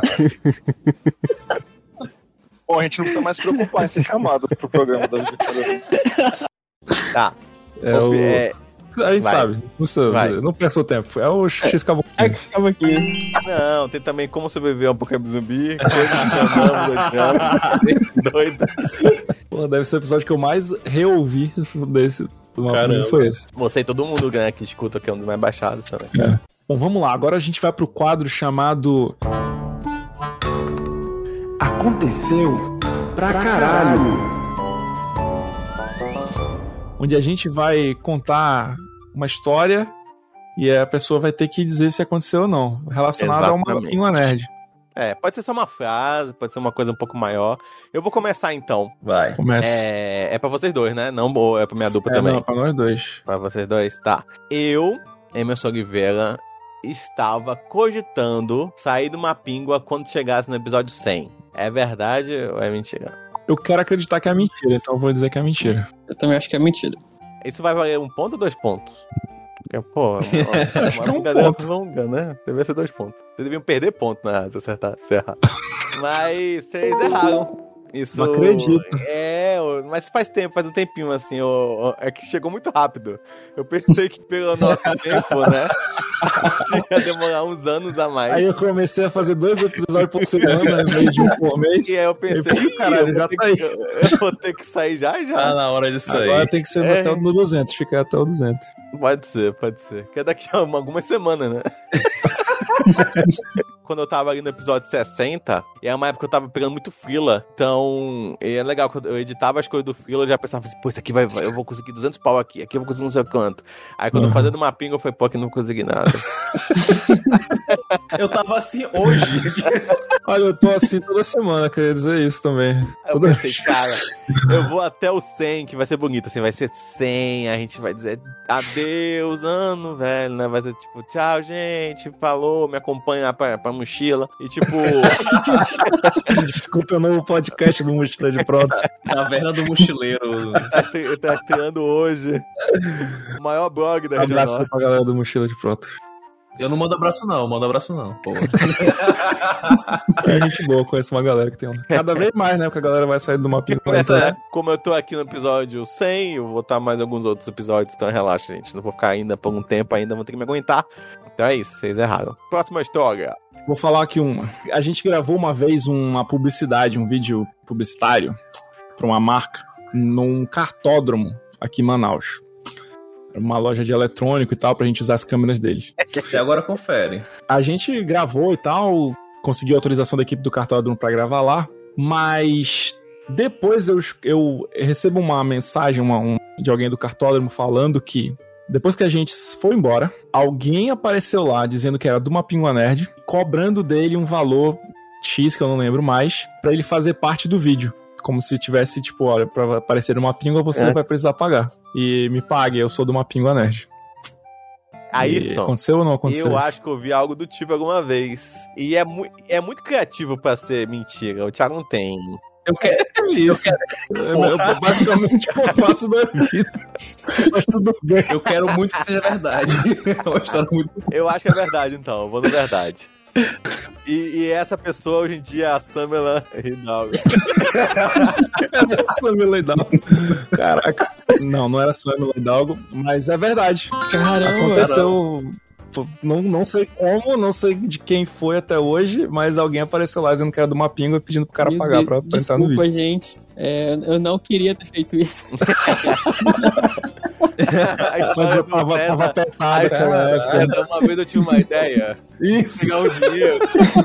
Bom, a gente não precisa mais se preocupar em ser chamado pro programa da Vivi. Tá. É o... É, A gente Vai. sabe. Não, precisa- Vai. não perca seu tempo. É o X Cavoquinho. É que ficava aqui. não, tem também como sobreviver a um apocalipse zumbi. Coisa que chamamos, doida. Pô, deve ser o episódio que eu mais reouvi desse. Do Mapinguari, Caramba. foi esse. Você e todo mundo, né, que escuta, que é um dos mais baixados também. É. Bom, vamos lá. Agora a gente vai pro quadro chamado Aconteceu pra caralho. onde a gente vai contar uma história e a pessoa vai ter que dizer se aconteceu ou não, relacionado a uma Pingua Nerd. É, pode ser só uma frase, pode ser uma coisa um pouco maior. Eu vou começar então. Vai. Começa. É, é pra vocês dois, né? Não ou é pra minha dupla É, também? não, pra nós dois. Pra vocês dois, tá. Eu, Emerson Oliveira, estava cogitando sair do Mapingua quando chegasse no episódio cem. É verdade ou é mentira? Eu quero acreditar que é mentira, então eu vou dizer que é mentira. Eu também acho que é mentira. Isso vai valer um ponto ou dois pontos? Porque, pô, Acho que uma, é uma um brincadeira ponto. longa, né? Deve ser dois pontos. Vocês deviam perder ponto, né? Se acertar, se errar. Mas vocês erraram. Isso. Não acredito. É, mas faz tempo, faz um tempinho assim. ó, É que chegou muito rápido. Eu pensei que pelo nosso tempo, né? Ia demorar uns anos a mais. Aí eu comecei a fazer dois episódios por semana, em vez de um por mês. E aí eu pensei, E, pô, caralho, eu já vou tá ter aí. que- eu vou ter que sair já já. Tá na hora disso aí. Agora tem que ser É. até o no duzentos, ficar até o duzentos. Pode ser, pode ser. Que é daqui a uma- algumas semanas, né? Quando eu tava ali no episódio sessenta, e é uma época que eu tava pegando muito freela, então e é legal, quando eu editava as coisas do freela, eu já pensava assim, pô, isso aqui vai, eu vou conseguir duzentos pau aqui, aqui eu vou conseguir não sei quanto. Aí quando Uhum. eu fazia do mapinga, eu falei, pô, aqui não consegui nada. Eu tava assim hoje. Olha, eu tô assim toda semana, queria dizer isso também. Aí eu Toda pensei, cara, eu vou até o cem, que vai ser bonito, assim, vai ser cem, a gente vai dizer adeus, ano, velho, né? Vai ser tipo, tchau, gente, falou, me acompanha pra, pra mochila. E tipo, Escuta o novo podcast do Mochila de Pronto. Taverna do Mochileiro. tá, estre- tá estreando hoje o maior blog da Um região abraço norte. pra galera do Mochila de Pronto. Eu não mando abraço não, mando abraço não. Pô. É gente boa, conheço uma galera que tem um. Cada vez mais, né? Porque a galera vai sair do mapinha. Essa, é, como eu tô aqui no episódio cem, eu vou estar mais alguns outros episódios, então relaxa, gente. Não vou ficar ainda por um tempo ainda, vou ter que me aguentar. Então é isso, vocês erraram. Próxima história. Vou falar aqui uma. A gente gravou uma vez uma publicidade, um vídeo publicitário pra uma marca num cartódromo aqui em Manaus. Era uma loja de eletrônico e tal, pra gente usar as câmeras deles. Até agora confere. A gente gravou e tal, conseguiu autorização da equipe do cartódromo pra gravar lá, mas depois eu, eu recebo uma mensagem uma, um, de alguém do cartódromo falando que depois que a gente foi embora, alguém apareceu lá dizendo que era do Mapingua Nerd, cobrando dele um valor X, que eu não lembro mais, pra ele fazer parte do vídeo. Como se tivesse, tipo, olha, pra aparecer no Mapingua você É. vai precisar pagar. E me pague, eu sou do Mapingua Nerd. Ayrton, aconteceu ou não aconteceu eu isso? acho que eu vi algo do tipo alguma vez. E é, mu é muito criativo pra ser mentira. O Thiago não tem. Eu quero. Isso. Eu, Eu, eu, basicamente eu faço da vida. Mas tudo bem. eu quero muito que seja verdade. É uma história muito. Eu acho que é verdade, então. Eu vou no verdade. E, e essa pessoa hoje em dia é a Samela Hidalgo. Era Samela Hidalgo. Caraca. Não, não era Samela Hidalgo, mas é verdade. Caramba. Aconteceu. Não, não sei como, não sei de quem foi até hoje, mas alguém apareceu lá dizendo que era do Mapingua e pedindo pro cara Meu pagar Deus, pra, pra entrar no desculpa, vídeo. gente. É, eu não queria ter feito isso. A Mas eu história do tava, César- tava apertado Ai, naquela cara, época. César, uma vez eu tinha uma ideia. Isso. Pegar o dinheiro.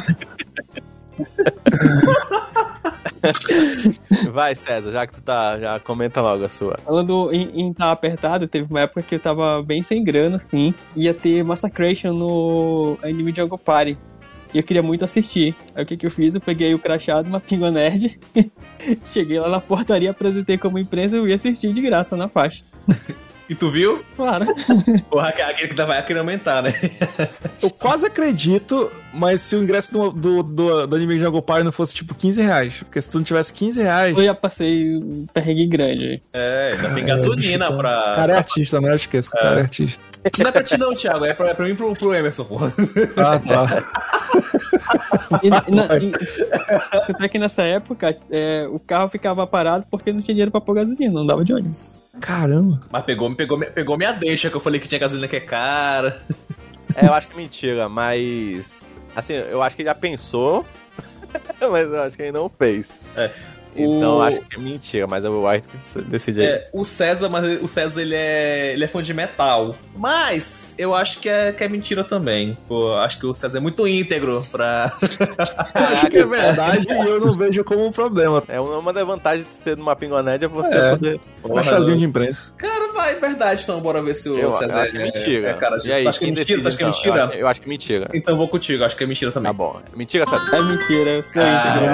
Vai, César, já que tu tá, já comenta logo a sua. Falando em, em tá apertado, teve uma época que eu tava bem sem grana, assim. Ia ter Massacration no Anime Jungle Party. E eu queria muito assistir. Aí o que que eu fiz? Eu peguei o crachá do Mapingua Nerd. Cheguei lá na portaria, apresentei como empresa e eu ia assistir de graça na faixa. E tu viu? Claro. Porra, aquele que tava querendo aumentar, né? Eu quase acredito, mas se o ingresso do, do, do, do Anime Jungle Party não fosse tipo quinze reais. Porque se tu não tivesse quinze reais. Eu já passei um perrengue grande. É, ainda tem É, gasolina bicho, pra. O cara é artista, não é? Eu esqueço que o cara é artista. Não é pra ti não, Thiago, é pra, é pra mim e pro, pro Emerson, porra. Ah, tá. E, na, e, até que nessa época, é, o carro ficava parado porque não tinha dinheiro pra pôr gasolina, não dava de ônibus. Caramba. Mas pegou, pegou, pegou minha deixa, que eu falei que tinha gasolina que é cara. É, eu acho que é mentira, mas. Assim, eu acho que ele já pensou, mas eu acho que ele não fez. É. Então O- eu acho que é mentira, mas o White decide aí. É, o César, mas o César ele é, ele é fã de metal. Mas eu acho que é, que é mentira também. Pô, acho que o César é muito íntegro pra. Acho que é verdade e eu não vejo como um problema. É uma uma das vantagens de ser do Mapingua Nerd é você É. poder. Crachazinho de imprensa. Cara, verdade, então bora ver se o Eu, César eu acho que é mentira. É, cara, e aí, tu acha que é quem mentira? decide, Tu acha que é então? mentira? Eu acho, eu acho que é mentira. Então vou contigo, acho que é mentira também. Tá bom. Mentira, César? É mentira, eu sou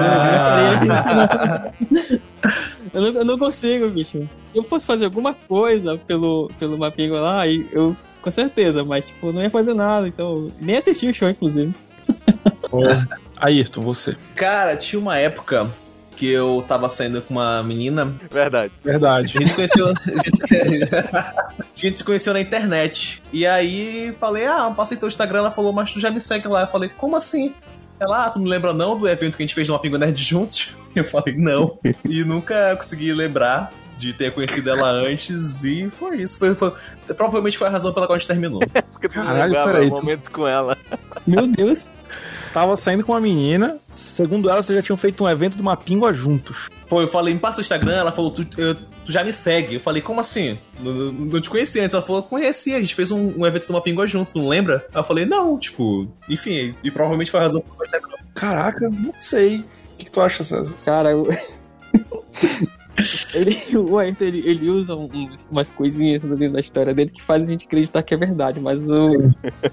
Ah. íntegro. Eu não, eu não consigo, bicho. Se eu fosse fazer alguma coisa pelo, pelo Mapinguá lá, aí eu com certeza, mas tipo, não ia fazer nada, então nem assisti o show, inclusive. Ayrton, você. Cara, tinha uma época que eu tava saindo com uma menina. Verdade. Verdade. A gente se conheceu, a gente, se- a gente se conheceu na internet. E aí falei, ah, passei teu Instagram, ela falou, mas tu já me segue lá. Eu falei, como assim? Ela, ah, tu não lembra não do evento que a gente fez no Mapinguá Nerd juntos? Eu falei, não. E nunca consegui lembrar de ter conhecido ela antes, e foi isso. Foi, foi- provavelmente foi a razão pela qual a gente terminou. Porque tu não Caralho, lembrava peraí, o tu- momento com ela. Meu Deus. Tava saindo com uma menina, segundo ela, vocês já tinham feito um evento do Mapinguá juntos. Foi, eu falei, me passa o Instagram, ela falou, tu, eu- tu já me segue. Eu falei, como assim? Não, não- não te conhecia antes. Ela falou, conheci, a gente fez um, um evento do Mapinguá junto, não lembra? Aí eu falei, não, tipo, enfim, e provavelmente foi a razão pela qual a gente terminou. Caraca, não sei. O que, que tu acha, César? Cara, eu... ele, o Ayrton, ele, ele usa uns- umas coisinhas dentro da história dele que fazem a gente acreditar que é verdade, mas o...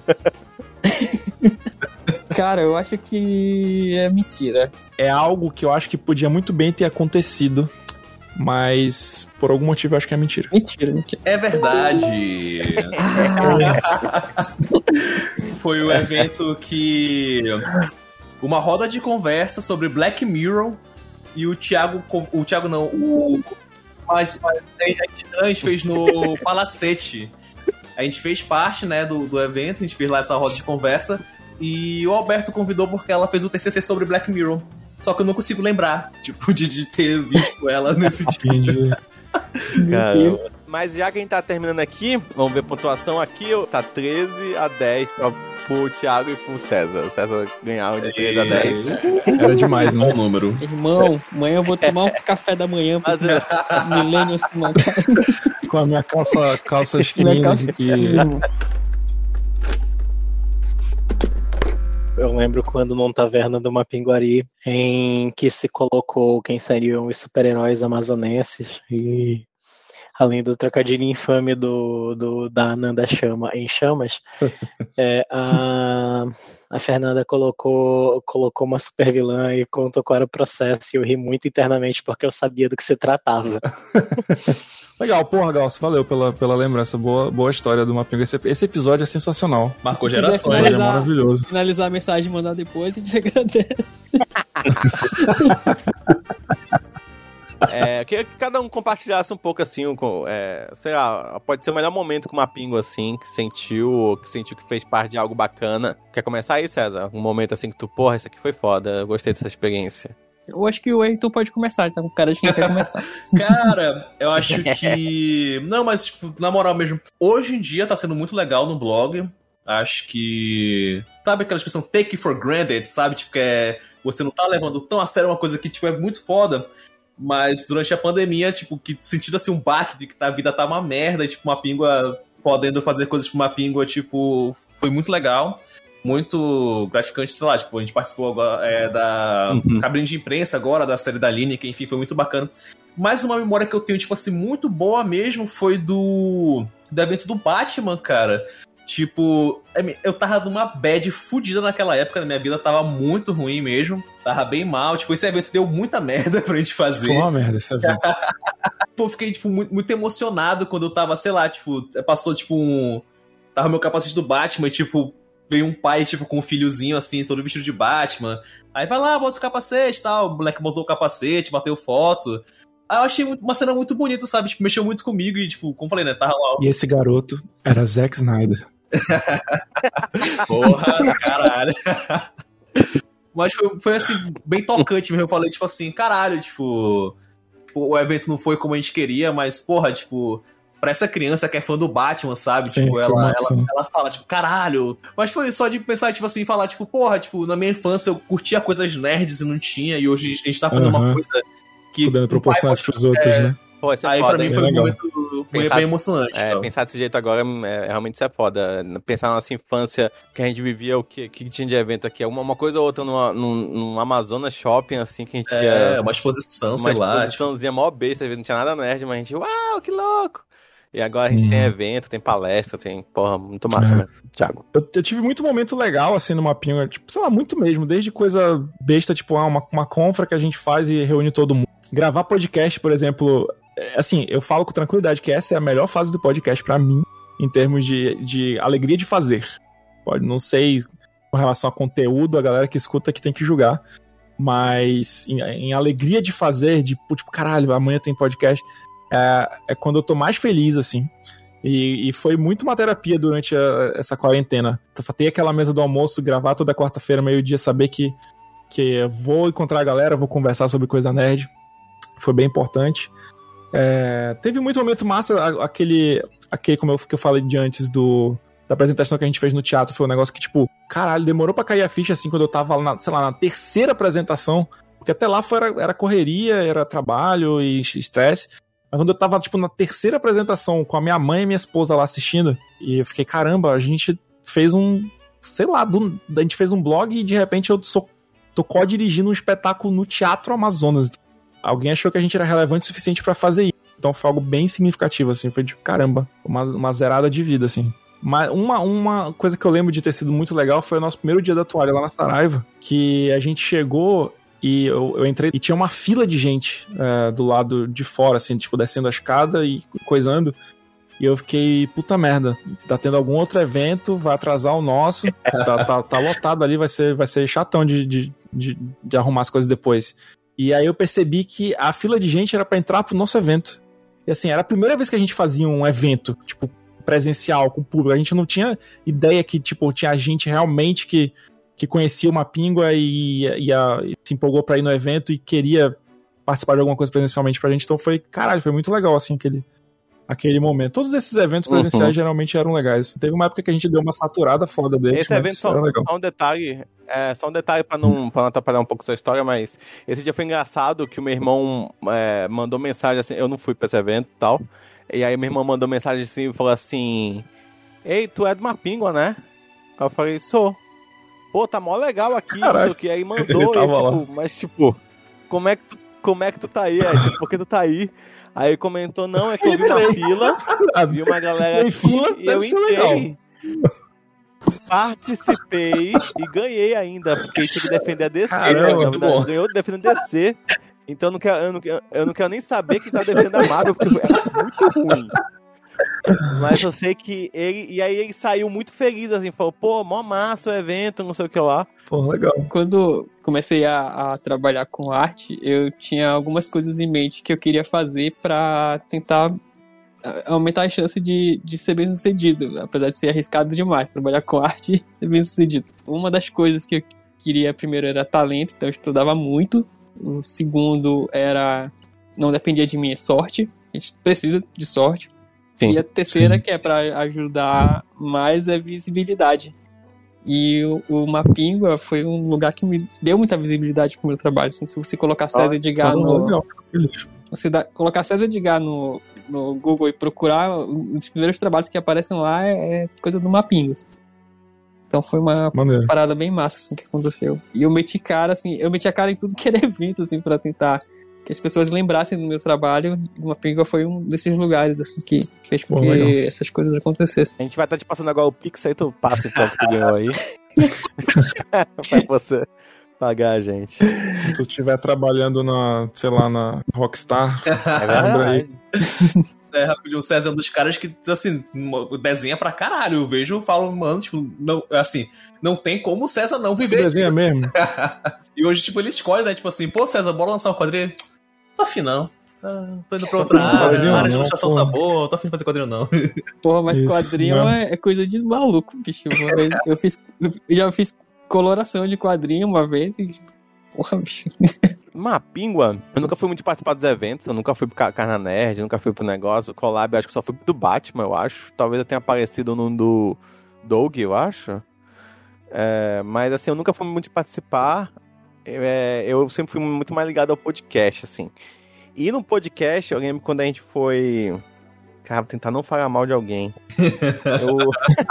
Cara, eu acho que é mentira. É algo que eu acho que podia muito bem ter acontecido, mas por algum motivo eu acho que é mentira. Mentira, mentira. É verdade. Foi o evento que... Uma roda de conversa sobre Black Mirror e o Thiago... O Thiago não, o... Mas, mas a, gente, a gente fez no Palacete. A gente fez parte, né, do, do evento, a gente fez lá essa roda de conversa e o Alberto convidou porque ela fez o T C C sobre Black Mirror. Só que eu não consigo lembrar, tipo, de, de ter visto ela nesse dia. Caramba. Mas já que a gente tá terminando aqui, vamos ver a pontuação aqui. Tá treze a dez pra, pro Thiago e pro César. O César ganhava de treze a dez. Era demais, né? Bom número. Irmão, amanhã eu vou tomar um café da manhã pra esse Millennials tomar café. Com a minha calça, calça Minha skinny calça aqui. skinny, irmão. Eu lembro quando num taverna do Mapinguari, em que se colocou quem seriam os super-heróis amazonenses, e além do trocadilho infame do, do, da Ananda Chama em chamas, é, a, a Fernanda colocou, colocou uma super vilã e contou qual era o processo, e eu ri muito internamente porque eu sabia do que se tratava. Legal, porra, Galso, valeu pela, pela lembrança. Boa, boa história do Mapinguá. Esse, esse episódio é sensacional. Marcou Se quiser É finalizar, maravilhoso. finalizar a mensagem e mandar depois, a gente agradece. É, eu queria que cada um compartilhasse um pouco assim, um, com- é, sei lá, pode ser o melhor momento com uma Mapinguá assim, que sentiu, ou que sentiu que fez parte de algo bacana. Quer começar aí, César? Um momento assim que tu, porra, isso aqui foi foda, eu gostei dessa experiência. Eu acho que o Ayrton pode começar, ele tá com cara de quem quer começar. Cara, eu acho que... Não, mas, tipo, na moral mesmo, hoje em dia tá sendo muito legal no blog. Acho que... Sabe aquela expressão take it for granted, sabe? Tipo, que é... Você não tá levando tão a sério uma coisa que, tipo, é muito foda. Mas durante a pandemia, tipo, que sentindo assim um baque de que a vida tá uma merda, e, tipo, uma Mapinguá podendo fazer coisas com uma Mapinguá, tipo, foi muito legal. Muito gratificante, sei lá, tipo, a gente participou agora, é, da Uhum. cabine de imprensa agora, da série da Lineker, enfim, foi muito bacana. Mas uma memória que eu tenho, tipo assim, muito boa mesmo foi do, do evento do Batman, cara. Tipo, eu tava numa bad fudida naquela época, na minha vida tava muito ruim mesmo, tava bem mal, tipo, esse evento deu muita merda pra gente fazer. Foi uma merda esse evento. Pô, eu fiquei, tipo, muito, muito emocionado quando eu tava, sei lá, tipo, passou, tipo, um... Tava meu capacete do Batman, e, tipo, veio um pai, tipo, com um filhozinho, assim, todo vestido de Batman. Aí vai lá, bota o capacete e tal. O moleque botou o capacete, bateu foto. Aí eu achei muito- uma cena muito bonita, sabe? Tipo, mexeu muito comigo e, tipo, como eu falei, né? Tava lá. E esse garoto era Zack Snyder. Porra, caralho. Mas foi, foi, assim, bem tocante mesmo. Eu falei, tipo assim, caralho, tipo... tipo, o evento não foi como a gente queria, mas, porra, tipo... Pra essa criança que é fã do Batman, sabe? Sim, tipo, foi ela, massa. ela, ela fala, tipo, caralho. Mas foi só de pensar, tipo assim, falar, tipo, porra, tipo, na minha infância eu curtia coisas nerds e não tinha, e hoje a gente tá fazendo Aham. uma coisa que. Podendo proporcionar isso pros outros, né? Pô, isso é Aí foda, pra mim hein? foi um Legal. momento bem, bem emocionante. É, então. pensar desse jeito agora é, realmente isso é foda. Pensar na nossa infância, que a gente vivia, o que, que tinha de evento aqui. Uma, uma coisa ou outra numa, num, num Amazonas Shopping, assim, que a gente É, ia... uma exposição, uma sei lá. exposiçãozinha mó besta, às vezes não tinha nada nerd, mas a gente, uau, que louco! E agora a gente Hum. tem evento, tem palestra, tem, porra, muito massa, É. né, Thiago? Eu, eu tive muito momento legal, assim, no Mapinga, tipo, sei lá, muito mesmo, desde coisa besta, tipo, ah, uma, uma confra que a gente faz e reúne todo mundo. Gravar podcast, por exemplo, é, assim, eu falo com tranquilidade que essa é a melhor fase do podcast pra mim, em termos de, de alegria de fazer. Pode, não sei com relação a conteúdo, a galera que escuta que tem que julgar, mas em, em alegria de fazer, de, tipo, caralho, amanhã tem podcast, é, é quando eu tô mais feliz, assim. E, e foi muito uma terapia durante a, essa quarentena. Ter aquela mesa do almoço, gravar toda quarta-feira, meio-dia, saber que, que vou encontrar a galera, vou conversar sobre coisa nerd. Foi bem importante. É, teve muito momento massa, aquele, aquele como eu, que eu falei de antes, do, da apresentação que a gente fez no teatro, foi um negócio que, tipo, caralho, demorou pra cair a ficha, assim, quando eu tava, na, sei lá, na terceira apresentação, porque até lá foi, era, era correria, era trabalho e estresse. Mas quando eu tava, tipo, na terceira apresentação com a minha mãe e minha esposa lá assistindo, e eu fiquei, caramba, a gente fez um, sei lá, do, a gente fez um blog e de repente eu sou, tô co-dirigindo um espetáculo no Teatro Amazonas. Alguém achou que a gente era relevante o suficiente pra fazer isso. Então foi algo bem significativo, assim, foi de caramba, uma, uma zerada de vida, assim. Mas uma, uma coisa que eu lembro de ter sido muito legal foi o nosso primeiro dia da toalha lá na Saraiva, que a gente chegou... E eu, eu entrei e tinha uma fila de gente é, do lado de fora, assim, tipo, descendo a escada e coisando. E eu fiquei, puta merda, tá tendo algum outro evento, vai atrasar o nosso, tá, tá, tá lotado ali, vai ser, vai ser chatão de, de, de, de arrumar as coisas depois. E aí eu percebi que a fila de gente era pra entrar pro nosso evento. E assim, era a primeira vez que a gente fazia um evento, tipo, presencial, com público. A gente não tinha ideia que, tipo, tinha gente realmente que... que conhecia o Mapingua e, e, a, e se empolgou pra ir no evento e queria participar de alguma coisa presencialmente pra gente, então foi, caralho, foi muito legal, assim, aquele, aquele momento. Todos esses eventos presenciais uhum. geralmente eram legais. Teve uma época que a gente deu uma saturada foda deles, esse evento só, só um detalhe, é, só um detalhe pra não, pra não atrapalhar um pouco sua história, mas esse dia foi engraçado que o meu irmão é, mandou mensagem assim, eu não fui pra esse evento e tal, e aí meu irmão mandou mensagem assim e falou assim, ei, tu é do Mapingua, né? Eu falei, sou. Pô, tá mó legal aqui, não sei o que. Aí mandou, e, tipo, mas tipo, como é que tu, como é que tu tá aí? É, tipo, por que tu tá aí? Aí comentou, não, é que eu vi uma fila, vi uma galera aqui, fila, e eu entrei, participei e ganhei ainda, porque tinha que defender a D C. Caramba, né? Ganhou defendendo a D C. Então eu não quero, eu não quero, eu não quero nem saber quem tá defendendo a Marvel, porque é muito ruim. Mas eu sei que ele... E aí ele saiu muito feliz, assim, falou, pô, mó massa o evento, não sei o que lá. Pô, legal. Quando comecei a, a trabalhar com arte, eu tinha algumas coisas em mente que eu queria fazer pra tentar aumentar a chance de, de ser bem sucedido, apesar de ser arriscado demais, trabalhar com arte e ser bem sucedido. Uma das coisas que eu queria primeiro era talento, então eu estudava muito. O segundo era... não dependia de minha sorte, a gente precisa de sorte. Sim, e a terceira, sim. que é pra ajudar mais, é visibilidade. E o, o Mapingua foi um lugar que me deu muita visibilidade pro meu trabalho. Assim, se você colocar César Edgar no... Legal. Você dá, colocar César Edgar no, no Google e procurar, um dos primeiros trabalhos que aparecem lá é, é coisa do Mapingua. Então foi uma Maneiro. parada bem massa, assim, que aconteceu. E eu meti cara, assim, eu meti a cara em tudo que era evento, assim, pra tentar que as pessoas lembrassem do meu trabalho. O Mapingua foi um desses lugares, assim, que fez com que essas coisas acontecessem. A gente vai estar te passando agora o Pix, aí tu passa então que tu ganhou aí. Pra você pagar a gente. Se tu estiver trabalhando na, sei lá, na Rockstar, é verdade. É, rapidinho, o César é um dos caras que, assim, desenha pra caralho. Eu vejo e falo, mano, tipo, não, assim, não tem como o César não viver. Tu desenha mesmo? E hoje, tipo, ele escolhe, né, tipo assim, pô, César, bora lançar um quadrinho. Tô afim, não. Ah, tô indo pra outra área, a área de ilustração tá boa, tô afim de fazer quadrinho, não. Porra, mas Isso, quadrinho é, é coisa de maluco, bicho. Uma vez eu fiz, eu já fiz coloração de quadrinho uma vez e... Porra, bicho. Mapingua, eu nunca fui muito participar dos eventos, eu nunca fui pro Carna Nerd, nunca fui pro negócio. Collab, eu acho que só fui do Batman, eu acho. Talvez eu tenha aparecido num do Doug, eu acho. É, mas, assim, eu nunca fui muito participar. É, eu sempre fui muito mais ligado ao podcast, assim. E no podcast, eu lembro quando a gente foi... Cara, vou tentar não falar mal de alguém. eu...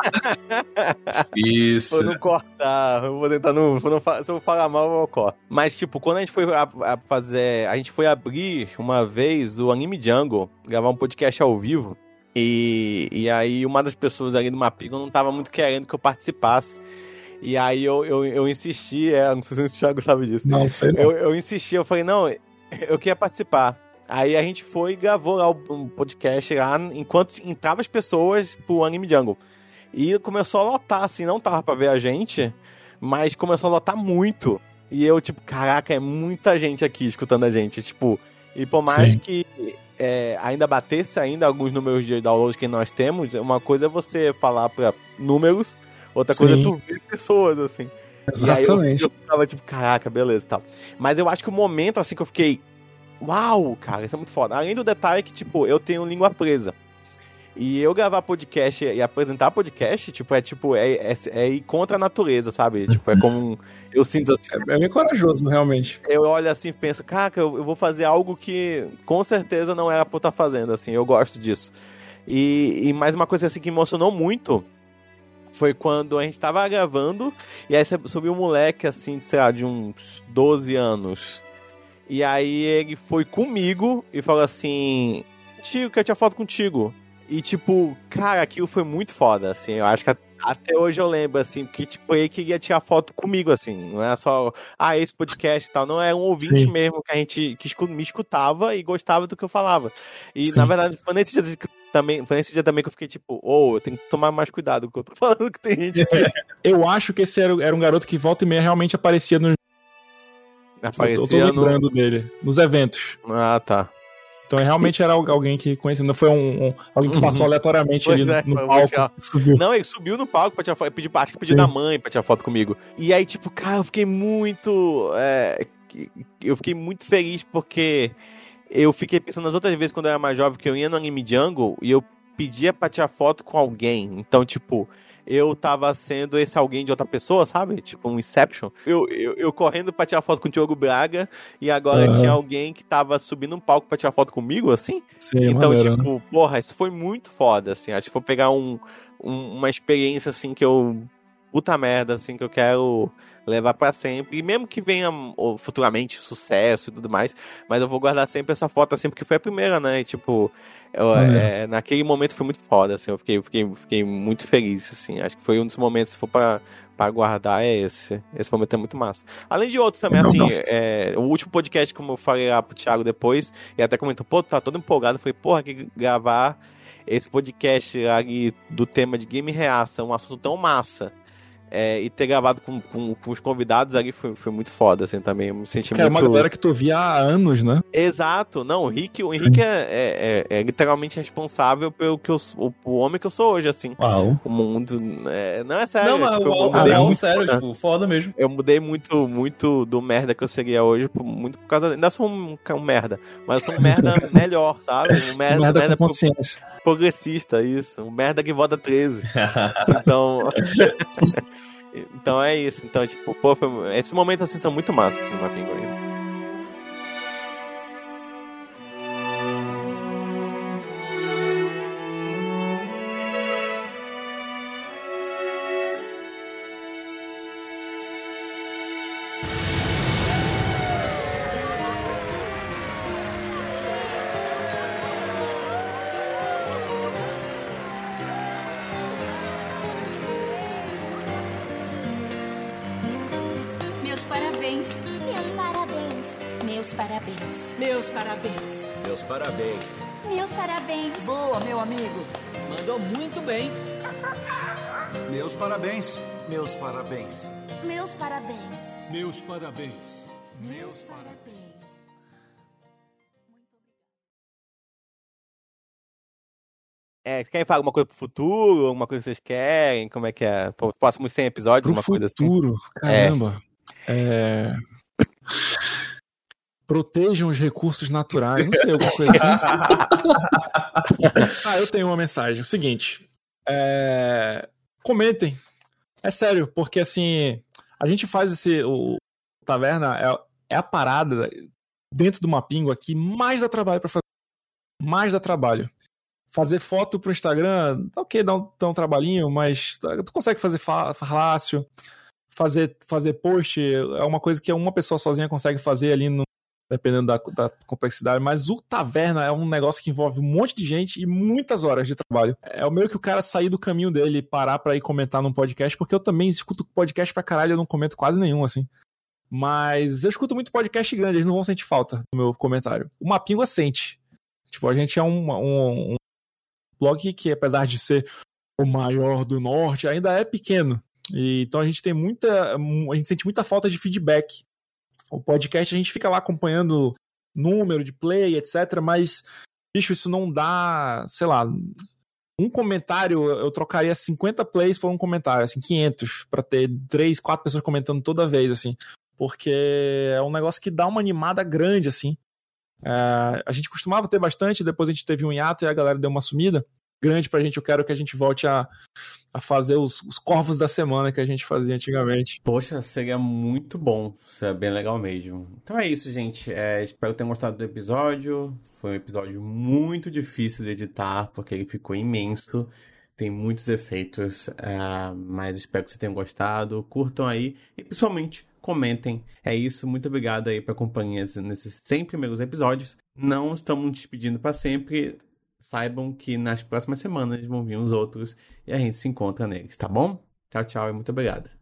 Isso. Vou não cortar. Eu vou tentar não... Vou não fa... Se eu falar mal, eu corto. Mas, tipo, quando a gente foi a, a fazer... A gente foi abrir uma vez o Anime Jungle, gravar um podcast ao vivo. E, e aí uma das pessoas ali do Mapingo não tava muito querendo que eu participasse. E aí eu, eu, eu insisti, é, não sei se o Thiago sabe disso. Não, sei não. Eu, eu insisti, eu falei, não, eu queria participar. Aí a gente foi e gravou lá um podcast lá, enquanto entravam as pessoas pro Anime Jungle. E começou a lotar, assim, não tava pra ver a gente, mas começou a lotar muito. E eu, tipo, caraca, é muita gente aqui escutando a gente, tipo... E por mais Sim. que é, ainda batesse ainda alguns números de downloads que nós temos, uma coisa é você falar pra números, outra Sim. coisa é tu ver pessoas, assim. Exatamente. E aí eu, eu tava tipo, caraca, beleza e tal. Mas eu acho que o momento, assim, que eu fiquei, uau, cara, isso é muito foda. Além do detalhe que, tipo, eu tenho língua presa. E eu gravar podcast e apresentar podcast, tipo, é tipo, é, é, é ir contra a natureza, sabe? Tipo, é como, eu sinto assim... É bem corajoso, realmente. Eu olho assim e penso, caraca, eu, eu vou fazer algo que com certeza não era pra eu estar fazendo, assim, eu gosto disso. E, e mais uma coisa assim que me emocionou muito foi quando a gente tava gravando e aí subiu um moleque, assim, sei lá, de uns doze anos. E aí ele foi comigo e falou assim, tio, quero tirar foto contigo. E, tipo, cara, aquilo foi muito foda, assim, eu acho que até hoje eu lembro, assim, porque, tipo, ele queria tirar foto comigo, assim, não é só, ah, esse podcast e tal, não, é um ouvinte Sim. mesmo, que a gente, que me escutava e gostava do que eu falava. E, Sim. na verdade, foi nesse dia também, foi nesse dia também que eu fiquei, tipo, ô, oh, eu tenho que tomar mais cuidado com o que eu tô falando, que tem gente aqui. Eu acho que esse era, era um garoto que volta e meia realmente aparecia nos... Aparecia eu tô lembrando no... dele, nos eventos. Ah, tá. Então realmente era alguém que conhecia, não foi um, um alguém que passou aleatoriamente pois ali é, no, no palco. Subiu. Não, ele subiu no palco pra tirar foto, pediu, acho que pediu da mãe pra tirar foto comigo. E aí, tipo, cara, eu fiquei muito... É, eu fiquei muito feliz porque eu fiquei pensando nas outras vezes quando eu era mais jovem que eu ia no Anime Jungle e eu pedia pra tirar foto com alguém. Então, tipo... eu tava sendo esse alguém de outra pessoa, sabe? Tipo um Inception. Eu, eu, eu correndo pra tirar foto com o Diogo Braga e agora uhum. tinha alguém que tava subindo um palco pra tirar foto comigo, assim. Sim, então, maneiro, tipo, né? porra, isso foi muito foda, assim. Acho que vou pegar um, um, uma experiência, assim, que eu... puta merda, assim, que eu quero levar pra sempre. E mesmo que venha futuramente sucesso e tudo mais, mas eu vou guardar sempre essa foto, assim, porque foi a primeira, né? E, tipo... Eu, é, naquele momento foi muito foda, assim, eu fiquei, fiquei, fiquei muito feliz, assim, acho que foi um dos momentos, se for pra, pra guardar, é esse, esse momento é muito massa. Além de outros também, não, assim, não. É, o último podcast, como eu falei lá pro Thiago depois, e até comentou, pô, tá todo empolgado, eu falei, porra, que gravar esse podcast ali do tema de game reação, um assunto tão massa. É, e ter gravado com, com, com os convidados ali foi, foi muito foda, assim, também. Eu me senti Cara, muito... uma galera que tu via há anos, né? Exato. Não, o Henrique, o Henrique é, é, é, é literalmente responsável pelo que eu, o, o homem que eu sou hoje, assim. Uau. O mundo... É, não, é sério. Não, mas tipo, o Uau, sério, foda. Tipo, foda mesmo. Eu mudei muito, muito do merda que eu seria hoje, muito por causa... Ainda sou um, um merda, mas eu sou um merda melhor, sabe? Um merda, merda, merda com consciência. Progressista, isso. Um merda que vota treze. Então... Então é isso, então tipo, pô, foi... esses momentos assim são muito massas, assim, uma pinguim. Meus parabéns. Meus parabéns. Meus parabéns. Meus parabéns. Meus parabéns. Meus parabéns. Boa, meu amigo. Mandou muito bem. Meus parabéns. Meus parabéns. Meus parabéns. Meus parabéns. Meus parabéns. É, querem falar alguma coisa pro futuro? Alguma coisa que vocês querem? Como é que é? Para os próximos cem episódios? Pro uma coisa assim? futuro, caramba. É... Protejam os recursos naturais. Não sei, alguma coisa assim. Ah, eu tenho uma mensagem. O seguinte. É... Comentem. É sério, porque assim, a gente faz esse... O Taverna é, é a parada dentro do Mapingo aqui mais dá trabalho pra fazer. Mais dá trabalho. Fazer foto pro Instagram, ok, dá um, dá um trabalhinho, mas tu consegue fazer fácil. Fazer, fazer post é uma coisa que uma pessoa sozinha consegue fazer ali no dependendo da, da complexidade, mas o Taverna é um negócio que envolve um monte de gente e muitas horas de trabalho. É o meio que o cara sair do caminho dele e parar pra ir comentar num podcast, porque eu também escuto podcast pra caralho, eu não comento quase nenhum, assim. Mas eu escuto muito podcast grande, eles não vão sentir falta no meu comentário. O Mapingua sente. Tipo, a gente é um, um, um blog que, apesar de ser o maior do norte, ainda é pequeno. E, então a gente tem muita. A gente sente muita falta de feedback. O podcast a gente fica lá acompanhando número de play, etcétera. Mas, bicho, isso não dá, sei lá. Um comentário, eu trocaria cinquenta plays por um comentário, assim, quinhentos, pra ter três, quatro pessoas comentando toda vez, assim. Porque é um negócio que dá uma animada grande, assim. É, a gente costumava ter bastante, depois a gente teve um hiato e a galera deu uma sumida grande pra gente. Eu quero que a gente volte a, a fazer os, os corvos da semana que a gente fazia antigamente. Poxa, seria muito bom. Seria bem legal mesmo. Então é isso, gente. É, espero que tenham gostado do episódio. Foi um episódio muito difícil de editar, porque ele ficou imenso. Tem muitos efeitos, uh, mas espero que vocês tenham gostado. Curtam aí e, principalmente, comentem. É isso, muito obrigado aí pela companhia nesses cem primeiros episódios. Não estamos nos despedindo para sempre. Saibam que nas próximas semanas vão vir os outros e a gente se encontra neles, tá bom? Tchau, tchau e muito obrigado.